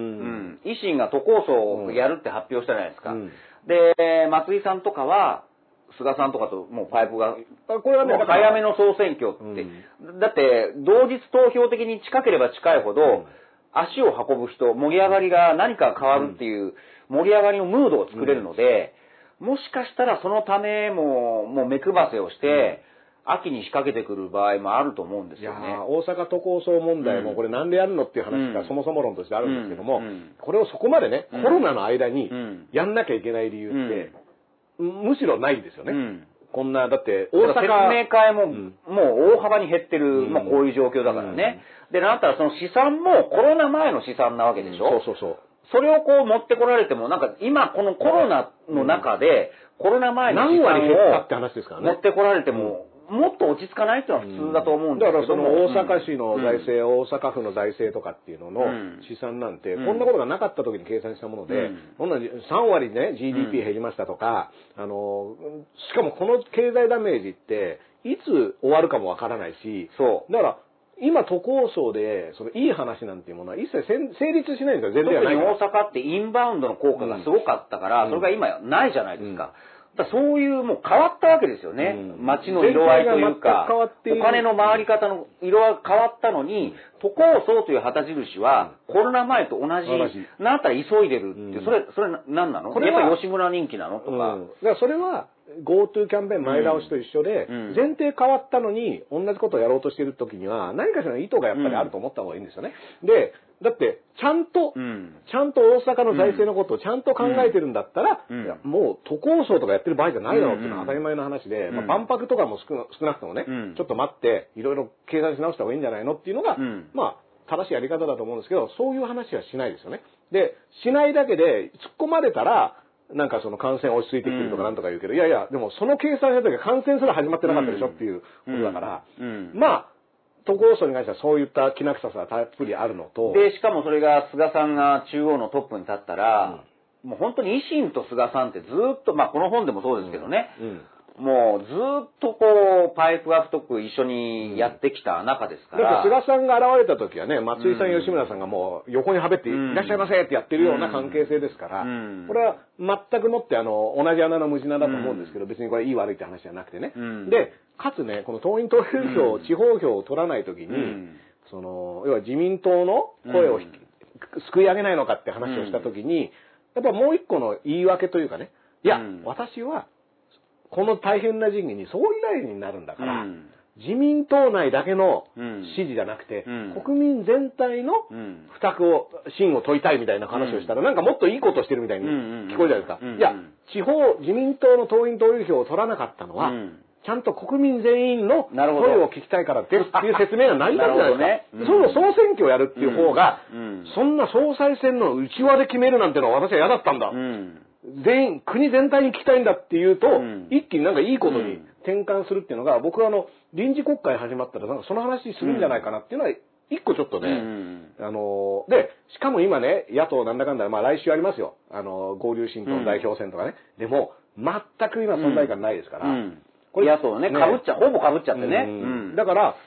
維新が都構想をやるって発表したじゃないですか。うん、で、松井さんとかは、菅さんとかともうパイプが、これはね、早めの総選挙って、うん、だって同日投票的に近ければ近いほど、うん、足を運ぶ人、盛り上がりが何か変わるっていう盛り上がりのムードを作れるので、うん、もしかしたらそのためも、もう目配せをして、うん秋に仕掛けてくる場合もあると思うんですよね。いや大阪都構想問題もこれなんでやるのっていう話がそもそも論としてあるんですけども、うんうん、これをそこまでね、うん、コロナの間にやんなきゃいけない理由って、うん、むしろないんですよね。うん、こんな、だって大阪説明会も、うん、もう大幅に減ってる、うん、まあこういう状況だからね。うん、で、なんだったらその試算もコロナ前の試算なわけでしょ。 うん、そうそうそう。 それをこう持ってこられても、なんか今このコロナの中で、コロナ前の試算を持ってこられても、もっと落ち着かないっていうのは普通だと思うんですけど、 だからその大阪市の財政、うん、大阪府の財政とかっていうのの試算なんて、うん、こんなことがなかった時に計算したもので、うん、さん割ね ジーディーピー 減りましたとか、うん、あのしかもこの経済ダメージっていつ終わるかもわからないし、そうだから今都構想でそのいい話なんていうものは一切成立しないんですよ。全然ない。 特に大阪ってインバウンドの効果がすごかったから、うん、それが今ないじゃないですか。うんそういうもう変わったわけですよね。うん、街の色合いというか、お金の回り方の色合い変わったのに、都構想という旗印はコロナ前と同じ、なんだったら急いでるっていう、それ、それ何なの？これやっぱ吉村人気なのとか。 うん、だからそれは GoTo キャンペーン前倒しと一緒で、前提変わったのに同じことをやろうとしている時には何かしらの意図がやっぱりあると思った方がいいんですよね。で、だって、ちゃんと、うん、ちゃんと大阪の財政のことをちゃんと考えてるんだったら、うん、いやもう都構想とかやってる場合じゃないだろうっていうのは当たり前の話で、うんまあ、万博とかも 少, 少なくともね、うん、ちょっと待って、いろいろ計算し直した方がいいんじゃないのっていうのが、うん、まあ、正しいやり方だと思うんですけど、そういう話はしないですよね。で、しないだけで、突っ込まれたら、なんかその感染落ち着いてきてるとかなんとか言うけど、うん、いやいや、でもその計算やった時は感染すら始まってなかったでしょっていうことだから、うんうん、まあ、都構想に関してはそういったきな臭さがたっぷりあるのと。 で、しかもそれが菅さんが中央のトップに立ったら、うん、もう本当に維新と菅さんってずっと、まあこの本でもそうですけどね、うんうんもうずっとこう、パイプが太く一緒にやってきた中ですから。 だって菅さんが現れた時はね、松井さん、吉村さんがもう横にはべっていらっしゃいませってやってるような関係性ですから、うん、これは全くもってあの、同じ穴の無地なだと思うんですけど、別にこれいい悪いって話じゃなくてね。うん、で、かつね、この党員党友票、うん、地方票を取らない時に、うん、その、要は自民党の声を、うん、すくい上げないのかって話をした時に、やっぱもう一個の言い訳というかね、いや、うん、私は、この大変な時期に総理大臣になるんだから、うん、自民党内だけの支持じゃなくて、うん、国民全体の負託を、信を問いたいみたいな話をしたら、うん、なんかもっといいことをしてるみたいに聞こえるじゃないですか。うんうん、いや、地方、自民党の党員党友票を取らなかったのは、うん、ちゃんと国民全員の声を聞きたいからですっていう説明が成り立つじゃないですか。ね、その総選挙をやるっていう方が、うん、そんな総裁選の内輪で決めるなんてのは私は嫌だったんだ。うん全員、国全体に聞きたいんだっていうと、うん、一気になんかいいことに転換するっていうのが、僕はあの、臨時国会始まったらなんかその話するんじゃないかなっていうのは、一個ちょっとね、うん、あの、で、しかも今ね、野党なんだかんだ、まあ来週ありますよ。あの、合流新党の代表選とかね。うん、でも、全く今存在感ないですから。うん、 これ野党ね、かぶっちゃ、ほぼかぶっちゃってね。 うん、だから、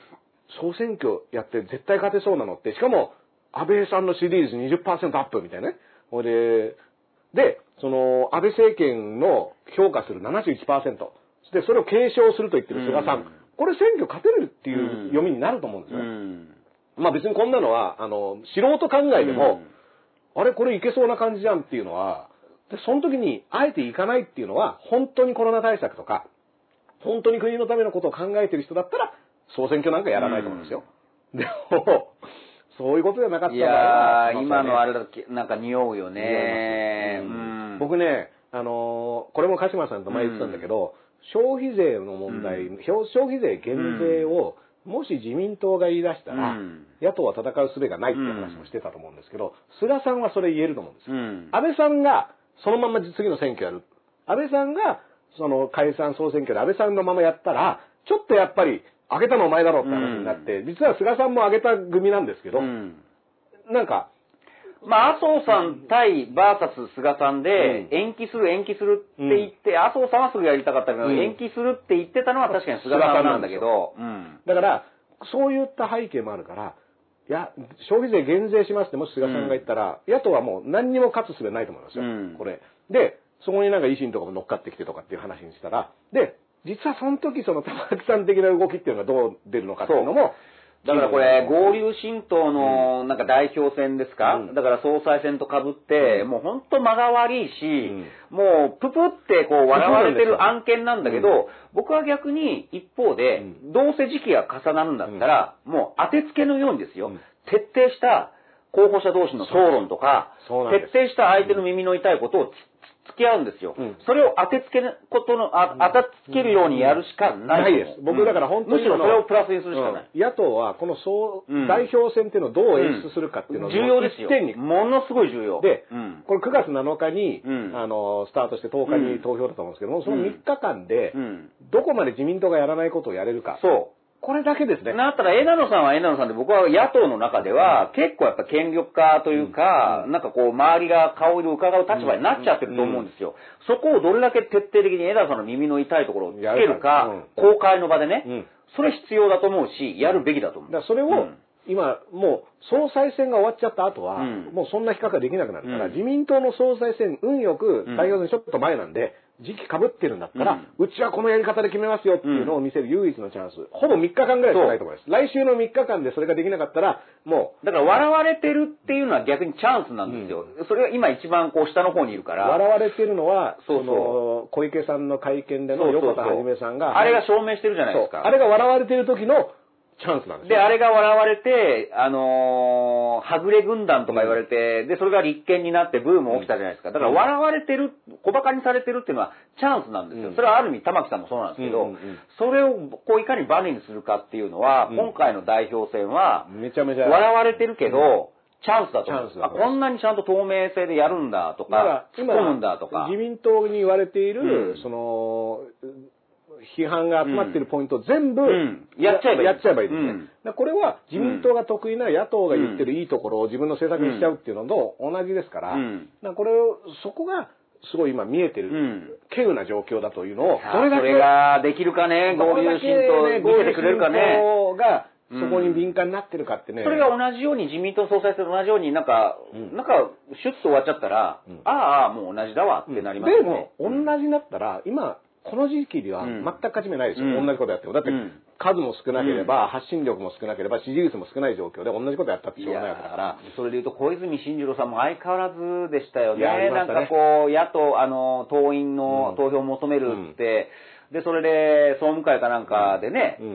総選挙やって絶対勝てそうなのって、しかも、安倍さんの支持率 にじゅっパーセント アップみたいなね。ほいで、で、その、安倍政権の評価する ななじゅういちパーセント。で、それを継承すると言ってる菅さん。うん、これ選挙勝てるっていう読みになると思うんですよ。うん、まあ別にこんなのは、あの、素人考えでも、うん、あれこれいけそうな感じじゃんっていうのは、で、その時にあえていかないっていうのは、本当にコロナ対策とか、本当に国のためのことを考えてる人だったら、総選挙なんかやらないと思うんですよ。うん、でも、そういうことじゃなかったら、 いやー、今のあれだけ、なんか匂うよね、うん、 僕ね、あのー、これも鹿島さんと前言ってたんだけど、うん、消費税の問題、うん、消費税減税を、もし自民党が言い出したら、うん、野党は戦う術がないって話もしてたと思うんですけど、菅さんはそれ言えると思うんですよ。うん、安倍さんが、そのまま次の選挙やる。安倍さんが、その解散総選挙で安倍さんのままやったら、ちょっとやっぱり、上げたのお前だろうって話になって、うん、実は菅さんも上げた組なんですけど、うん、なんか、 まあ、麻生さん対バーサス菅さんで、延期する延期するって言って、うん、麻生さんはすぐやりたかったけど、うん、延期するって言ってたのは確かに菅さんなんだけど、うん、 だから、そういった背景もあるから、いや、消費税減税しますってもし菅さんが言ったら、うん、野党はもう何にも勝つすべないと思いますよ、うん、これ。で、そこになんか維新とかも乗っかってきてとかっていう話にしたら、で、実はその時その玉木さん的な動きっていうのがどう出るのかっていうのも、 だからこれ、合流新党のなんか代表選ですか、うん、だから総裁選と被って、うん、もうほんと間が悪いし、うん、もうププってこう笑われてる案件なんだけど、うん、僕は逆に一方で、どうせ時期が重なるんだったら、もう当てつけのようにですよ、徹底した候補者同士の討論とか、徹底した相手の耳の痛いことを付き合うんですよ、うん、それを当てつけることのあ当たつけるようにやるしかない、 ないです。僕だから本当に、 むしろそれをプラスにするしかない、 うん、野党はこの総、うん、代表選っていうのをどう演出するかっていうのを、 重要ですよ。ものすごい重要で、うん、これくがつなのかに、うん、あのスタートしてとおかに投票だと思うんですけども、そのみっかかんで、どこまで自民党がやらないことをやれるか、 そうこれだけですね。 だったら枝野さんは枝野さんで、僕は野党の中では結構やっぱ権力化というか、うん、なんかこう周りが顔色を伺う立場になっちゃってると思うんですよ。うんうん、そこをどれだけ徹底的に枝野さんの耳の痛いところをつけるか、うん、公開の場でね、うん、それ必要だと思うし、やるべきだと思う。 だからそれを、うん今、もう、総裁選が終わっちゃった後は、うん、もうそんな比較ができなくなるから、うん、自民党の総裁選、運よく、代表選ちょっと前なんで、時期被ってるんだったら、うん、うちはこのやり方で決めますよっていうのを見せる唯一のチャンス。ほぼみっかかんぐらいしかないと思います。来週のみっかかんでそれができなかったら、もう。だから笑われてるっていうのは逆にチャンスなんですよ。うん、それが今一番こう下の方にいるから。 笑われてるのは、そうそうその小池さんの会見での横田はじめさんが。 あれが証明してるじゃないですか。 あれが笑われてる時の、チャンスなんですで、あれが笑われて、あのー、はぐれ軍団とか言われて、うん、で、それが立憲になってブーム起きたじゃないですか。だから笑われてる、小馬鹿にされてるっていうのはチャンスなんですよ。うん、それはある意味玉木さんもそうなんですけど、うんうんうん、それをこういかにバネにするかっていうのは、うん、今回の代表選は、 めちゃめちゃ笑われてるけど、うん、チャンスだと思う。あ、こんなにちゃんと透明性でやるんだとか、突っ込むんだとか。 自民党に言われている、うん、その、批判が集まっているポイントを全部、うん、 やっちゃえばいい。 やっちゃえばいいですね。うん、これは自民党が得意な野党が言ってるいいところを自分の政策にしちゃうっていうのと同じですから、うん、これを、そこがすごい今見えてる、うん、稀有な状況だというのを、 どれだけ、それができるかね、合流新党見せてくれるかね。 がそこに敏感になってるかってね。 それが同じように自民党総裁選と同じようになんか、うん、なんか、シュッと終わっちゃったら、うん、ああ、もう同じだわってなりますね。 でも、同じだったら、今、この時期では全く勝ち目ないですよ、うん、同じことやっても。だって、数も少なければ、うん、発信力も少なければ、支持率も少ない状況で同じことやったってしょうがないわけだから。 それで言うと、小泉進次郎さんも相変わらずでしたよね。ねなんかこう、野党、あの、党員の投票を求めるって、うん、で、それで、総務会かなんかでね、うん、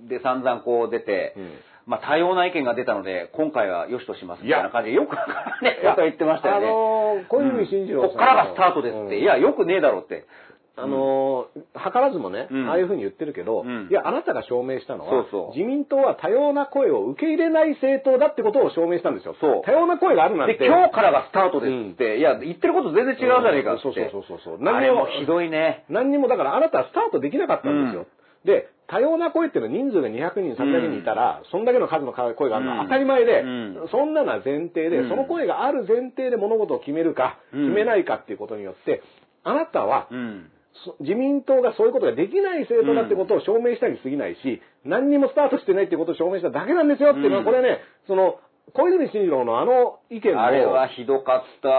で、散々こう出て、うんまあ多様な意見が出たので、今回は良しとしますみたいな感じで、よくね、よく言ってましたよね。 あのー、小泉進次郎さん、うん。 こっからがスタートですって。うん、いや、よくねえだろって。 あのー、図らずもね、うん、ああいうふうに言ってるけど、うん、いや、あなたが証明したのはそうそう、自民党は多様な声を受け入れない政党だってことを証明したんですよ。そう。多様な声があるなんて。 で、今日からがスタートですって。うん、いや、言ってること全然違うじゃねえかって。 そうそうそうそう。 あれもひどいね。 何にも、だからあなたはスタートできなかったんですよ。で、多様な声っていうのは人数がにひゃくにん、さんびゃくにんいたら、うん、そんだけの数の声があるのは当たり前で、うん、そんなのは前提で、うん、その声がある前提で物事を決めるか、うん、決めないかっていうことによって、あなたは、うん、 自民党がそういうことができない政党だってことを証明したに過ぎないし、何にもスタートしてないってことを証明しただけなんですよっていうのは、これね、その、小泉進次郎のあの意見も。 あれはひどかった。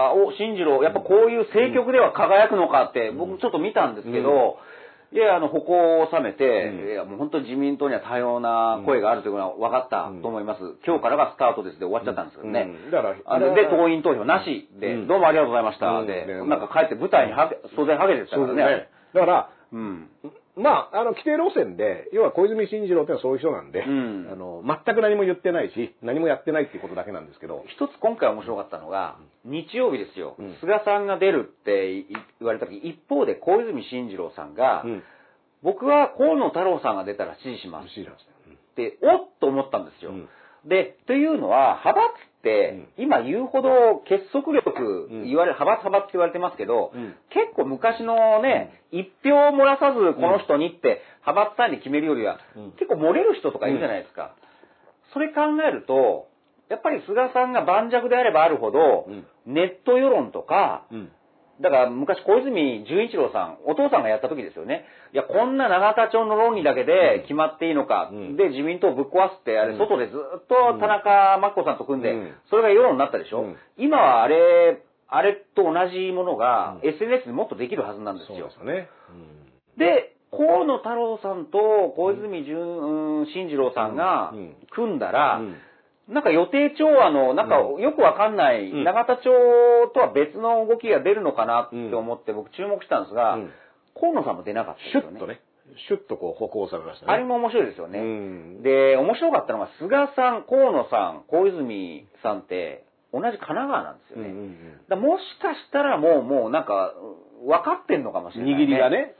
お、進次郎、やっぱこういう政局では輝くのかって、僕ちょっと見たんですけど、いや、あの、矛を収めて、いや、もう本当に自民党には多様な声があるというのは分かったと思います。今日からがスタートですで終わっちゃったんですけどね。だから、あの、で、党員投票なしで、どうもありがとうございました。で、なんか帰って舞台にはげ、袖はげてたからね。 だから、うん。まあ、あの、規定路線で、要は小泉進次郎ってのはそういう人なんで、うん、あの、全く何も言ってないし、何もやってないっていうことだけなんですけど。 一つ今回面白かったのが、日曜日ですよ、うん、菅さんが出るって言われた時、一方で小泉進次郎さんが、うん、僕は河野太郎さんが出たら支持します。支持します、うん、で、おっと思ったんですよ。うん、で、というのは、派閥って、今言うほど結束力言われ、派閥派閥って言われてますけど、うん、結構昔のね、うん、一票を漏らさずこの人にって派閥単位で決めるよりは、うん、結構漏れる人とかいるじゃないですか。うん、それ考えると、やっぱり菅さんが盤石であればあるほど、うん、ネット世論とか、うんだから昔小泉純一郎さん、お父さんがやった時ですよね。いや、こんな永田町の論理だけで決まっていいのか。うん、で、自民党をぶっ壊すって、あれ、外でずっと田中真紀子さんと組んで、うん、それが世論になったでしょ。うん、今はあれ、あれと同じものが エスエヌエス でもっとできるはずなんですよ。そうですね。うん、で、河野太郎さんと小泉純、進次郎さんが組んだら、うんなんか予定調和の、なんかよくわかんない、うん、永田町とは別の動きが出るのかなって思って僕注目したんですが、うん、河野さんも出なかったですよね。 シュッとね。シュッとこう歩行されましたね。 あれも面白いですよね。うん、で、面白かったのが菅さん、河野さん、小泉さんって同じ神奈川なんですよね。うんうんうん、だもしかしたらもう、もうなんか、分かってんのかもしれない、ね。 握りがね。 うん。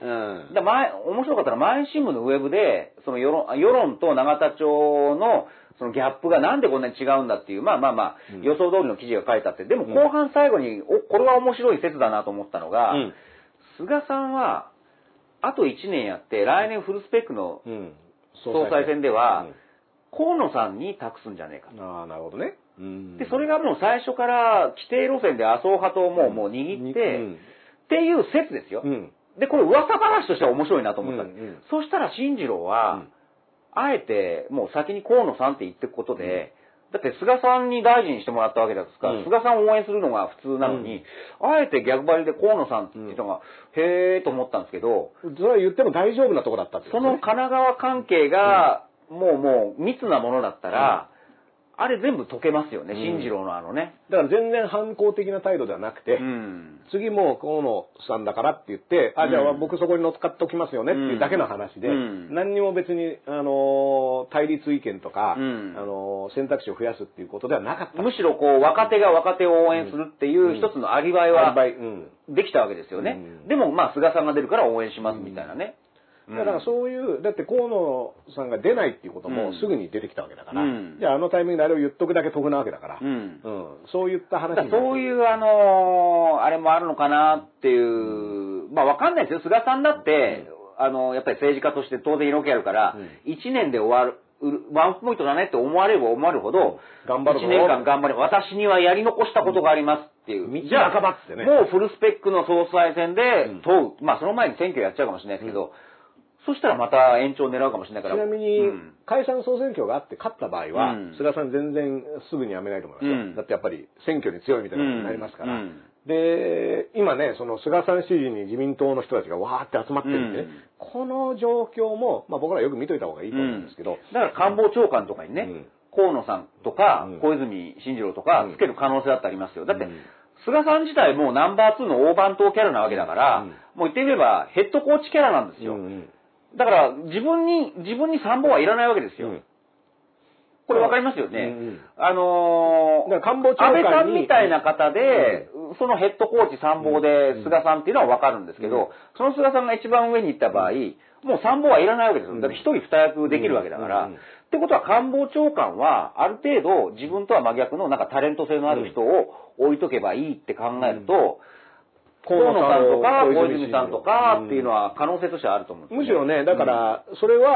だ前、面白かったのは、毎日新聞のウェブで、その世論、世論と永田町の、そのギャップがなんでこんなに違うんだっていう、まあまあまあ、うん、予想通りの記事が書いてあって、でも後半最後に、お、これは面白い説だなと思ったのが、うん、菅さんは、あといちねんやって、来年フルスペックの総裁選では、うん、河野さんに託すんじゃねえかと。 ああ、なるほどね。 うん、で、それがもう最初から規定路線で麻生派ともう、もう握って、うん、っていう説ですよ。うん、で、これ噂話としては面白いなと思った。うんうん、そしたら進次郎は、うんあえて、もう先に河野さんって言っていくことで、うん、だって菅さんに大臣にしてもらったわけですから、うん、菅さんを応援するのが普通なのに、うん、あえて逆張りで河野さんって言ったのが、うん、へーと思ったんですけど、 それは言っても大丈夫なとこだったってことですね。その神奈川関係が、もうもう密なものだったら、あれ全部解けますよね、進次郎のあのね。 だから全然反抗的な態度ではなくて、うん、次もう河野さんだからって言って、あ、じゃあ僕そこに乗っかっておきますよねっていうだけの話で、うん、何にも別に、あのー、対立意見とか、うん、あのー、選択肢を増やすっていうことではなかった。 むしろこう、若手が若手を応援するっていう一つのアリバイは、できたわけですよね。でもまあ、菅さんが出るから応援しますみたいなね。 だからそういう、だって河野さんが出ないっていうこともすぐに出てきたわけだから、うん、じゃああのタイミングであれを言っとくだけ得なわけだから、うんうん、そういった話にそういうあのー、あれもあるのかなっていう、まあわかんないですよ。菅さんだって、うん、あのー、やっぱり政治家として当然色気あるから、うん、いちねんで終わる、ワンポイントだねって思われれば思われるほど、頑張るいちねんかん頑張れば、私にはやり残したことがありますっていう。 うん、じゃあ、半ばってね、 もうフルスペックの総裁選で問う。うん、まあその前に選挙やっちゃうかもしれないですけど、うんそしたらまた延長を狙うかもしれないから。 ちなみに、解散総選挙があって勝った場合は、うん、菅さん全然すぐに辞めないと思いますよ。うん、だってやっぱり選挙に強いみたいなことになりますから。うん、で、今ね、その菅さん支持に自民党の人たちがわーって集まってるんで、ね、この状況も、まあ僕らよく見といた方がいいと思うんですけど。 だから官房長官とかにね、河野さんとか、小泉進次郎とかつける可能性だってありますよ。だって、菅さん自体もうナンバーツーの大番頭キャラなわけだから、もう言ってみればヘッドコーチキャラなんですよ。だから、自分に、自分に参謀はいらないわけですよ。うん、これわかりますよね。うんうん、あのー、官房長官に安倍さんみたいな方で、うん、そのヘッドコーチ参謀で菅さんっていうのはわかるんですけど、うん、その菅さんが一番上に行った場合、もう参謀はいらないわけですよ。だって一人二役できるわけだから。うんうんうん、ってことは官房長官は、ある程度自分とは真逆のなんかタレント性のある人を置いとけばいいって考えると、うん河野さんとか小泉さんとかっていうのは可能性としてはあると思うんですよね。 むしろね、だから、それは、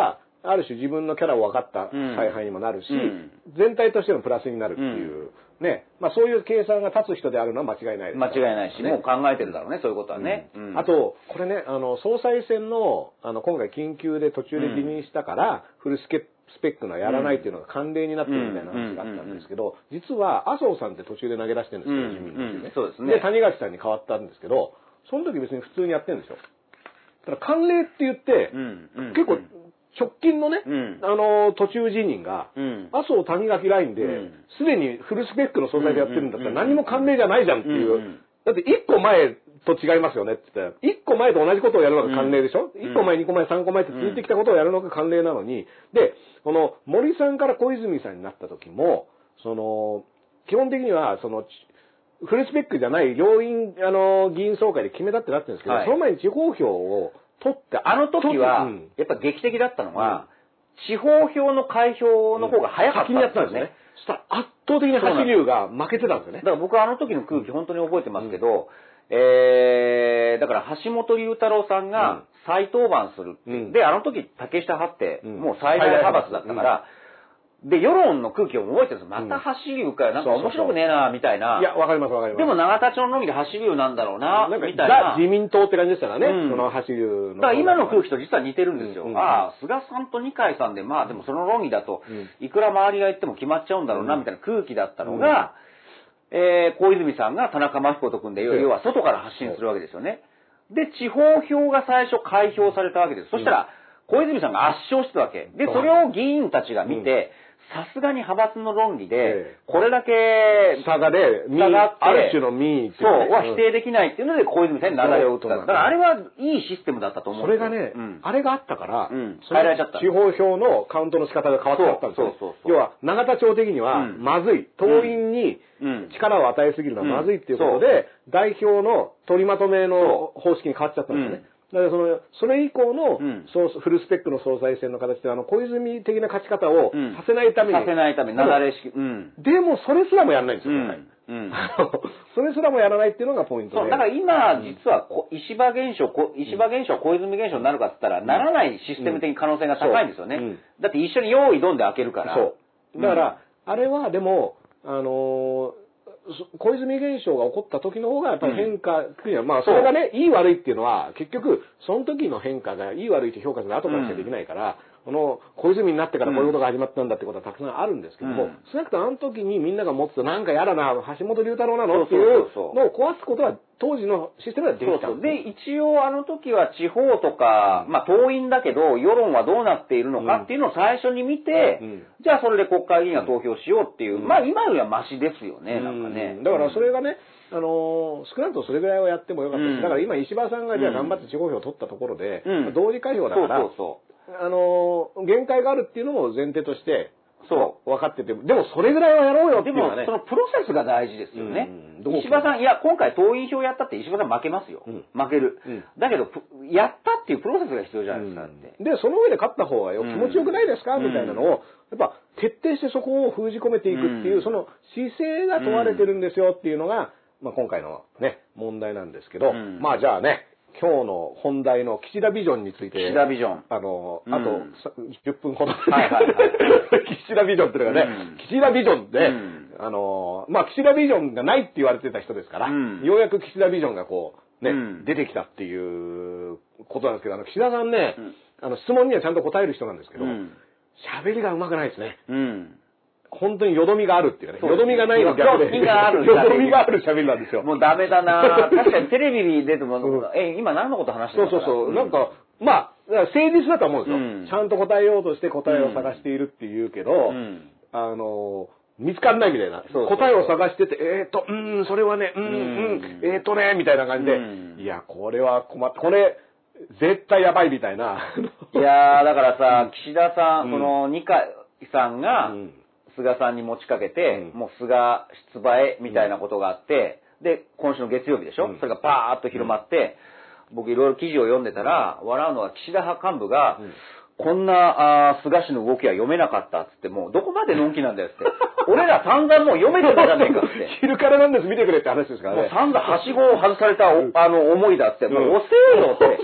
ある種自分のキャラを分かった采配にもなるし、全体としてのプラスになるっていう、ね。まあそういう計算が立つ人であるのは間違いないです、 ね。間違いないし、もう考えてるだろうね、そういうことはね。 あと、これね、あの、総裁選の、あの、今回緊急で途中で辞任したから、フルスケスペックのやらないっていうのが慣例になってるみたいな話があったんですけど、実は麻生さんって途中で投げ出してるんですよ、自民のね。 そうですね。 で、谷垣さんに変わったんですけど、その時別に普通にやってるんですよ。ただ慣例って言って、結構、直近のね、うん、あの、途中辞任が、うん、麻生谷垣ラインで、すで、うん、にフルスペックの総裁でやってるんだったら何も慣例じゃないじゃんっていう。うん、だっていっこまえと違いますよねって言ったら、いっこまえと同じことをやるのが慣例でしょ、うん、いっこまえ、にこまえ、さんこまえって続いてきたことをやるのが慣例なのに、で、この森さんから小泉さんになった時も、その、基本的には、その、フルスペックじゃない両院、あの、議員総会で決めたってなってるんですけど、はい、その前に地方票を、取って、 あの時は、やっぱ劇的だったのは、地方票の開票の方が早かったんですよね。 そしたら圧倒的に橋流が負けてたんですよね。 だから僕はあの時の空気本当に覚えてますけど、えー、だから橋本龍太郎さんが再登板する。で、あの時竹下派って、もう最大派閥だったから、で、世論の空気を覚えてるんですよ。また橋流かよ。なんか面白くねえな、みたいな。 いや、わかりますわかります。 でも永田町のみで橋流なんだろうな、みたいな。 自民党って感じでしたからね。その橋流の。 だから今の空気と実は似てるんですよ。ああ、菅さんと二階さんで、まあでもその論議だと、いくら周りが言っても決まっちゃうんだろうな、みたいな空気だったのが、えー、小泉さんが田中真彦と組んで、要は外から発信するわけですよね。で、地方票が最初開票されたわけです。そしたら、小泉さんが圧勝してたわけ。で、それを議員たちが見て、さすがに派閥の論理で、これだけ差がで、 差があって、 ある種の民意ってそう、は否定できないっていうので小泉さんに流れを打った。だからあれはいいシステムだったと思う。 それがね、あれがあったから、 変えられちゃった。 地方票のカウントの仕方が変わっちゃったんですよ。要は、永田町的には、まずい。党員に力を与えすぎるのはまずいっていうことで、代表の取りまとめの方式に変わっちゃったんですよね。だからその、それ以降の、うん、フルスペックの総裁選の形で、あの、小泉的な勝ち方をさせないために。 させないために、なだれ式。うん。 でも、それすらもやらないんですよ、今回。うん。それすらもやらないっていうのがポイントで。 そう、だから今、実は、石破現象、石破現象、小泉現象になるかって言ったら、ならないシステム的可能性が高いんですよね。うん、だって一緒に用意ドンで開けるから。 そう。だから、あれはでも、あのー、小泉現象が起こった時の方がやっぱり変化、うん、まあそれがね、いい悪いっていうのは結局その時の変化がいい悪いって評価する後からしかできないから、うん、この小泉になってからこういうことが始まったんだってことはたくさんあるんですけども、うん、少なくともあの時にみんなが持つとなんかやだな、橋本龍太郎なのっていうのを壊すことは当時のシステムではできた。 そうそう。で、一応あの時は地方とか、まあ党員だけど世論はどうなっているのかっていうのを最初に見て、うん、じゃあそれで国会議員が投票しようっていう、うん、まあ今よりはマシですよね、なんかね。 だからそれがね、あのー、少なくともそれぐらいはやってもよかったです。うん、だから今石破さんがじゃあ頑張って地方票を取ったところで、うん、同時開票だから、そうそうそう、あのー、限界があるっていうのも前提として、そう、分かってて、でもそれぐらいはやろうよっていうのはね。 でも、そのプロセスが大事ですよね。うん、石破さん、いや、今回党員票やったって石破さん負けますよ。うん、負ける、うん。だけど、やったっていうプロセスが必要じゃないですかって。 うん、で、その上で勝った方がよ、気持ちよくないですか、みたいなのを、やっぱ徹底してそこを封じ込めていくっていう、その姿勢が問われてるんですよっていうのが、まあ今回のね、問題なんですけど、まあじゃあね、今日の本題の岸田ビジョンについて。 岸田ビジョン。 あの、うん、あとじゅっぷんほど。はいはいはい、岸田ビジョンっていうのがね、うん、岸田ビジョンで、うん、あの、まあ、岸田ビジョンがないって言われてた人ですから、うん、ようやく岸田ビジョンがこう、ね、うん、出てきたっていうことなんですけど、あの、岸田さんね、うん、あの、質問にはちゃんと答える人なんですけど、喋、うん、りが上手くないですね。うん本当によどみがあるっていうかね。よどみがないの逆で。よどみがある。よどみがある喋りなんですよ。 もうダメだな確かにテレビに出ても、え、今何のこと話してるのかなそうそうそう。なんか、まあ、誠実だと思うんですよ、うん。ちゃんと答えようとして答えを探しているって言うけど、うん、あの、見つかんないみたいな。そうそうそう答えを探してて、えーと、うん、それはね、うん、うん、えーとね、みたいな感じで、うん、いや、これは困った。これ、絶対やばいみたいな。 いやー、だからさ、岸田さん、この二階さんが、うん菅さんに持ちかけて、うん、もう菅出馬へみたいなことがあって、うん、で、今週の月曜日でしょ、うん、それがバーッと広まって、うん、僕いろいろ記事を読んでたら、笑うのは岸田派幹部が、うん、こんなあ菅氏の動きは読めなかったっつって、もうどこまでのんきなんだよって。俺ら散々もう読めてたじゃねえかって。 昼からなんです見てくれって話ですからね。 もう散々はしごを外された、あの思いだって、もう遅えよって。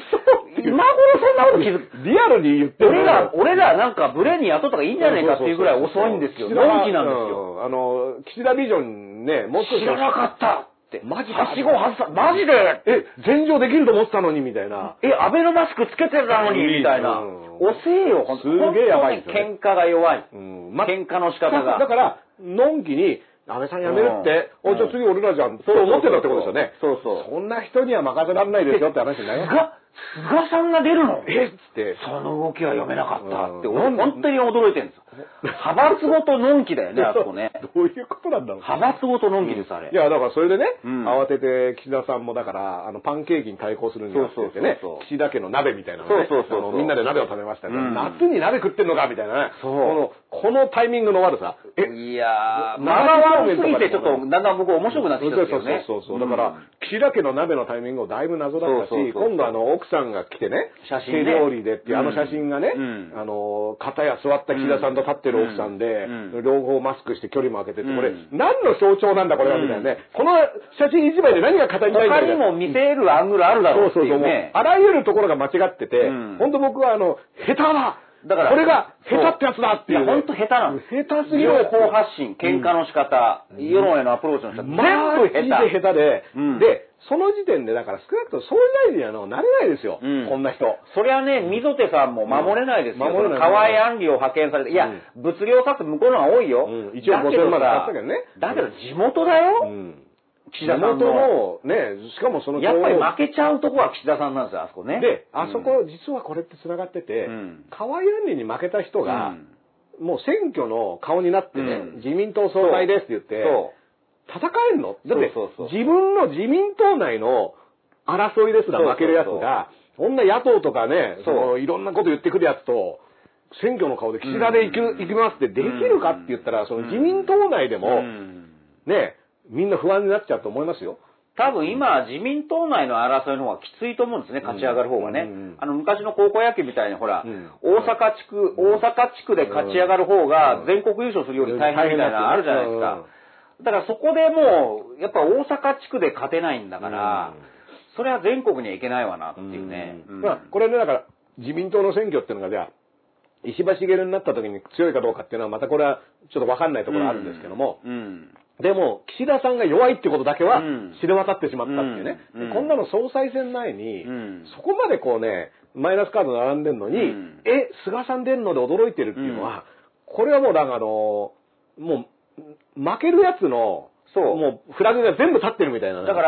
今頃そんなこと気づく。 リアルに言ってる。 俺ら、俺らなんかブレに雇った方がいいんじゃないかっていうぐらい遅いんですよ。のんきなんですよ。 あの、岸田ビジョンね、もう少し。 知らなかったって。マジで。はしご外さ、マジでえ、全上できると思ってたのに、みたいな。 え、アベノマスクつけてたのに、みたいな。遅えよ、ほんと。すげえやばい。喧嘩が弱い。喧嘩の仕方が。 だから、のんきに、安倍さん辞めるって、お、じゃあ次俺らじゃん、そう思ってたってことですよね。 そうそう。 そんな人には任せられないですよって話になります。 菅さんが出るのえっつって。 その動きは読めなかったって、俺本当に驚いてるんですよ。派閥ごとのんきだよね、あそこね。 どういうことなんだろう。 派閥ごとのんきです、あれ。 いや、だからそれでね、慌てて岸田さんもだから、あの、パンケーキに対抗するんじゃなくてね、岸田家の鍋みたいなのね、みんなで鍋を食べましたけど、夏に鍋食ってんのかみたいなね。この、このタイミングの悪さ。 いやー、間が悪すぎてちょっと、だんだん僕面白くなってきたんですよね。 そうそうそう。だから、岸田家の鍋のタイミングもだいぶ謎だったし、今度あの、奥さんが来てね、 写真手料理でっていうあの写真がね、あの、片や座った岸田さんと立ってる奥さんで、両方マスクして距離も空けてて、これ、何の象徴なんだこれはみたいなね。この写真一枚で何が語りたいんだ他にも見せるアングルあるだろうっていうね。そうそうそう。 あらゆるところが間違ってて、本当僕はあの、下手だだから、これが下手ってやつだっていう。 いや、ほんと下手なんです。 下手すぎる。 情報発信、喧嘩の仕方、世論へのアプローチの仕方、全部下手。 マジで下手で、で、その時点でだから少なくとも総理大臣にはなれないですよ。こんな人。 そりゃね、溝手さんも守れないですよ。守れない。河合案里を派遣されて、いや、物量差って向こうの方が多いよ。 一応ごせんまんだったけどね。 だけど地元だよ。 岸田さんの、ね、しかもその、 やっぱり負けちゃうとこは岸田さんなんですよ、あそこね。 で、あそこ、実はこれって繋がってて、河合案里に負けた人が、もう選挙の顔になってね、自民党総裁ですって言って、戦えんのだって、自分の自民党内の争いですら負けるやつが、こんな野党とかね、その、いろんなこと言ってくるやつと、選挙の顔で岸田で行きますってできるかって言ったら、その自民党内でも、ね、みんな不安になっちゃうと思いますよ。 多分今、自民党内の争いの方がきついと思うんですね、勝ち上がる方がね。あの、昔の高校野球みたいに、ほら、大阪地区、大阪地区で勝ち上がる方が全国優勝するより大変みたいなのあるじゃないですか。だからそこでもう、やっぱ大阪地区で勝てないんだから、それは全国にはいけないわなっていうね。 これね、だから、自民党の選挙っていうのが、じゃあ、石破茂になった時に強いかどうかっていうのは、またこれはちょっとわかんないところあるんですけども、でも、岸田さんが弱いってことだけは知れ渡ってしまったっていうね。こんなの総裁選前に、そこまでこうね、マイナスカード並んでんのに、え、菅さん出んので驚いてるっていうのは、これはもうなんかあの、もう、負けるやつの、そう、もうフラグが全部立ってるみたいな。 だから、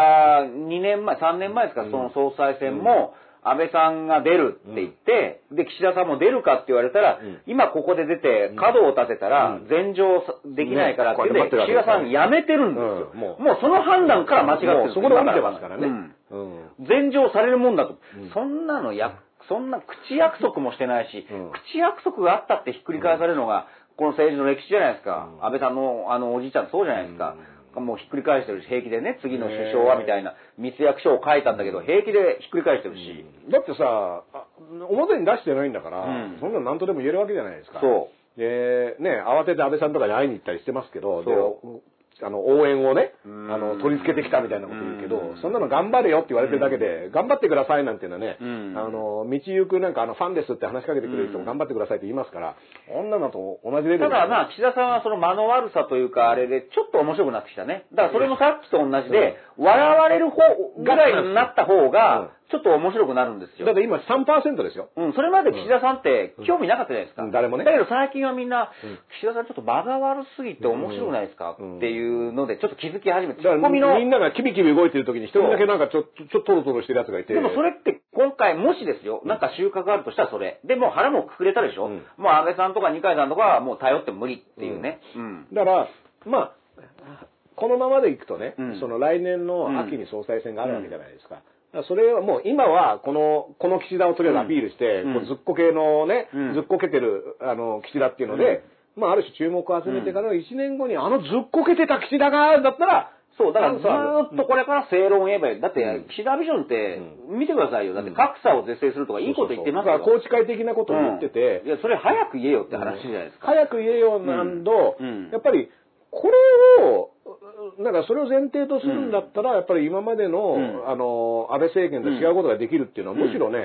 にねんまえ、さんねんまえですか、その総裁選も、安倍さんが出るって言って、で、岸田さんも出るかって言われたら、今ここで出て、角を立てたら、前場できないからって言って、岸田さん辞めてるんですよ。もうその判断から間違ってるんですよ。 そこで降りてますからね。 前場されるもんだと。そんなのや、そんな口約束もしてないし、口約束があったってひっくり返されるのが、この政治の歴史じゃないですか。安倍さんのあのおじいちゃんそうじゃないですか。もうひっくり返してるし、平気でね、次の首相はみたいな密約書を書いたんだけど、平気でひっくり返してるし。 だってさ、表に出してないんだから、そんなの何とでも言えるわけじゃないですか。そう。で、ね、慌てて安倍さんとかに会いに行ったりしてますけど、あの、応援をね、あの、取り付けてきたみたいなこと言うけど、そんなの頑張れよって言われてるだけで、頑張ってくださいなんていうのはね、あの、道行くなんかあの、ファンですって話しかけてくれる人も頑張ってくださいって言いますから、女のと同じレベルで。 ただまあ、岸田さんはその間の悪さというか、あれで、ちょっと面白くなってきたね。だからそれもさっきと同じで、笑われる方ぐらいになった方が、ちょっと面白くなるんですよ。 だって今さんパーセントですよ。 うん、それまで岸田さんって興味なかったじゃないですか。 誰もね。 だけど最近はみんな、岸田さんちょっと場が悪すぎて面白くないですかっていうので、ちょっと気づき始めて、ツッコミの。 みんながキビキビ動いてる時に一人だけなんかちょっと、ちょっとトロトロしてるやつがいて。 でもそれって今回もしですよ、なんか収穫あるとしたらそれ。でも腹もくくれたでしょ。もう安倍さんとか二階さんとかはもう頼っても無理っていうね。 うん。だから、まあ、このままでいくとね、その来年の秋に総裁選があるわけじゃないですか。それはもう今はこの、この岸田をとりあえずアピールして、うん、こうずっこけのね、うん、ずっこけてる、あの、岸田っていうので、うん、まあある種注目を集めてからいちねんごにあのずっこけてた岸田が、だったら、 そう、だからずーっとこれから正論を言えばいい。だって、岸田ビジョンって、見てくださいよ。だって格差を是正するとかいいこと言ってますよ。 だから、宏池会的なことを言ってて、 うん、いや、それ早く言えよって話じゃないですか。 早く言えよなんと、うん、やっぱり、これを、なんかそれを前提とするんだったら、やっぱり今までの、あの、安倍政権と違うことができるっていうのは、むしろね、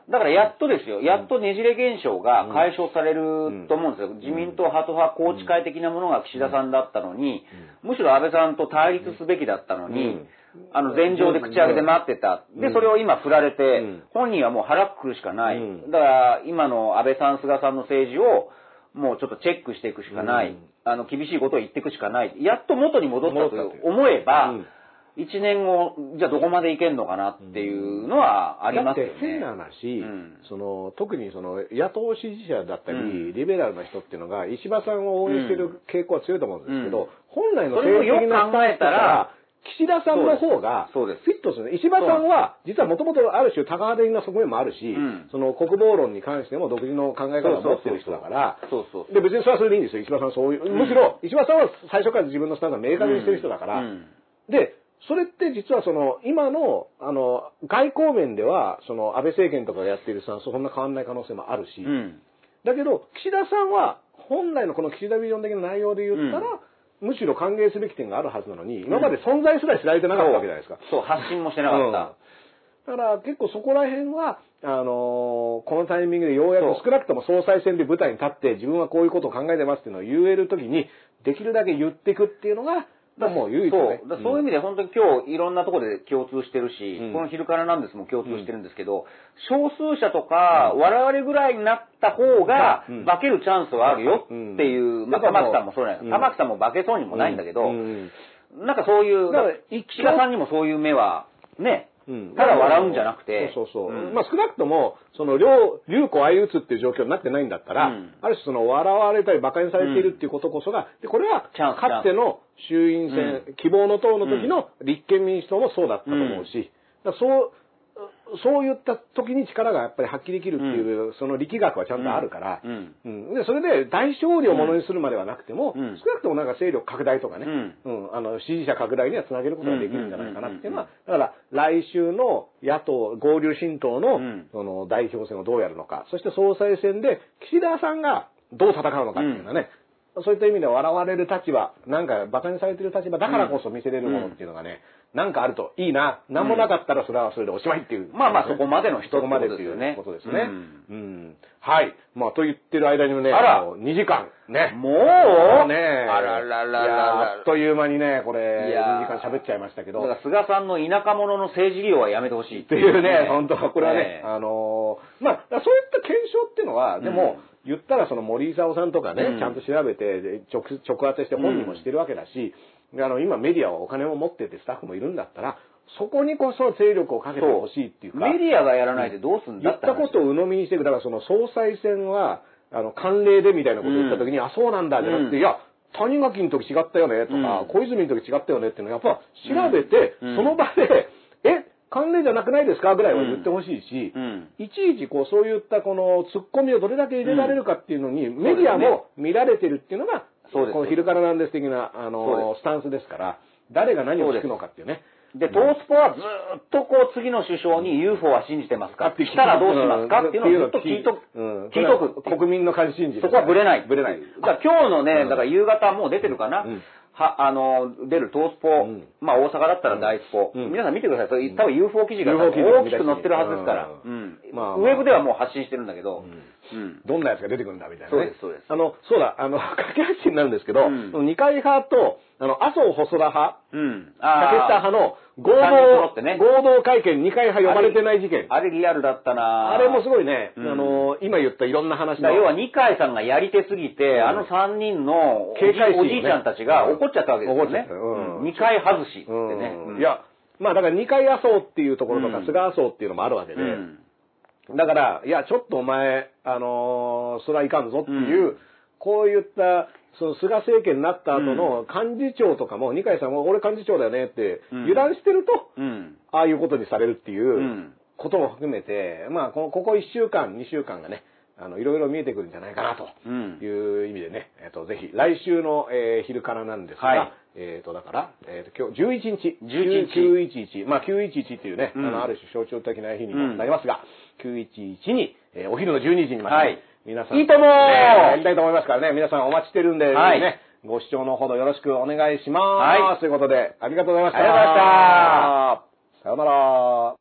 だからやっとですよ、やっとねじれ現象が解消されると思うんですよ。自民党ハト派宏池会的なものが岸田さんだったのに、むしろ安倍さんと対立すべきだったのに、あの、前場で口上げて待ってた。で、それを今振られて、本人はもう腹くくるしかない。だから、今の安倍さん、菅さんの政治を、もうちょっとチェックしていくしかない。あの、厳しいことを言っていくしかない。やっと元に戻ったと思えば、一年後、じゃあどこまでいけんのかなっていうのはありますよね。 だって変な話、うん、その特にその野党支持者だったり、うん、リベラルな人っていうのが石破さんを応援している傾向は強いと思うんですけど、うん、本来の政治的なスタンスから岸田さんの方がフィットする。石破さんは実はもともとある種タカ派的な側面もあるし、うん、その国防論に関しても独自の考え方を持っている人だから、で別にそれはそれでいいんですよ。石破さんそういう、うん、むしろ石破さんは最初から自分のスタンスを明確にしてる人だから、うん、でそれって実はその今のあの外交面ではその安倍政権とかがやっているスタンスとそんな変わらない可能性もあるし、うん、だけど岸田さんは本来のこの岸田ビジョン的な内容で言ったら、うん、むしろ歓迎すべき点があるはずなのに、今まで存在すら知られてなかったわけじゃないですか。 そう、そう発信もしてなかった。 うん、だから結構そこら辺はあのー、このタイミングでようやく少なくとも総裁選で舞台に立って自分はこういうことを考えてますっていうのを言えるときにできるだけ言っていくっていうのがもう唯一ね。 そう、そういう意味で本当に今日いろんなところで共通してるし、うん、この昼からなんですも共通してるんですけど、うん、少数者とか、うん、我々ぐらいになった方が化けるチャンスはあるよっていう、うん、まあ玉木さんもそうなんです。玉木さんも化けそうにもないんだけど、なんかそういう、岸田さんにもそういう目はね、うん、ただ笑うんじゃなくて。 そうそうそう。うん、まあ少なくとも、その、両、流子相打つっていう状況になってないんだったら、うん、ある種その、笑われたり馬鹿にされているっていうことこそが、で、これは、かつての衆院選、うん、希望の党の時の立憲民主党もそうだったと思うし、だそう、そういった時に力がやっぱり発揮できるっていう、うん、その力学はちゃんとあるから、うんうん、でそれで大勝利をものにするまではなくても、うん、少なくともなんか勢力拡大とかね、うんうん、あの支持者拡大にはつなげることができるんじゃないかなっていうのは、だから来週の野党合流新党の、うん、その代表選をどうやるのか、そして総裁選で岸田さんがどう戦うのかっていうのはね、うん、そういった意味で笑われる立場、なんか馬鹿にされてる立場だからこそ見せれるものっていうのがね、なんかあるといいな。なんもなかったらそれはそれでおしまいっていう、 うん。まあまあそこまでの人ってことですよね。ことですね。うん。うん、はい。まあと言ってる間にもね、 あらもうにじかんね。 もうねあららららあっという間にね、これにじかん喋っちゃいましたけど。 だから菅さんの田舎者の政治利用はやめてほしいっていうね、本当これはね、あのー、まあそういった検証っていうのは、でも、うん言ったらその森勲さんとかね、うん、ちゃんと調べて直直当てして本人もしてるわけだし、うん、あの今メディアはお金を持っててスタッフもいるんだったらそこにこそ勢力をかけてほしいっていうかメディアがやらないでどうすんだって言ったことを鵜呑みにしていく。だからその総裁選はあの慣例でみたいなことを言った時に、うん、あそうなんだじゃなくて、うん、いや谷垣の時違ったよねとか、うん、小泉の時違ったよねっていうのをやっぱ調べて、うん、その場でえ関連じゃなくないですかぐらいは言ってほしいし、うん、いちいちこうそういったこのツッコミをどれだけ入れられるかっていうのに、うん、メディアも見られてるっていうのが、この昼からなんです的なあのスタンスですから、誰が何を聞くのかっていうね。 で、トースポはずっとこう次の首相に ユーフォー は信じてますかって来たらどうしますかっていうのをずっと聞いとく。聞いとく。 国民の関心事。 そこはブレない。 ブレない。 だから今日のね、だから夕方もう出てるかな。うんは、あの、出るトースポ、うん、まあ大阪だったら大スポ、うん、皆さん見てください。多分 ユーフォー 記事が大きく載ってるはずですから。うん。まあ、ウェブではもう発信してるんだけど、 うん、どんなやつが出てくるんだみたいなね。 そうです、そうです。 あの、そうだ、あの、架け橋になるんですけど、うん、二階派と、あの、麻生細田派、うん、竹下派の合同、ね、合同会見二階派呼ばれてない事件。 あれリアルだったなあれもすごいね、うん、あの、今言ったいろんな話だ。要は二階さんがやり手すぎて、うん、あの三人の警戒心、ね、おじいちゃんたちが怒っちゃったわけですよね。うん、二階外しってね。 うん、いや、まあだから二階麻生っていうところとか、菅麻生っていうのもあるわけで、うんだから、いや、ちょっとお前、あのー、それはいかんぞっていう、うん、こういった、その菅政権になった後の幹事長とかも、二階さんも俺幹事長だよねって、油断してると、うん、ああいうことにされるっていうことも含めて、まあ、このここいっしゅうかん、にしゅうかんがね、あの、いろいろ見えてくるんじゃないかなという意味でね、えっと、ぜひ、来週の、えー、昼からなんですが、はい、えっと、だから、えっと、今日じゅういちにち、 じゅういちにち、 きゅういちいち、まあ、きゅういちいちっていうね、うん、あの、ある種象徴的な日にもなりますが、うん、きゅういちいちに、えー、お昼のじゅうにじにまた、ね、はい、皆さん、 いいともー、ね、 やりたいと思いますからね、皆さんお待ちしてるんで、はい、ね、ご視聴のほどよろしくお願いします。はい、ということで、ありがとうございました。 ありがとうございました。 さようなら。